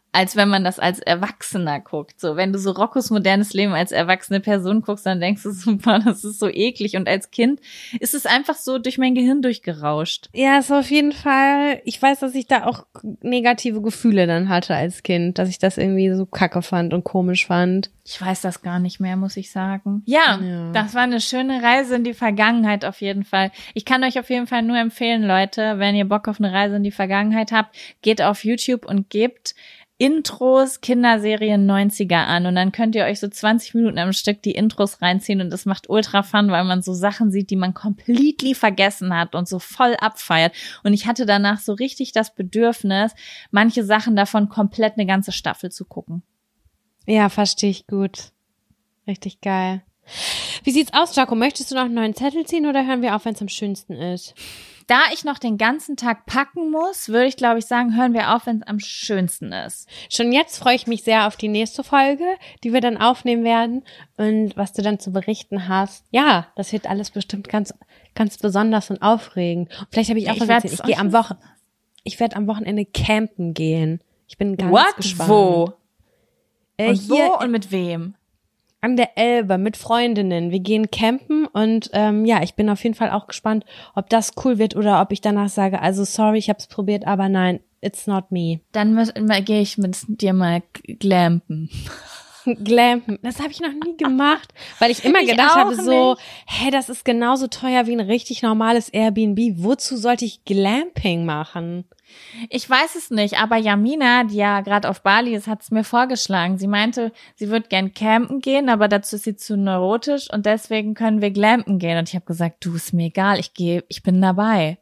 S1: als wenn man das als Erwachsener guckt. So, wenn du so Roccos modernes Leben als erwachsene Person guckst, dann denkst du so, boah, das ist so eklig. Und als Kind ist es einfach so durch mein Gehirn durchgerauscht.
S2: Ja, ist auf jeden Fall, ich weiß, dass ich da auch negative Gefühle dann hatte als Kind, dass ich das irgendwie so kacke fand und komisch fand.
S1: Ich weiß das gar nicht mehr, muss ich sagen. Ja, ja, das war eine schöne Reise in die Vergangenheit auf jeden Fall. Ich kann euch auf jeden Fall nur empfehlen, Leute, wenn ihr Bock auf eine Reise in die Vergangenheit habt, geht auf YouTube und gebt Intros Kinderserien neunziger an und dann könnt ihr euch so zwanzig Minuten am Stück die Intros reinziehen und das macht ultra fun, weil man so Sachen sieht, die man completely vergessen hat und so voll abfeiert. Und ich hatte danach so richtig das Bedürfnis, manche Sachen davon komplett eine ganze Staffel zu gucken.
S2: Ja, verstehe ich gut. Richtig geil. Wie sieht's aus, Jaco? Möchtest du noch einen neuen Zettel ziehen oder hören wir auf, wenn es am schönsten ist?
S1: Da ich noch den ganzen Tag packen muss, würde ich, glaube ich, sagen, hören wir auf, wenn es am schönsten ist.
S2: Schon jetzt freue ich mich sehr auf die nächste Folge, die wir dann aufnehmen werden und was du dann zu berichten hast. Ja, das wird alles bestimmt ganz, ganz besonders und aufregend. Und vielleicht habe ich auch
S1: ich
S2: was erzählt. Ich gehe am Wochen, ich werde am Wochenende campen gehen. Ich bin ganz
S1: What?
S2: gespannt.
S1: Wo?
S2: Äh,
S1: und
S2: hier
S1: wo und mit wem?
S2: An der Elbe mit Freundinnen. Wir gehen campen und ähm, ja, ich bin auf jeden Fall auch gespannt, ob das cool wird oder ob ich danach sage, also sorry, ich habe es probiert, aber nein, it's not me.
S1: Dann gehe ich mit dir mal glampen.
S2: Glampen, das habe ich noch nie gemacht, weil ich immer
S1: ich
S2: gedacht habe so,
S1: nicht.
S2: hey, das ist genauso teuer wie ein richtig normales Airbnb. Wozu sollte ich Glamping machen?
S1: Ich weiß es nicht, aber Jamina, die ja gerade auf Bali ist, hat es mir vorgeschlagen. Sie meinte, sie würde gern campen gehen, aber dazu ist sie zu neurotisch und deswegen können wir glampen gehen. Und ich habe gesagt, du, ist mir egal, ich gehe, ich bin dabei.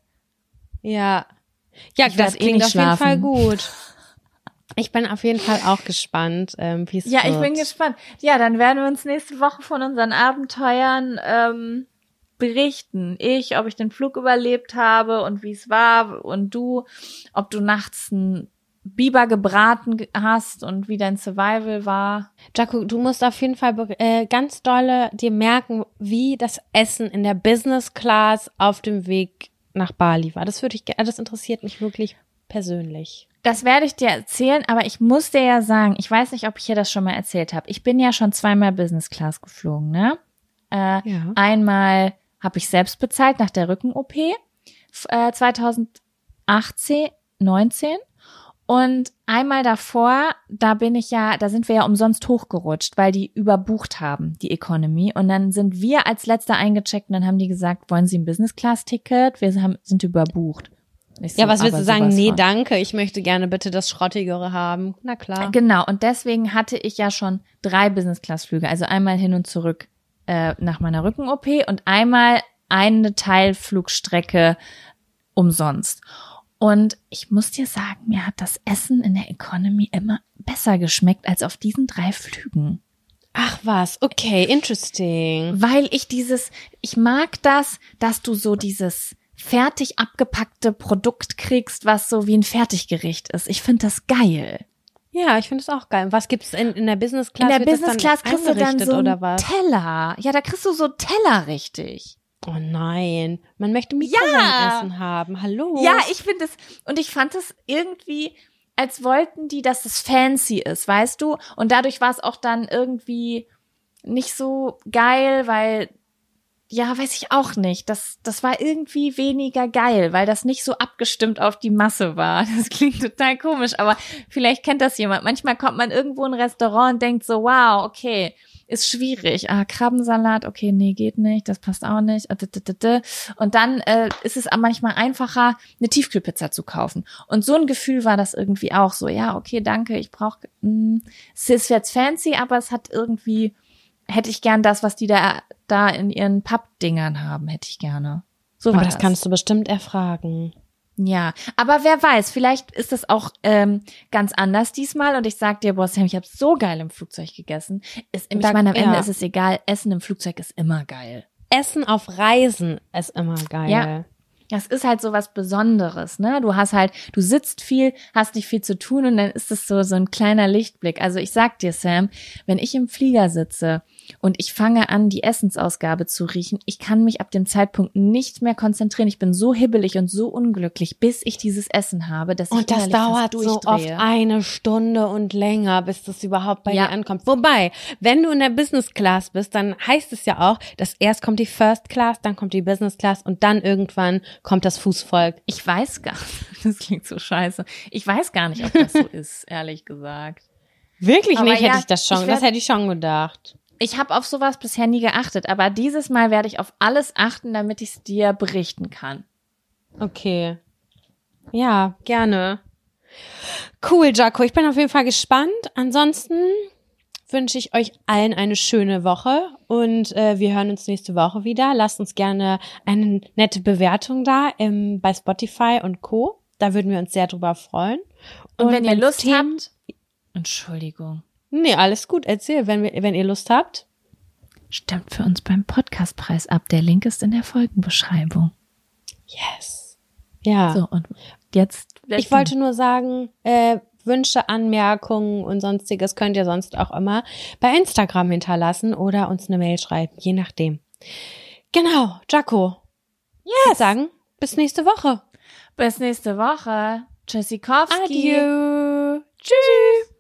S2: Ja, ja,
S1: ich
S2: das klingt
S1: eh nicht
S2: auf
S1: schlafen.
S2: jeden Fall gut. Ich bin auf jeden Fall auch gespannt, ähm, wie es
S1: ja,
S2: wird.
S1: Ja, ich bin gespannt. Ja, dann werden wir uns nächste Woche von unseren Abenteuern ähm, berichten. Ich, ob ich den Flug überlebt habe und wie es war und du, ob du nachts einen Biber gebraten hast und wie dein Survival war.
S2: Jaco, du musst auf jeden Fall äh, ganz dolle dir merken, wie das Essen in der Business Class auf dem Weg nach Bali war. Das würde ich, das interessiert mich wirklich persönlich.
S1: Das werde ich dir erzählen, aber ich muss dir ja sagen, ich weiß nicht, ob ich dir das schon mal erzählt habe. Ich bin ja schon zweimal Business Class geflogen, ne? Äh,
S2: ja.
S1: Einmal habe ich selbst bezahlt nach der Rücken-O P äh, zweitausendachtzehn, neunzehn und einmal davor, da bin ich ja, da sind wir ja umsonst hochgerutscht, weil die überbucht haben, die Economy, und dann sind wir als Letzter eingecheckt und dann haben die gesagt, wollen Sie ein Business-Class-Ticket? Wir haben, sind überbucht. So,
S2: ja, was willst du sagen? Nee,
S1: von.
S2: danke, ich möchte gerne bitte das Schrottigere haben. Na klar.
S1: Genau, und deswegen hatte ich ja schon drei Business-Class-Flüge, also einmal hin und zurück äh, nach meiner Rücken-O P und einmal eine Teilflugstrecke umsonst. Und ich muss dir sagen, mir hat das Essen in der Economy immer besser geschmeckt als auf diesen drei Flügen.
S2: Ach was, okay, interesting.
S1: Weil ich dieses, ich mag das, dass du so dieses fertig abgepackte Produkt kriegst, was so wie ein Fertiggericht ist. Ich finde das geil.
S2: Ja, ich finde es auch geil. Was gibt's in, in der Business Class?
S1: In der Business Class kriegst du dann so
S2: oder was?
S1: Teller. Ja, da kriegst du so Teller richtig.
S2: Oh nein, man möchte Mikrowellenessen
S1: ja.
S2: haben. Hallo?
S1: Ja, ich finde es, und ich fand es irgendwie, als wollten die, dass es fancy ist, weißt du? Und dadurch war es auch dann irgendwie nicht so geil, weil ja, weiß ich auch nicht. Das, das war irgendwie weniger geil, weil das nicht so abgestimmt auf die Masse war. Das klingt total komisch, aber vielleicht kennt das jemand. Manchmal kommt man irgendwo in ein Restaurant und denkt so, wow, okay, ist schwierig. Ah, Krabbensalat, okay, nee, geht nicht, das passt auch nicht. Und dann äh, ist es manchmal einfacher, eine Tiefkühlpizza zu kaufen. Und so ein Gefühl war das irgendwie auch so, ja, okay, danke, ich brauche, es ist jetzt fancy, aber es hat irgendwie, hätte ich gern das, was die da da in ihren Pappdingern haben, hätte ich gerne. So
S2: aber
S1: war
S2: das,
S1: das
S2: kannst du bestimmt erfragen.
S1: Ja, aber wer weiß, vielleicht ist das auch ähm, ganz anders diesmal und ich sag dir, boah Sam, ich habe so geil im Flugzeug gegessen. Ist, ich
S2: Da-
S1: meine, am Ende
S2: ja.
S1: ist es egal, Essen im Flugzeug ist immer geil.
S2: Essen auf Reisen ist immer geil.
S1: Ja. Das ist halt so was Besonderes, ne? Du hast halt, du sitzt viel, hast nicht viel zu tun und dann ist es so so ein kleiner Lichtblick. Also ich sag dir, Sam, wenn ich im Flieger sitze und ich fange an, die Essensausgabe zu riechen. Ich kann mich ab dem Zeitpunkt nicht mehr konzentrieren. Ich bin so hibbelig und so unglücklich, bis ich dieses Essen habe, dass ich
S2: Und das
S1: innerlich fast
S2: dauert so oft
S1: durchdrehe.
S2: eine Stunde und länger, bis das überhaupt bei
S1: Ja.
S2: dir ankommt. Wobei, wenn du in der Business Class bist, dann heißt es ja auch, dass erst kommt die First Class, dann kommt die Business Class und dann irgendwann kommt das Fußvolk.
S1: Ich weiß gar nicht, das klingt so scheiße. Ich weiß gar nicht, ob das so ist, ehrlich gesagt.
S2: Wirklich
S1: Aber
S2: nicht,
S1: ja,
S2: hätte ich das schon,
S1: ich werd-
S2: das hätte ich schon gedacht.
S1: Ich habe auf sowas bisher nie geachtet, aber dieses Mal werde ich auf alles achten, damit ich es dir berichten kann.
S2: Okay. Ja, gerne. Cool, Jaco. Ich bin auf jeden Fall gespannt. Ansonsten wünsche ich euch allen eine schöne Woche und äh, wir hören uns nächste Woche wieder. Lasst uns gerne eine nette Bewertung da im, bei Spotify und Co. Da würden wir uns sehr drüber freuen.
S1: Und, wenn ihr
S2: wenn's
S1: Lust
S2: Themen-
S1: habt, Entschuldigung,
S2: Nee, alles gut. Erzähl, wenn, wir, wenn ihr Lust habt.
S1: stimmt für uns beim Podcastpreis ab. Der Link ist in der Folgenbeschreibung.
S2: Yes. Ja.
S1: So, und jetzt.
S2: Ich wollte nur sagen, äh, Wünsche, Anmerkungen und sonstiges könnt ihr sonst auch immer bei Instagram hinterlassen oder uns eine Mail schreiben, je nachdem. Genau, Jaco. Yes. Ich würde sagen, bis nächste Woche.
S1: Bis nächste Woche. Tschüssikowski.
S2: Adieu. Tschüss.